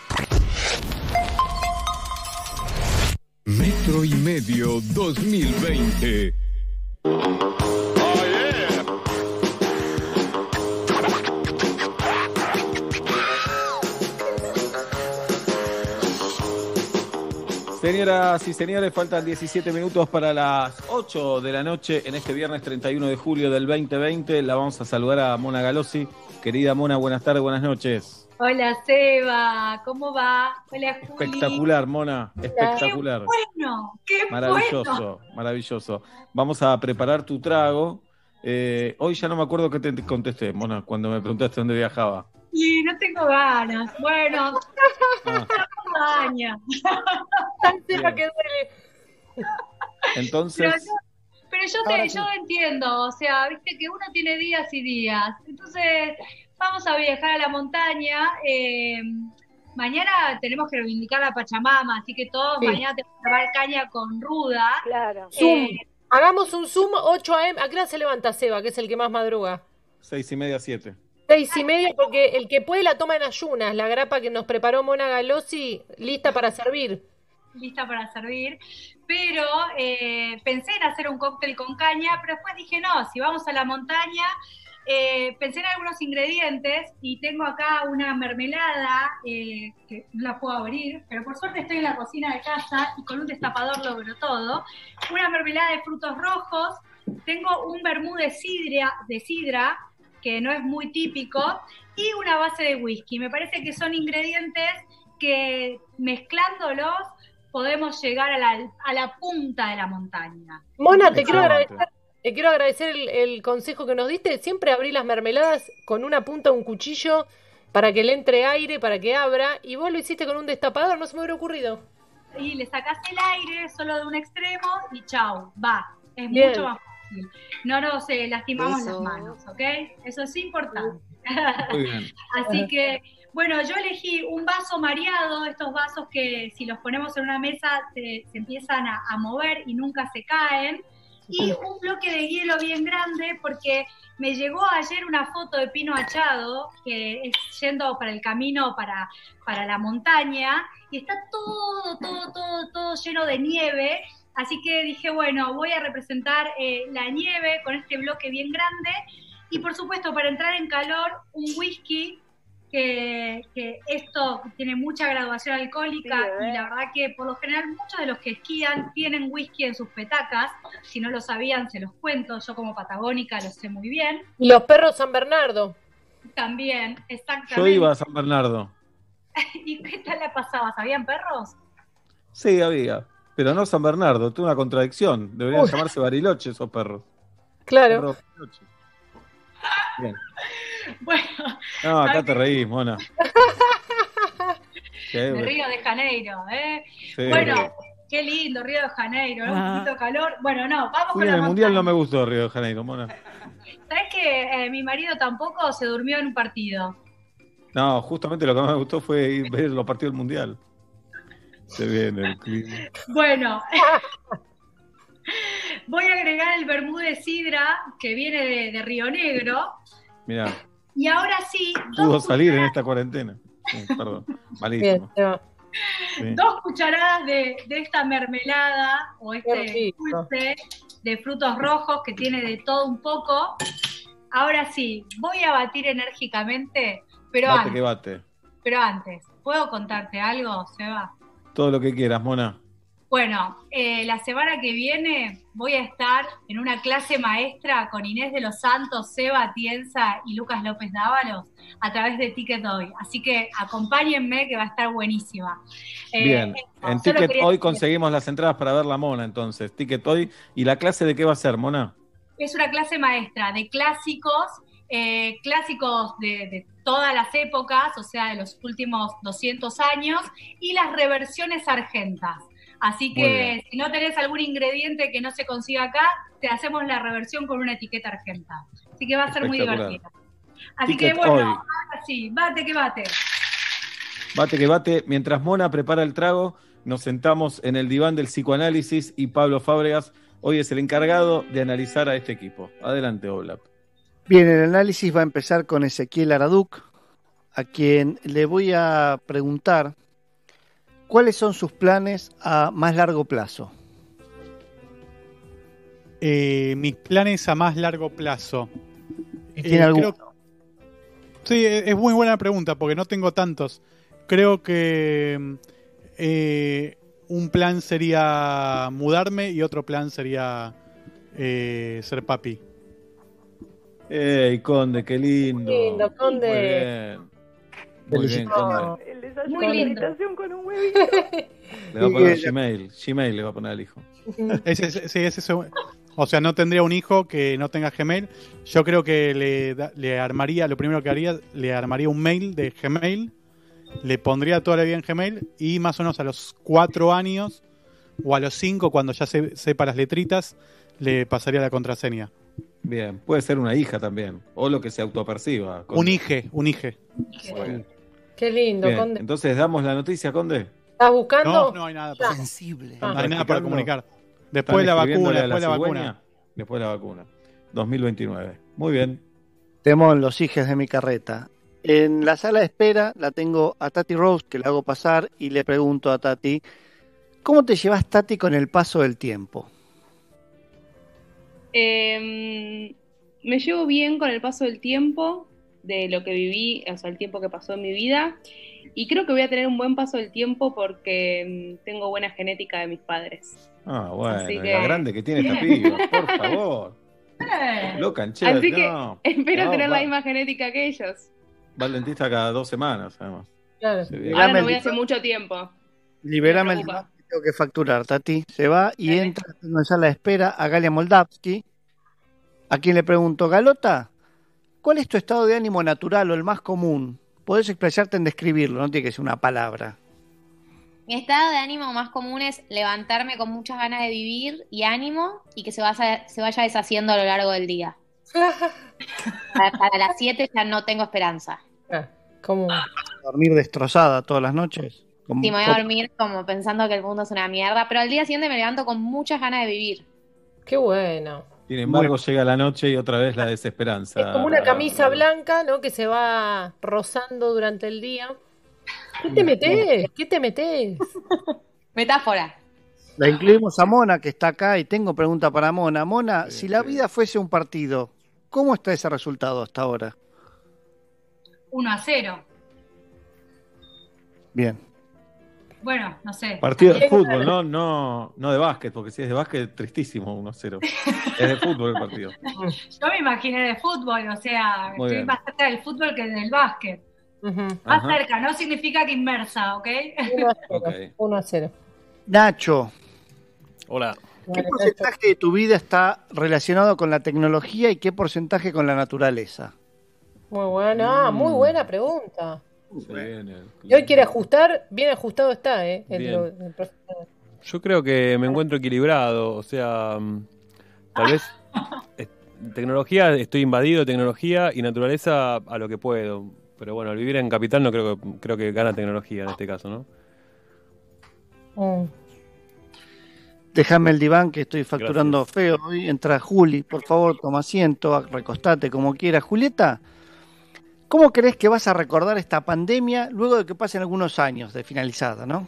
Metro y Medio dos mil veinte. Señoras y señores, faltan diecisiete minutos para las ocho de la noche en este viernes treinta y uno de julio del veinte veinte. La vamos a saludar a Mona Galossi. Querida Mona, buenas tardes, buenas noches. Hola Seba, ¿cómo va? Hola Juli. Espectacular, Mona, espectacular. Qué bueno, qué maravilloso, bueno. Maravilloso. Vamos a preparar tu trago. Eh, hoy ya no me acuerdo qué te contesté, Mona, cuando me preguntaste dónde viajaba. Sí, no tengo ganas. Bueno, Ah. daña. Seba, que duele. Entonces, Pero, yo, pero yo, Ahora te, sí. yo entiendo, o sea, viste que uno tiene días y días. Entonces, vamos a viajar a la montaña. eh, mañana tenemos que reivindicar la Pachamama, así que todos Sí. mañana tenemos que tomar caña con ruda. Claro. Zoom. Eh, Hagamos un Zoom ocho a eme. ¿A qué hora se levanta Seba, que es el que más madruga? seis y media, siete. Seis y media, porque el que puede la toma en ayunas. La grapa que nos preparó Mona Galossi, lista para servir. lista para servir, pero eh, pensé en hacer un cóctel con caña, pero después dije, no, si vamos a la montaña, eh, pensé en algunos ingredientes y tengo acá una mermelada eh, que no la puedo abrir, pero por suerte estoy en la cocina de casa y con un destapador logro todo. Una mermelada de frutos rojos, tengo un vermú de sidra, de sidra, que no es muy típico, y una base de whisky. Me parece que son ingredientes que mezclándolos podemos llegar a la, a la punta de la montaña. Mona, te quiero Excelente. agradecer, Eh, quiero agradecer el, el consejo que nos diste. Siempre abrí las mermeladas con una punta de un cuchillo para que le entre aire, para que abra. Y vos lo hiciste con un destapador, no se me hubiera ocurrido. Y le sacás el aire solo de un extremo y chau, va. Es Bien. mucho más fácil. No nos eh, lastimamos Eso. las manos, ¿ok? Eso es importante. Muy bien. Así que, bueno, yo elegí un vaso mareado, estos vasos que si los ponemos en una mesa se, se empiezan a, a mover y nunca se caen. Y un bloque de hielo bien grande porque me llegó ayer una foto de Pino Achado, que es yendo para el camino para, para la montaña, y está todo, todo, todo, todo lleno de nieve. Así que dije, bueno, voy a representar eh, la nieve con este bloque bien grande. Y por supuesto, para entrar en calor, un whisky, que, que esto tiene mucha graduación alcohólica, Sí, y la verdad que por lo general muchos de los que esquían tienen whisky en sus petacas. Si no lo sabían, se los cuento. Yo como patagónica lo sé muy bien. Y los perros San Bernardo. También, exactamente. Yo iba a San Bernardo. ¿Y qué tal la pasaba? ¿Sabían perros? Sí, había. Pero no San Bernardo, tuve una contradicción. Deberían Uy. llamarse Bariloche esos perros. Claro. Perros Bariloche. Bien. Bueno, No, acá te reís, mona. Qué de bueno. Río de Janeiro, ¿eh? Sí. Bueno, qué lindo Río de Janeiro, ¿no? Un Ah. poquito de calor. Bueno, no, vamos Fui con en la el mundial, montaña. no me gustó Río de Janeiro, mona. ¿Sabes que eh, mi marido tampoco se durmió en un partido? No, justamente lo que más me gustó fue ir ver los partidos del mundial. Se viene el clima. Bueno, voy a agregar el vermú de sidra que viene de, de Río Negro. Mirá, Y ahora sí, pudo dos, salir en esta cuarentena. Sí, perdón, malísimo. Sí. dos cucharadas de, de esta mermelada o Qué este rico. dulce de frutos rojos que tiene de todo un poco. Ahora sí, voy a batir enérgicamente, pero Bate antes, que bate. pero antes, ¿puedo contarte algo, Seba? Todo lo que quieras, mona. Bueno, eh, la semana que viene voy a estar en una clase maestra con Inés de los Santos, Seba Tienza y Lucas López Dávalos a través de Ticket Hoy. Así que acompáñenme que va a estar buenísima. Eh, Bien, eso, en solo Ticket quería Hoy decir- conseguimos las entradas para ver la mona, entonces. Ticket Hoy. ¿Y la clase de qué va a ser, mona? Es una clase maestra de clásicos, eh, clásicos de, de todas las épocas, o sea, de los últimos doscientos años, y las reversiones argentas. Así Muy que bien. si no tenés algún ingrediente que no se consiga acá, te hacemos la reversión con una etiqueta argenta. Así que va a ser muy Espectacular. divertido. Así Ticket que bueno, Hoy. ahora sí, bate que bate. Bate que bate. Mientras Mona prepara el trago, nos sentamos en el diván del psicoanálisis y Pablo Fábregas hoy es el encargado de analizar a este equipo. Adelante, Oblap. Bien, el análisis va a empezar con Ezequiel Araduc, a quien le voy a preguntar cuáles son sus planes a más largo plazo. Eh, mis planes a más largo plazo. ¿Tiene Eh, alguno? creo- Sí, es es muy buena pregunta porque no tengo tantos. Creo que eh, un plan sería mudarme y otro plan sería eh, ser papi. ¡Ey, Conde, qué lindo! Lindo, Conde. Muy bien. Muy bien, Conde. El desayuno Muy de lindo. meditación con un huevito. Le va a poner Gmail. Gmail le va a poner al hijo. Ese, ese- sí, ese es un- o sea, no tendría un hijo que no tenga Gmail. Yo creo que le, da- le armaría, lo primero que haría, le armaría un mail de Gmail, le pondría toda la vida en Gmail y más o menos a los cuatro años o a los cinco, cuando ya se, sepa las letritas, le pasaría la contraseña. Bien, puede ser una hija también. O lo que se autoperciba. Conde. Un hije, un hije. Muy bien. Qué lindo, Bien, Conde. entonces damos la noticia, Conde. ¿Estás buscando? No, no hay nada. para- Sensible. No hay nada para Practicando. comunicar. Después la ¿Están vacuna, escribiéndole a después la cigüeña? vacuna. Después la vacuna. dos mil veintinueve. Muy bien. Temón, los hijes de mi carreta. En la sala de espera la tengo a Tati Rose, que la hago pasar, y le pregunto a Tati, ¿cómo te llevas, Tati, con el paso del tiempo? Eh, me llevo bien con el paso del tiempo, de lo que viví, o sea, el tiempo que pasó en mi vida, y creo que voy a tener un buen paso del tiempo porque mm, tengo buena genética de mis padres. Ah, bueno, Así la que- grande que tiene esta piba, por favor. Eh, Loca, Ancheta, Así que no. espero No, tener va, la misma genética que ellos. va al dentista cada dos semanas, además. Claro. Se ve. Ahora Dame no voy el- hace mucho tiempo. Liberame el Me preocupa. diván que tengo que facturar, Tati. Se va y entra en la sala de espera a Galia Moldavsky, a quien le pregunto, Galota, ¿cuál es tu estado de ánimo natural o el más común? Podés explayarte en describirlo, no tiene que ser una palabra. Mi estado de ánimo más común es levantarme con muchas ganas de vivir y ánimo y que se vaya, se vaya deshaciendo a lo largo del día. para, para las siete ya no tengo esperanza. ¿Cómo? ¿Dormir destrozada todas las noches? Sí, me voy a dormir como pensando que el mundo es una mierda, pero al día siguiente me levanto con muchas ganas de vivir. Qué bueno. Sin embargo, llega la noche y otra vez la desesperanza. Es como una camisa blanca, ¿no? Que se va rozando durante el día. ¿Qué te metés? ¿Qué te metés? Metáfora. La incluimos a Mona, que está acá, y tengo pregunta para Mona. Mona, si la vida fuese un partido, ¿cómo está ese resultado hasta ahora? uno a cero. Bien. Bueno, no sé. Partido de fútbol, no, no, no de básquet, porque si es de básquet, tristísimo, uno a cero. Es de fútbol el partido. Yo me imaginé de fútbol, o sea, Muy estoy bien. más cerca del fútbol que del básquet. Más Ajá. cerca, no significa que inmersa, ¿ok? uno a cero. Nacho, Hola. ¿qué porcentaje de tu vida está relacionado con la tecnología y qué porcentaje con la naturaleza? Muy buena, ah, muy buena pregunta. Bien, Y hoy quiere ajustar, bien ajustado está, ¿eh? El, Bien. el profesor. Yo creo que me encuentro equilibrado, o sea, mm, tal vez eh, tecnología, estoy invadido de tecnología y naturaleza a lo que puedo. Pero bueno, al vivir en capital no creo que creo que gana tecnología en este caso, ¿no? Mm. Déjame el diván que estoy facturando feo. Hoy entra Juli, por favor, toma asiento, recostate como quieras. Julieta, ¿cómo crees que vas a recordar esta pandemia luego de que pasen algunos años de finalizada, no?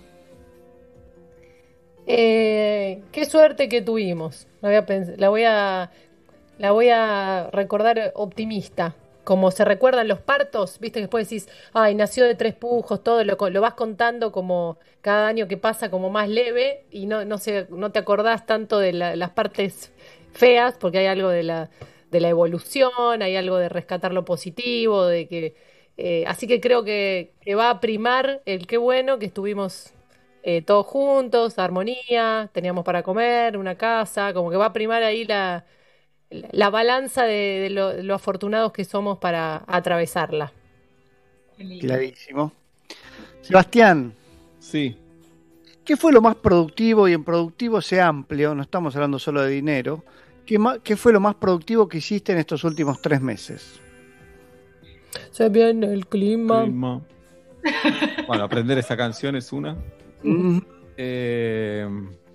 Eh, qué suerte que tuvimos. La voy a, pens- la voy a, la voy a recordar optimista. Como se recuerdan los partos, viste que después decís, ay, nació de tres pujos, todo lo, co- lo vas contando como cada año que pasa como más leve y no, no, se, no te acordás tanto de la- las partes feas porque hay algo de la, de la evolución, hay algo de rescatar lo positivo, de que eh, así que creo que, que va a primar el qué bueno que estuvimos eh, todos juntos, armonía, teníamos para comer, una casa, como que va a primar ahí la, la, la balanza de, de lo, de lo afortunados que somos para atravesarla. Clarísimo. Sebastián. Sí. ¿Qué fue lo más productivo? Y en productivo sea amplio, no estamos hablando solo de dinero. ¿Qué, ma- qué fue lo más productivo que hiciste en estos últimos tres meses? Se viene el clima. Clima. Bueno, aprender esa canción es una. Mm. Eh,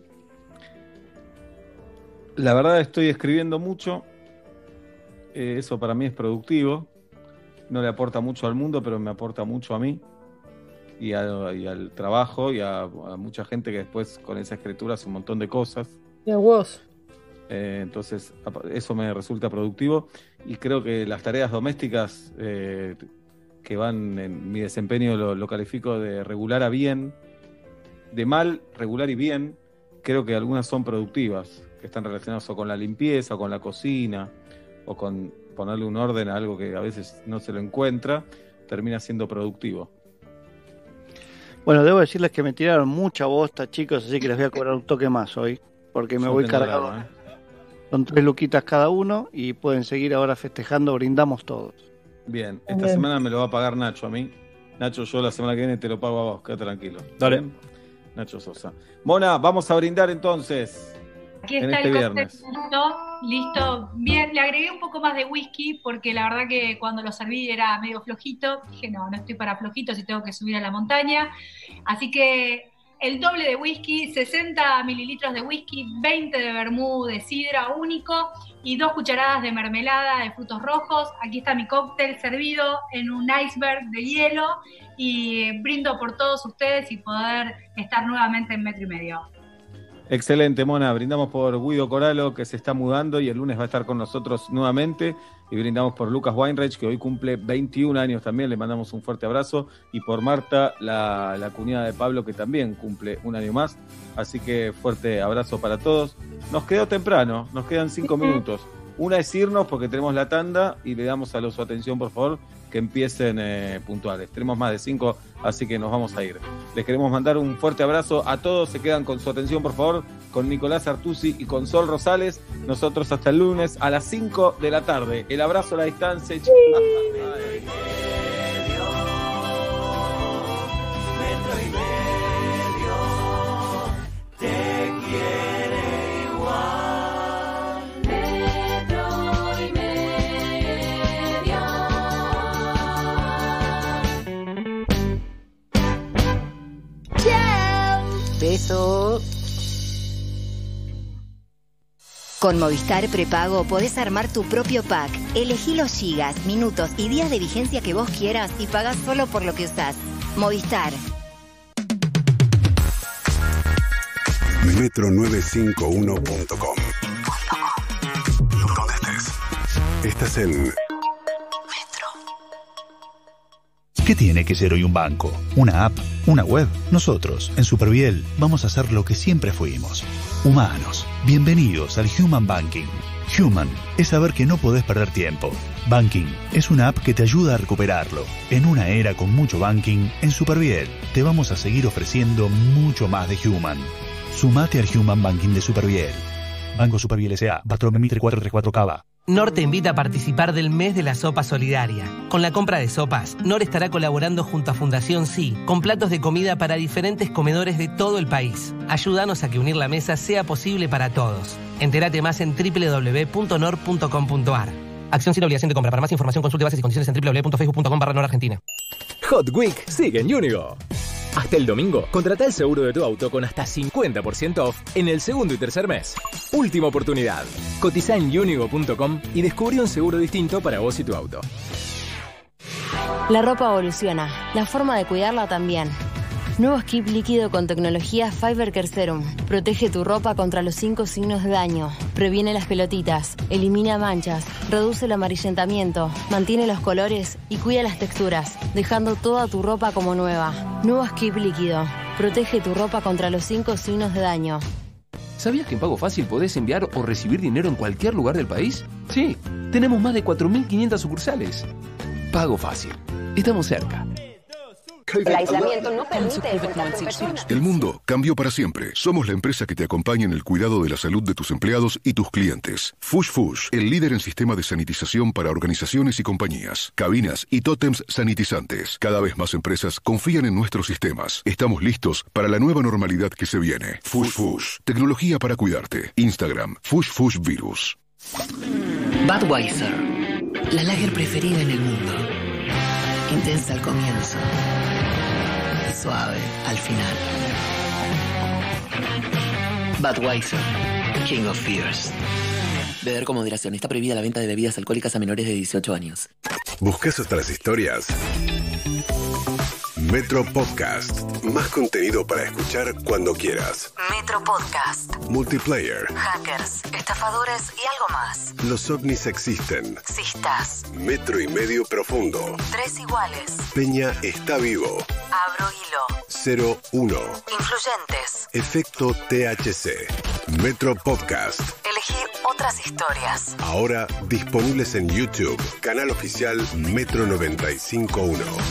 la verdad estoy escribiendo mucho. Eh, eso para mí es productivo. No le aporta mucho al mundo, pero me aporta mucho a mí. Y, a- y al trabajo y a, a mucha gente que después con esa escritura hace un montón de cosas. Y a vos. Eh, entonces, apa- eso me resulta productivo y creo que las tareas domésticas eh, que van en mi desempeño lo, lo califico de regular a bien, de mal, regular y bien. Creo que algunas son productivas, que están relacionadas o con la limpieza, o con la cocina, o con ponerle un orden a algo que a veces no se lo encuentra, termina siendo productivo. Bueno, debo decirles que me tiraron mucha bosta, chicos, así que les voy a cobrar un toque más hoy, porque me Yo voy tengo cargado. grado, ¿eh? Son tres luquitas cada uno y pueden seguir ahora festejando, brindamos todos. Bien, esta Bien. semana me lo va a pagar Nacho a mí. Nacho, yo la semana que viene te lo pago a vos, quédate tranquilo. Dale. ¿Bien? Nacho Sosa. Mona, vamos a brindar entonces. Aquí en está este el cóctel viernes. listo, listo. Bien, le agregué un poco más de whisky porque la verdad que cuando lo serví era medio flojito. Dije, no, no estoy para flojitos y tengo que subir a la montaña. Así que el doble de whisky, sesenta mililitros de whisky, veinte de vermú de sidra único y dos cucharadas de mermelada de frutos rojos. Aquí está mi cóctel servido en un iceberg de hielo y brindo por todos ustedes y poder estar nuevamente en metro y medio. Excelente, Mona. Brindamos por Guido Coralo, que se está mudando y el lunes va a estar con nosotros nuevamente. Y brindamos por Lucas Weinreich, que hoy cumple veintiún años también. Le mandamos un fuerte abrazo. Y por Marta, la, la cuñada de Pablo, que también cumple un año más. Así que fuerte abrazo para todos. Nos quedó temprano, nos quedan cinco minutos. Una es irnos porque tenemos la tanda y le damos a los su atención, por favor, que empiecen eh, puntuales. Tenemos más de cinco, así que nos vamos a ir. Les queremos mandar un fuerte abrazo a todos. Se quedan con su atención, por favor, con Nicolás Artusi y con Sol Rosales. Nosotros hasta el lunes a las cinco de la tarde. El abrazo a la distancia. Sí. Beso. Con Movistar Prepago podés armar tu propio pack. Elegí los gigas, minutos y días de vigencia que vos quieras y pagás solo por lo que usás. Movistar. metro novecientos cincuenta y uno punto com. Donde estés. Estás en ¿Qué tiene que ser hoy un banco? ¿Una app? ¿Una web? Nosotros, en Superviel, vamos a hacer lo que siempre fuimos. Humanos. Bienvenidos al Human Banking. Human es saber que no podés perder tiempo. Banking es una app que te ayuda a recuperarlo. En una era con mucho banking, en Superviel te vamos a seguir ofreciendo mucho más de Human. Sumate al Human Banking de Superviel. Banco Superviel S A, Patrón Mitre cuatro tres cuatro Cava. Nor te invita a participar del mes de la sopa solidaria. Con la compra de sopas, Nor estará colaborando junto a Fundación Sí, con platos de comida para diferentes comedores de todo el país. Ayúdanos a que unir la mesa sea posible para todos. Entérate más en doble u doble u doble u punto nor punto com punto a r. Acción sin obligación de compra. Para más información consulte bases y condiciones en doble u doble u doble u punto facebook punto com barra nor argentina. Hot Week sigue en Unigo. Hasta el domingo, contratá el seguro de tu auto con hasta cincuenta por ciento off en el segundo y tercer mes. Última oportunidad. Cotizá en unigo punto com y descubrí un seguro distinto para vos y tu auto. La ropa evoluciona, la forma de cuidarla también. Nuevo Skip líquido con tecnología Fiber Care Serum. Protege tu ropa contra los cinco signos de daño. Previene las pelotitas, elimina manchas, reduce el amarillentamiento, mantiene los colores y cuida las texturas, dejando toda tu ropa como nueva. Nuevo Skip líquido. Protege tu ropa contra los cinco signos de daño. ¿Sabías que en Pago Fácil podés enviar o recibir dinero en cualquier lugar del país? Sí, tenemos más de cuatro mil quinientas sucursales. Pago Fácil. Estamos cerca. El aislamiento no permite encontrar con personas. El mundo cambió para siempre. Somos la empresa que te acompaña en el cuidado de la salud de tus empleados y tus clientes. Fush Fush, el líder en sistema de sanitización para organizaciones y compañías, cabinas y tótems sanitizantes. Cada vez más empresas confían en nuestros sistemas. Estamos listos para la nueva normalidad que se viene. Fush Fush, tecnología para cuidarte. Instagram, Fush Fush Virus. Budweiser, la lager preferida en el mundo. Intensa al comienzo. Suave al final. Budweiser, King of Fears. Beber con moderación. Está prohibida la venta de bebidas alcohólicas a menores de dieciocho años. ¿Buscas otras historias? Metro Podcast. Más contenido para escuchar cuando quieras. Metro Podcast. Multiplayer. Hackers, estafadores y algo más. Los ovnis existen. Existas. Metro y medio profundo. Tres iguales. Peña está vivo. Abro hilo. cero uno. Influyentes. Efecto T H C. Metro Podcast. Elegir otras historias. Ahora disponibles en YouTube. Canal oficial Metro noventa y cinco punto uno.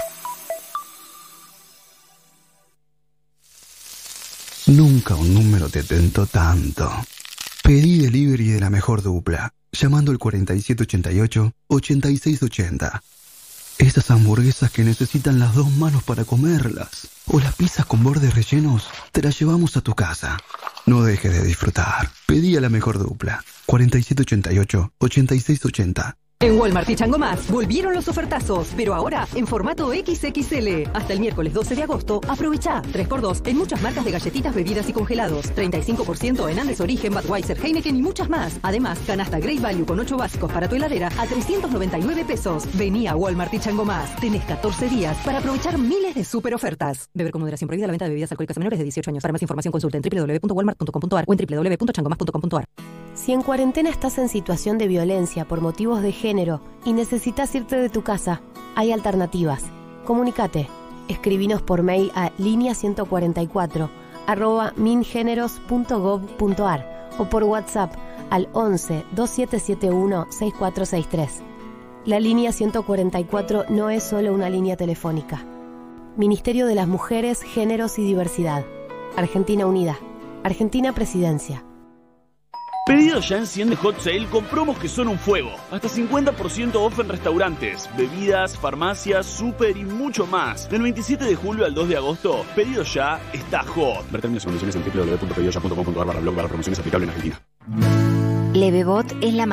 Nunca un número te tentó tanto. Pedí delivery de la mejor dupla, llamando al cuarenta y siete ochenta y ocho, ochenta y seis ochenta. Esas hamburguesas que necesitan las dos manos para comerlas, o las pizzas con bordes rellenos, te las llevamos a tu casa. No dejes de disfrutar. Pedí a la mejor dupla, cuarenta y siete ochenta y ocho, ochenta y seis ochenta. En Walmart y Chango Más volvieron los ofertazos, pero ahora en formato equis equis ele. Hasta el miércoles doce de agosto, aprovecha tres por dos en muchas marcas de galletitas, bebidas y congelados. treinta y cinco por ciento en Andes Origen, Budweiser, Heineken y muchas más. Además, canasta Great Value con ocho básicos para tu heladera a trescientos noventa y nueve pesos. Vení a Walmart y Chango Más. Tenés catorce días para aprovechar miles de super ofertas. Beber con moderación. Prohibida la venta de bebidas alcohólicas a menores de dieciocho años. Para más información consulta en doble u doble u doble u punto walmart punto com punto a r o en doble u doble u doble u punto chango más punto com punto a r. Si en cuarentena estás en situación de violencia por motivos de género y necesitas irte de tu casa, hay alternativas. Comunicate. Escribinos por mail a línea ciento cuarenta y cuatro arroba mingeneros punto gov punto a r o por WhatsApp al once, veintisiete setenta y uno, sesenta y cuatro sesenta y tres. La línea ciento cuarenta y cuatro no es solo una línea telefónica. Ministerio de las Mujeres, Géneros y Diversidad. Argentina Unida. Argentina Presidencia. Pedido ya enciende Hot Sale con promos que son un fuego. Hasta cincuenta por ciento off en restaurantes, bebidas, farmacias, súper y mucho más. Del veintisiete de julio al dos de agosto, Pedido Ya está hot. Ver términos y condiciones en w w w punto pedido ya punto com punto a r barra blog barra promociones aplicable en Argentina. Levebot es la